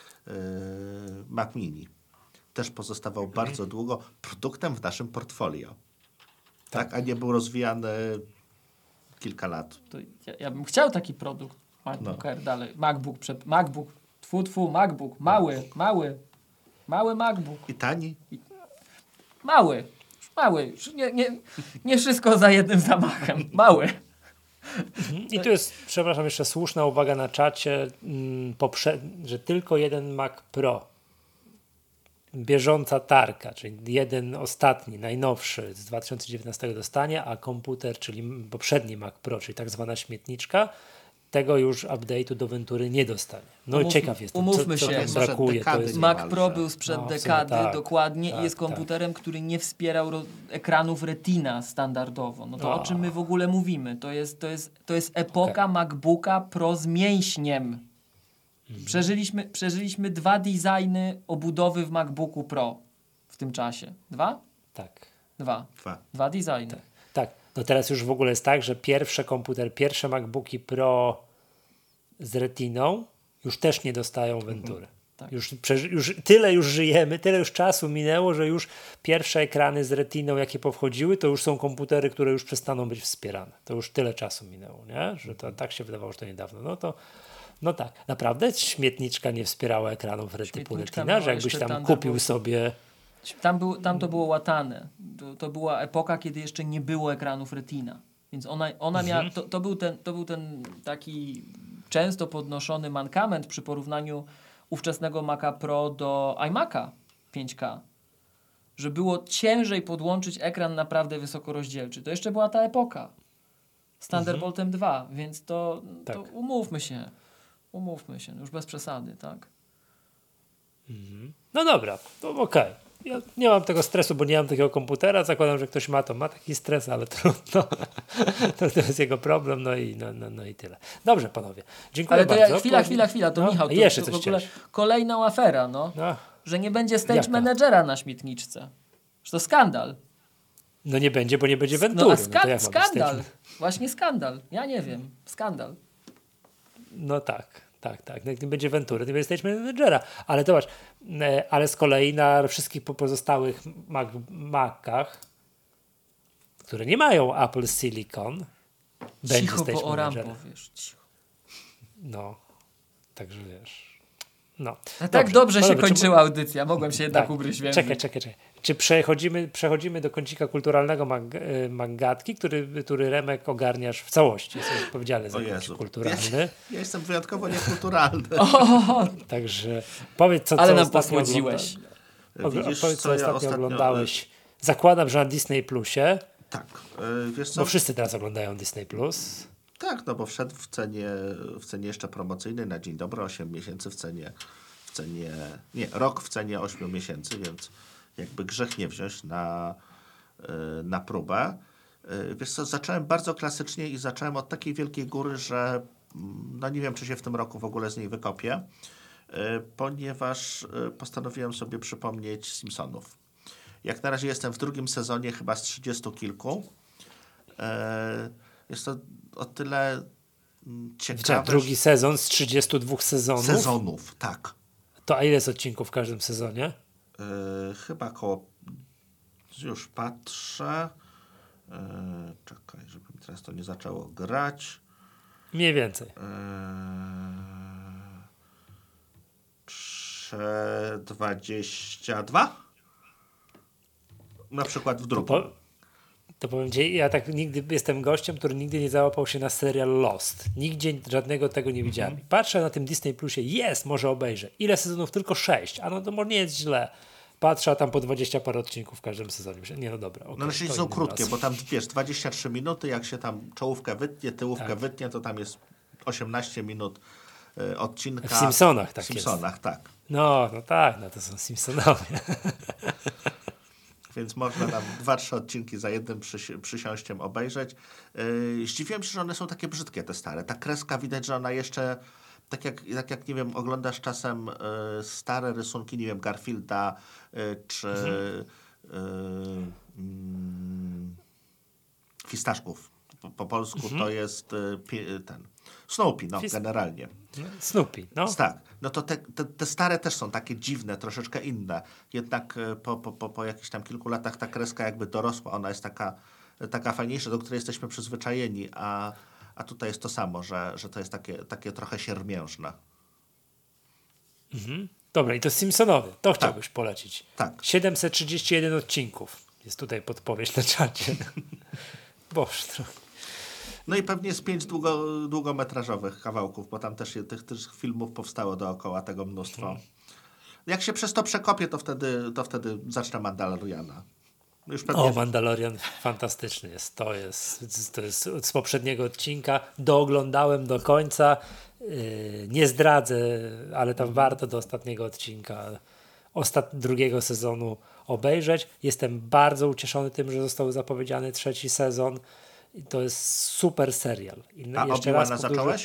Mac Mini też pozostawał Mhm. bardzo długo produktem w naszym portfolio. Tak, a nie był rozwijany kilka lat. To ja, ja bym chciał taki produkt. MacBook Air dalej. MacBook, prze, MacBook, tfu, tfu, MacBook, mały, mały, mały MacBook, I tani. mały, mały, już nie, nie, nie wszystko za jednym zamachem, mały. I tu jest, przepraszam, jeszcze słuszna uwaga na czacie, mm, poprze- że tylko jeden Mac Pro, bieżąca tarka, czyli jeden ostatni, najnowszy z dwa tysiące dziewiętnastego dostanie, a komputer, czyli poprzedni Mac Pro, czyli tak zwana śmietniczka, tego już update'u do Ventury nie dostanie. No Umów- ciekaw jestem, umówmy co, co się. tam Sprzed brakuje. To dekady jest, nie Mac Niemalże. Pro był sprzed No, w sumie dekady tak, dokładnie tak, i jest komputerem, który nie wspierał ro- ekranów Retina standardowo. No to A. o czym my w ogóle mówimy? To jest, to jest, to jest epoka MacBooka Pro z mięśniem. Mhm. Przeżyliśmy, przeżyliśmy dwa designy obudowy w MacBooku Pro w tym czasie. Dwa? tak. Dwa. Dwa. Dwa designy. Tak, no teraz już w ogóle jest tak, że pierwsze komputer, pierwsze MacBooki Pro z Retiną już też nie dostają Ventury. Tak. Już, przeży- już tyle już żyjemy, tyle już czasu minęło, że już pierwsze ekrany z Retiną, jakie powchodziły, to już są komputery, które już przestaną być wspierane. To już tyle czasu minęło, nie? Że to tak się wydawało, że to niedawno. No to no tak, naprawdę śmietniczka nie wspierała ekranów re- typu Śmietniczka Retina, że miała jakbyś jeszcze tam Thunderbolt. kupił sobie... Tam, był, tam to było łatane. To, to była epoka, kiedy jeszcze nie było ekranów Retina. Więc ona, ona miała, to, to, był ten, to był ten taki często podnoszony mankament przy porównaniu ówczesnego Maca Pro do iMaca pięć K. Że było ciężej podłączyć ekran naprawdę wysokorozdzielczy. To jeszcze była ta epoka z Thunderboltem dwa, więc to, to Tak. umówmy się. Umówmy się, już bez przesady, tak? No dobra, to okej. Ja nie mam tego stresu, bo nie mam takiego komputera. Zakładam, że ktoś ma to, ma taki stres, ale trudno. to, to jest jego problem, no i, no, no, no i tyle. Dobrze, panowie. Dziękuję Ale to bardzo. ja, chwila, chwila, chwila, to No, Michał, to, jeszcze to coś w ogóle chciałeś. kolejna afera, no. No, Że nie będzie stage Jaka? managera na śmietniczce. Że to skandal. no nie będzie, bo nie będzie Ventury. No a to ska- jak ma być skandal. stage- Właśnie skandal. Ja nie wiem. Skandal. No tak, tak, tak. Jak nie będzie Ventury, to będzie stage managera. Ale zobacz, e, ale z kolei na wszystkich po- pozostałych Mac, Macach, które nie mają Apple Silicon, będzie Cicho, stage bo o manager. Rambo, wiesz. Cicho. No, także wiesz. No. A tak dobrze się Panowie, czy- kończyła audycja. Mogłem się jednak Tak. ugryźć w język. Czekaj, czekaj, czekaj. Czy przechodzimy, przechodzimy do kącika kulturalnego mag, y, Maggatki, który, który Remek ogarniasz w całości? Jest odpowiedzialny za O kącik Jezu. kulturalny. Ja jestem wyjątkowo niekulturalny. O, Także powiedz, co, ale co nam ostatnio posłodziłeś. ogląda- Widzisz, powiedz, co co ja ostatnio, ostatnio- oglądałeś. Zakładam, że na Disney Plusie, Tak. y, Wiesz co? bo wszyscy teraz oglądają Disney Plus. Tak, no bo wszedł w cenie, w cenie jeszcze promocyjnej na dzień dobry, osiem miesięcy w cenie, w cenie, nie, rok w cenie ośmiu miesięcy, więc jakby grzech nie wziąć na, y, na próbę. Y, Wiesz co, zacząłem bardzo klasycznie i zacząłem od takiej wielkiej góry, że no nie wiem, czy się w tym roku w ogóle z niej wykopię, e, ponieważ e, postanowiłem sobie przypomnieć Simpsonów. Jak na razie jestem w drugim sezonie, chyba z trzydziestu kilku. E, jest to o tyle mm, Widziałem, ciekawe... drugi sezon z trzydziestu dwóch sezonów. Sezonów, tak. To a ile jest odcinków w każdym sezonie? E, chyba koło... Już patrzę. E, czekaj, żeby mi teraz to nie zaczęło grać. Mniej więcej. Eee, dwadzieścia dwa? Na przykład w drugim. Po, to powiem ci, ja tak nigdy jestem gościem, który nigdy nie załapał się na serial Lost. Nigdzie żadnego tego nie widziałem. I patrzę na tym Disney Plusie, jest, może obejrzę. Ile sezonów? Tylko sześć. A no to może nie jest źle. Patrzę, a tam po dwadzieścia parę odcinków w każdym sezonie. Myślę, nie, no dobra. Okay, no ale są krótkie, raz. Bo tam wiesz, dwadzieścia trzy minuty, jak się tam czołówkę wytnie, tyłówkę tak. wytnie, to tam jest osiemnaście minut y, odcinka. W Simpsonach tak W Simpsonach, jest. tak. No, no tak, no to są Simpsonowie. Więc można tam dwa, trzy odcinki za jednym przysi- przysiąściem obejrzeć. Yy, zdziwiłem się, że one są takie brzydkie, te stare. Ta kreska widać, że ona jeszcze, tak jak, tak jak nie wiem, oglądasz czasem yy, stare rysunki, nie wiem, Garfielda yy, czy mhm. yy, yy, Fistaszków. Po, po polsku mhm. to jest yy, ten Snoopy, no Fist- generalnie. Snoopy, no. Tak, no to te, te, te stare też są takie dziwne, troszeczkę inne. Jednak po, po, po, po jakichś tam kilku latach ta kreska jakby dorosła, ona jest taka, taka fajniejsza, do której jesteśmy przyzwyczajeni, a, a tutaj jest to samo, że, że to jest takie, takie trochę siermiężne. Mhm. Dobra, i to Simpsonowie, to chciałbyś tak. polecić. Tak. siedemset trzydzieści jeden odcinków. Jest tutaj podpowiedź na czacie. Boże, trochę. No i pewnie z pięć długo, długometrażowych kawałków, bo tam też tych, tych filmów powstało dookoła tego mnóstwo. Hmm. Jak się przez to przekopię, to wtedy, to wtedy zacznę Mandaloriana. Już pewnie... O, Mandalorian fantastyczny jest. To jest, to jest z poprzedniego odcinka. Dooglądałem do końca. Yy, nie zdradzę, ale tam warto do ostatniego odcinka ostat... drugiego sezonu obejrzeć. Jestem bardzo ucieszony tym, że został zapowiedziany trzeci sezon. I to jest super serial. I A Obi-Wana zacząłeś?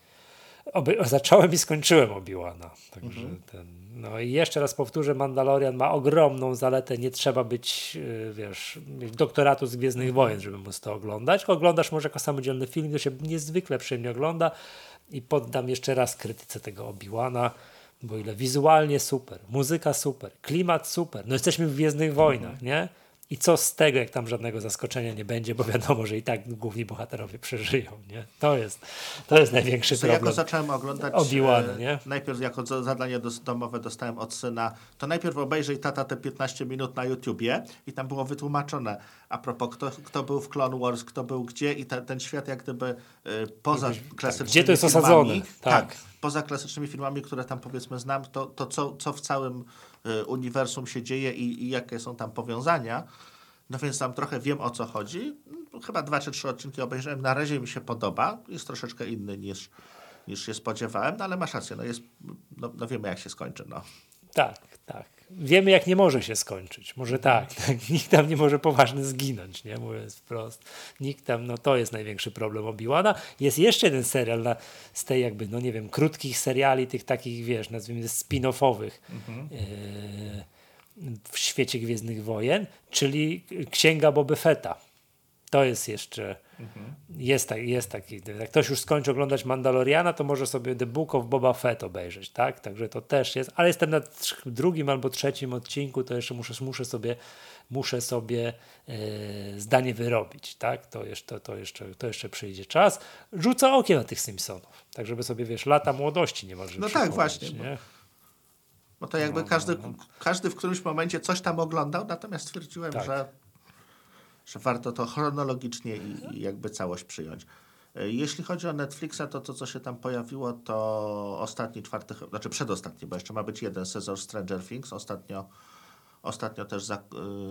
Oby, zacząłem i skończyłem Obi-Wana. Także mhm. ten, no i jeszcze raz powtórzę, Mandalorian ma ogromną zaletę, nie trzeba być, wiesz, mieć doktoratu z Gwiezdnych Wojen, żeby móc to oglądać. Oglądasz może jako samodzielny film, to się niezwykle przyjemnie ogląda i poddam jeszcze raz krytyce tego Obi-Wana, bo ile wizualnie super, muzyka super, klimat super, no jesteśmy w Gwiezdnych Wojnach, mhm. nie? I co z tego, jak tam żadnego zaskoczenia nie będzie, bo wiadomo, że i tak główni bohaterowie przeżyją, nie? To jest, to jest największy problem. Jako zacząłem oglądać Obi-Wana, nie? Najpierw jako zadanie domowe dostałem od syna, to najpierw obejrzyj tata te piętnaście minut na YouTubie i tam było wytłumaczone a propos kto, kto był w Clone Wars, kto był gdzie i te, ten świat jak gdyby y, poza tak, klasycznymi gdzie to jest filmami, osadzone. Tak. tak, poza klasycznymi filmami, które tam powiedzmy znam, to, to co, co w całym y, uniwersum się dzieje i, i jakie są tam powiązania. No więc tam trochę wiem, o co chodzi. Chyba dwa czy trzy odcinki obejrzałem. Na razie mi się podoba. Jest troszeczkę inny niż, niż się spodziewałem, no ale masz rację. No, jest, no, no wiemy, jak się skończy. No. Tak, tak. Wiemy, jak nie może się skończyć. Może tak. tak. Nikt tam nie może poważnie zginąć, nie? Mówiąc wprost. Nikt tam, no to jest największy problem Obi-Wana. Jest jeszcze jeden serial na, z tej jakby, no nie wiem, krótkich seriali, tych takich, wiesz, nazwijmy spin-offowych. Mhm. Yy, w świecie Gwiezdnych Wojen, czyli Księga Boby Fetta. To jest jeszcze mhm. jest, tak, jest taki, jak ktoś już skończy oglądać Mandaloriana, to może sobie The Book of Boba Fett obejrzeć, tak? Także to też jest, ale jestem na drugim albo trzecim odcinku, to jeszcze muszę, muszę sobie muszę sobie e, zdanie wyrobić, tak? To jeszcze, to, jeszcze, to jeszcze przyjdzie czas. Rzucę okiem na tych Simpsonów, tak żeby sobie, wiesz, lata młodości nie może No tak, właśnie. Nie? Bo... Bo to jakby każdy, każdy w którymś momencie coś tam oglądał, natomiast stwierdziłem, tak. że, że warto to chronologicznie i, i jakby całość przyjąć. Jeśli chodzi o Netflixa, to to, co się tam pojawiło, to ostatni, czwarty, znaczy przedostatni, bo jeszcze ma być jeden sezon Stranger Things. Ostatnio, ostatnio też za,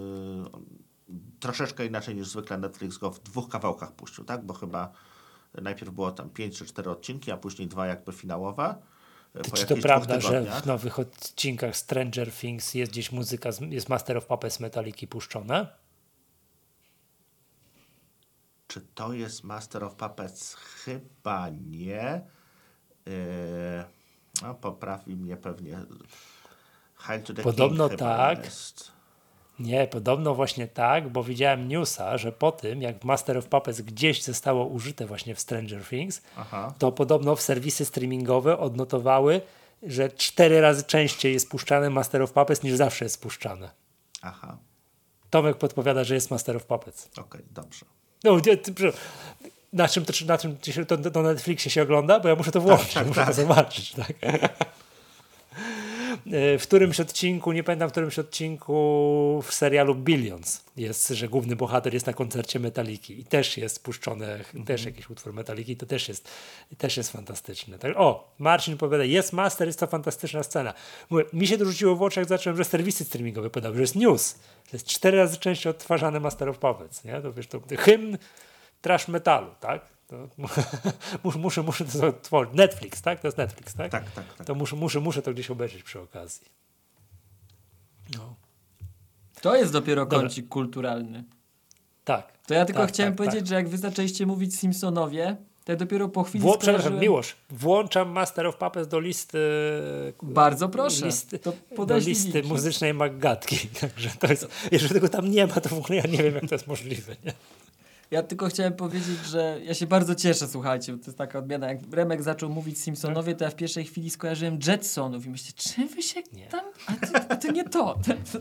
yy, troszeczkę inaczej niż zwykle Netflix go w dwóch kawałkach puścił, tak? Bo chyba najpierw było tam pięć czy cztery odcinki, a później dwa jakby finałowe. Czy to prawda, że w nowych odcinkach Stranger Things jest gdzieś muzyka, jest Master of Puppets Metaliki puszczona? czy to jest Master of Puppets? Chyba nie. Yy, no, poprawi mnie pewnie. Hail to the Podobno King chyba tak. jest. Nie, podobno właśnie tak, bo widziałem newsa, że po tym, jak Master of Puppets gdzieś zostało użyte właśnie w Stranger Things, Aha. to podobno w serwisy streamingowe odnotowały, że cztery razy częściej jest puszczane Master of Puppets niż zawsze jest puszczane. Aha. Tomek podpowiada, że jest Master of Puppets. Okej, okay, dobrze. No, ty, ty, na czym, to, na czym to, to na Netflixie się ogląda? Bo ja muszę to włączyć, tak, muszę tak. to zobaczyć. Tak? W którymś odcinku, nie pamiętam w którymś odcinku w serialu Billions jest, że główny bohater jest na koncercie Metaliki i też jest puszczony mhm. też jakiś utwór Metaliki, to też jest, też jest fantastyczne. Tak, o, Marcin powiada, jest Master, jest to fantastyczna scena. Mówię, mi się to rzuciło w oczy, jak zacząłem, że serwisy streamingowe podały, że jest news, to jest cztery razy częściej odtwarzany Master of Puppets, nie? To wiesz, to hymn trash metalu, tak? To, muszę, muszę, muszę to otworzyć. Netflix, tak? To jest Netflix, tak? Tak, tak, tak. To muszę, muszę, muszę to gdzieś obejrzeć przy okazji. No. To jest dopiero Dobra. kącik kulturalny. Tak. To ja tylko tak, chciałem tak, powiedzieć, tak. że jak wy zaczęliście mówić Simpsonowie, to ja dopiero po chwili Wło- Przepraszam, skojarzyłem... Miłosz, włączam Master of Puppets do listy Bardzo proszę. listy, To do podeślij listy linki. muzycznej Maggatki. Także to jest, jeżeli tego tam nie ma, to w ogóle ja nie wiem, jak to jest możliwe. Nie? Ja tylko chciałem powiedzieć, że ja się bardzo cieszę, słuchajcie, bo to jest taka odmiana. Jak Remek zaczął mówić Simpsonowie, to ja w pierwszej chwili skojarzyłem Jetsonów i myślę, czym wy się Nie. tam... A to, a to nie to.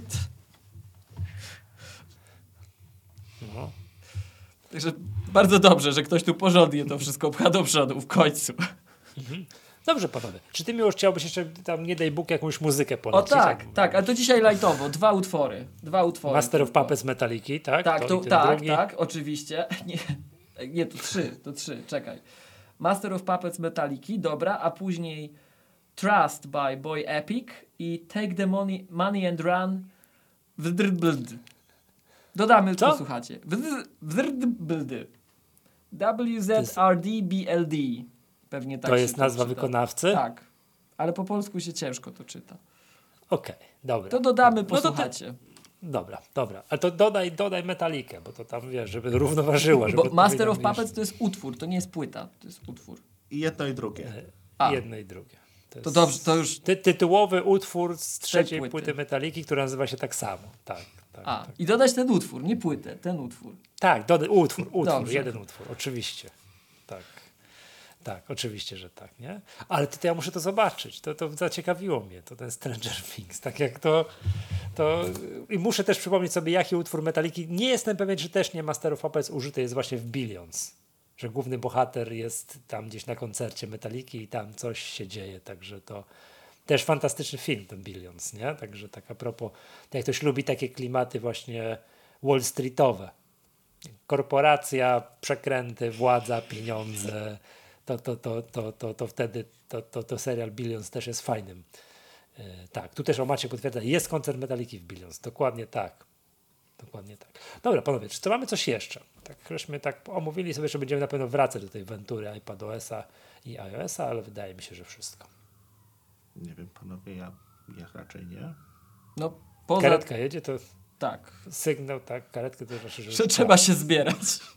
No. Także bardzo dobrze, że ktoś tu porządnie to wszystko pcha do przodu w końcu. Dobrze, panowie. Czy ty, Miłosz, chciałbyś jeszcze tam, nie daj Bóg, jakąś muzykę O polecić? tak, Jak- tak, a to dzisiaj lajtowo, dwa utwory. Dwa utwory. Master of tylko. Puppets Metaliki, tak? Tak, to, to, i ten tak, drugi. tak, oczywiście. Nie, nie, to trzy, to trzy, czekaj. Master of Puppets Metaliki, dobra, a później Trust by Boy Epic i Take the Money, money and Run Wdrdbld. Dodamy, Co? posłuchacie. Wdrdbld. W Z R D B L D. Pewnie tak To się jest nazwa czyta. wykonawcy? Tak, ale po polsku się ciężko to czyta. Okej, dobra. To dodamy, No to ty- posłuchacie. Dobra, dobra. Ale to dodaj, dodaj Metalikę, bo to tam, wiesz, żeby równoważyła. Żeby Bo Master of odpowiednio, Puppets to jest utwór, to nie jest płyta, to jest utwór. I jedno i drugie. wiesz, A. jedno i drugie. To, To jest dobrze, to już... Ty, tytułowy utwór z trzeciej płyty. płyty Metaliki, która nazywa się tak samo. Tak, tak. A, tak. i dodać ten utwór, nie płytę, ten utwór. Tak, dodaj, utwór, utwór, Dobrze. jeden utwór, oczywiście. Tak. Tak, oczywiście, że tak, nie? Ale to, to ja muszę to zobaczyć. To, to zaciekawiło mnie, to ten Stranger Things. Tak jak to, to... I muszę też przypomnieć sobie, jaki utwór Metaliki. Nie jestem pewien, czy też nie Master of Puppets użyty jest właśnie w Billions. Że główny bohater jest tam gdzieś na koncercie Metaliki i tam coś się dzieje. Także to też fantastyczny film, ten Billions, nie? Także tak a propos, jak ktoś lubi takie klimaty właśnie Wall Streetowe. Korporacja, przekręty, władza, pieniądze... To, to, to, to, to, to wtedy to, to, to serial Billions też jest fajnym. Yy, tak, tu też o Maciek potwierdza, jest koncert Metaliki w Billions. Dokładnie tak. Dokładnie tak. Dobra, panowie, czy to mamy coś jeszcze? Tak, żeśmy tak omówili sobie, że będziemy na pewno wracać do tej Ventury, iPadOS-a i iOS-a, ale wydaje mi się, że wszystko. Nie wiem, panowie, ja, ja raczej nie. No, poza... Karetka jedzie, to Tak, sygnał, tak, karetkę to znaczy, że... że trzeba się zbierać.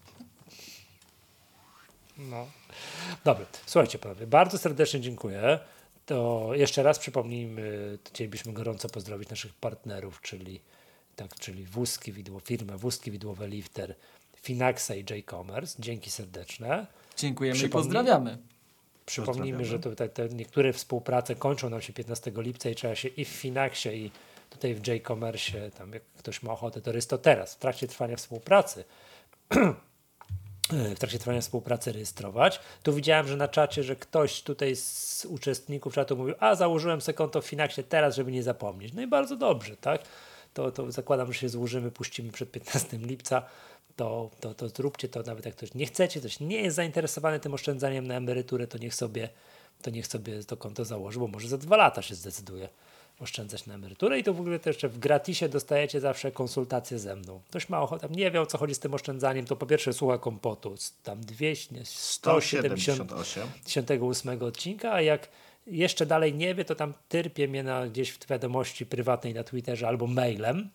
No. Dobra, słuchajcie panowie, bardzo serdecznie dziękuję. To jeszcze raz przypomnijmy, chcielibyśmy gorąco pozdrowić naszych partnerów, czyli tak, czyli wózki widło, firmę Wózki Widłowe Lifter, Finaxa i J-Commerce. Dzięki serdeczne. Dziękujemy i Przypomnij- pozdrawiamy. Przypomnijmy, Pozdrawiamy. że tutaj te niektóre współprace kończą nam się piętnastego lipca i trzeba się i w Finaxie, i tutaj w J-Commerce, tam jak ktoś ma ochotę, to jest to teraz, w trakcie trwania współpracy. w trakcie trwania współpracy rejestrować. Tu widziałem, że na czacie, że ktoś tutaj z uczestników czatu mówił, a założyłem sobie konto w Finaxie teraz, żeby nie zapomnieć. No i bardzo dobrze, tak? To, to zakładam, że się złożymy, puścimy przed piętnastego lipca. To, to, to zróbcie to, nawet jak ktoś nie chcecie, ktoś nie jest zainteresowany tym oszczędzaniem na emeryturę, to niech sobie to niech sobie to konto założy, bo może za dwa lata się zdecyduje oszczędzać na emeryturę i to w ogóle też jeszcze w gratisie dostajecie zawsze konsultację ze mną. Ktoś ma ochotę, nie wie o co chodzi z tym oszczędzaniem, to po pierwsze słucha kompotu, tam dwieście, nie, sto siedemdziesiąt osiem odcinka, a jak jeszcze dalej nie wie, to tam tyrpie mnie na, gdzieś w wiadomości prywatnej na Twitterze albo mailem,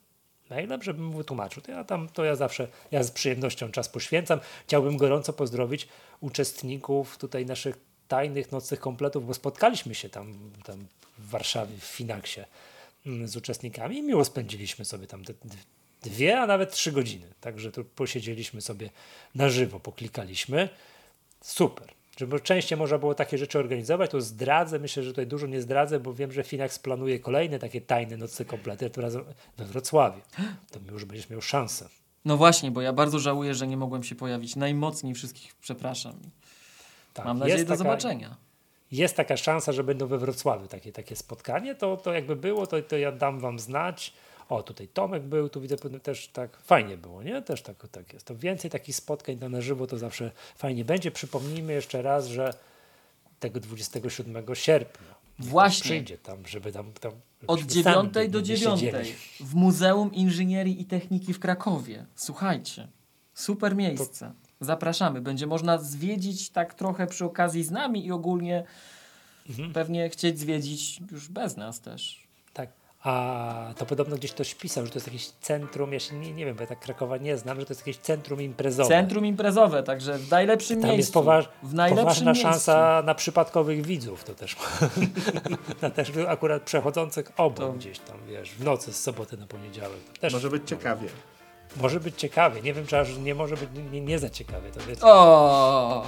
mailem, żebym mu wytłumaczył. To ja tam, to ja zawsze, ja z przyjemnością czas poświęcam. Chciałbym gorąco pozdrowić uczestników tutaj naszych tajnych nocnych kompletów, bo spotkaliśmy się tam, tam w Warszawie, w Finaksie mm, z uczestnikami i miło spędziliśmy sobie tam te, dwie, a nawet trzy godziny. Także tu posiedzieliśmy sobie na żywo, poklikaliśmy. Super. Żeby częściej można było takie rzeczy organizować, to zdradzę, myślę, że tutaj dużo nie zdradzę, bo wiem, że Finax planuje kolejne takie tajne nocne komplety, tym razem we Wrocławiu. To już będziesz miał szansę. No właśnie, bo ja bardzo żałuję, że nie mogłem się pojawić. Najmocniej wszystkich przepraszam. Tak, Mam nadzieję jest do taka, zobaczenia. Jest taka szansa, że będą we Wrocławiu takie, takie spotkanie, to, to jakby było, to, to ja dam wam znać. O, tutaj Tomek był, tu widzę też tak fajnie było, nie? Też tak, tak jest. To więcej takich spotkań na żywo to zawsze fajnie będzie. Przypomnijmy jeszcze raz, że tego dwudziestego siódmego sierpnia Właśnie. przyjdzie tam, żeby tam, tam Od żebyśmy sami dziewiątej do nie dziewiątej siedzieli. w Muzeum Inżynierii i Techniki w Krakowie. Słuchajcie, super miejsce. Zapraszamy. Będzie można zwiedzić tak trochę przy okazji z nami i ogólnie Mhm. pewnie chcieć zwiedzić już bez nas też. Tak. A to podobno gdzieś ktoś pisał, że to jest jakieś centrum, ja się nie, nie wiem, bo ja tak Krakowa nie znam, że to jest jakieś centrum imprezowe. Centrum imprezowe, także w najlepszym Tam miejscu. jest poważ, w najlepszym poważna miejscu. szansa na przypadkowych widzów, to też na też akurat przechodzących obok To- gdzieś tam, wiesz, w nocy z soboty na poniedziałek. To też Może być ciekawie. Może być ciekawie, nie wiem, czy aż nie może być nie, nie za ciekawie, to wiecie. O!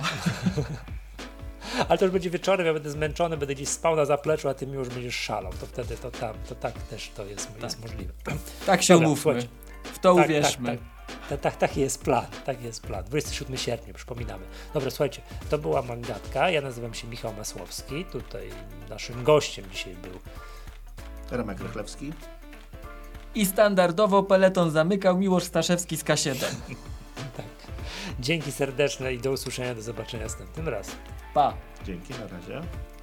Ale to już będzie wieczorem, ja będę zmęczony, będę gdzieś spał na zapleczu, a ty mi już będziesz szalał, to wtedy to tam, to tak też to jest, jest możliwe. Tak się Dobra, umówmy. słuchajcie. W to Tak, uwierzmy. Tak, tak, tak, tak, taki jest plan, taki jest plan. dwudziestego siódmego sierpnia, przypominamy. Dobra, słuchajcie, to była Mangatka, ja nazywam się Michał Masłowski, tutaj naszym gościem dzisiaj był Remek Rychlewski. I standardowo peleton zamykał Miłosz Staszewski z K siedem. tak. Dzięki serdeczne i do usłyszenia, do zobaczenia następnym razem. Pa! Dzięki, na razie.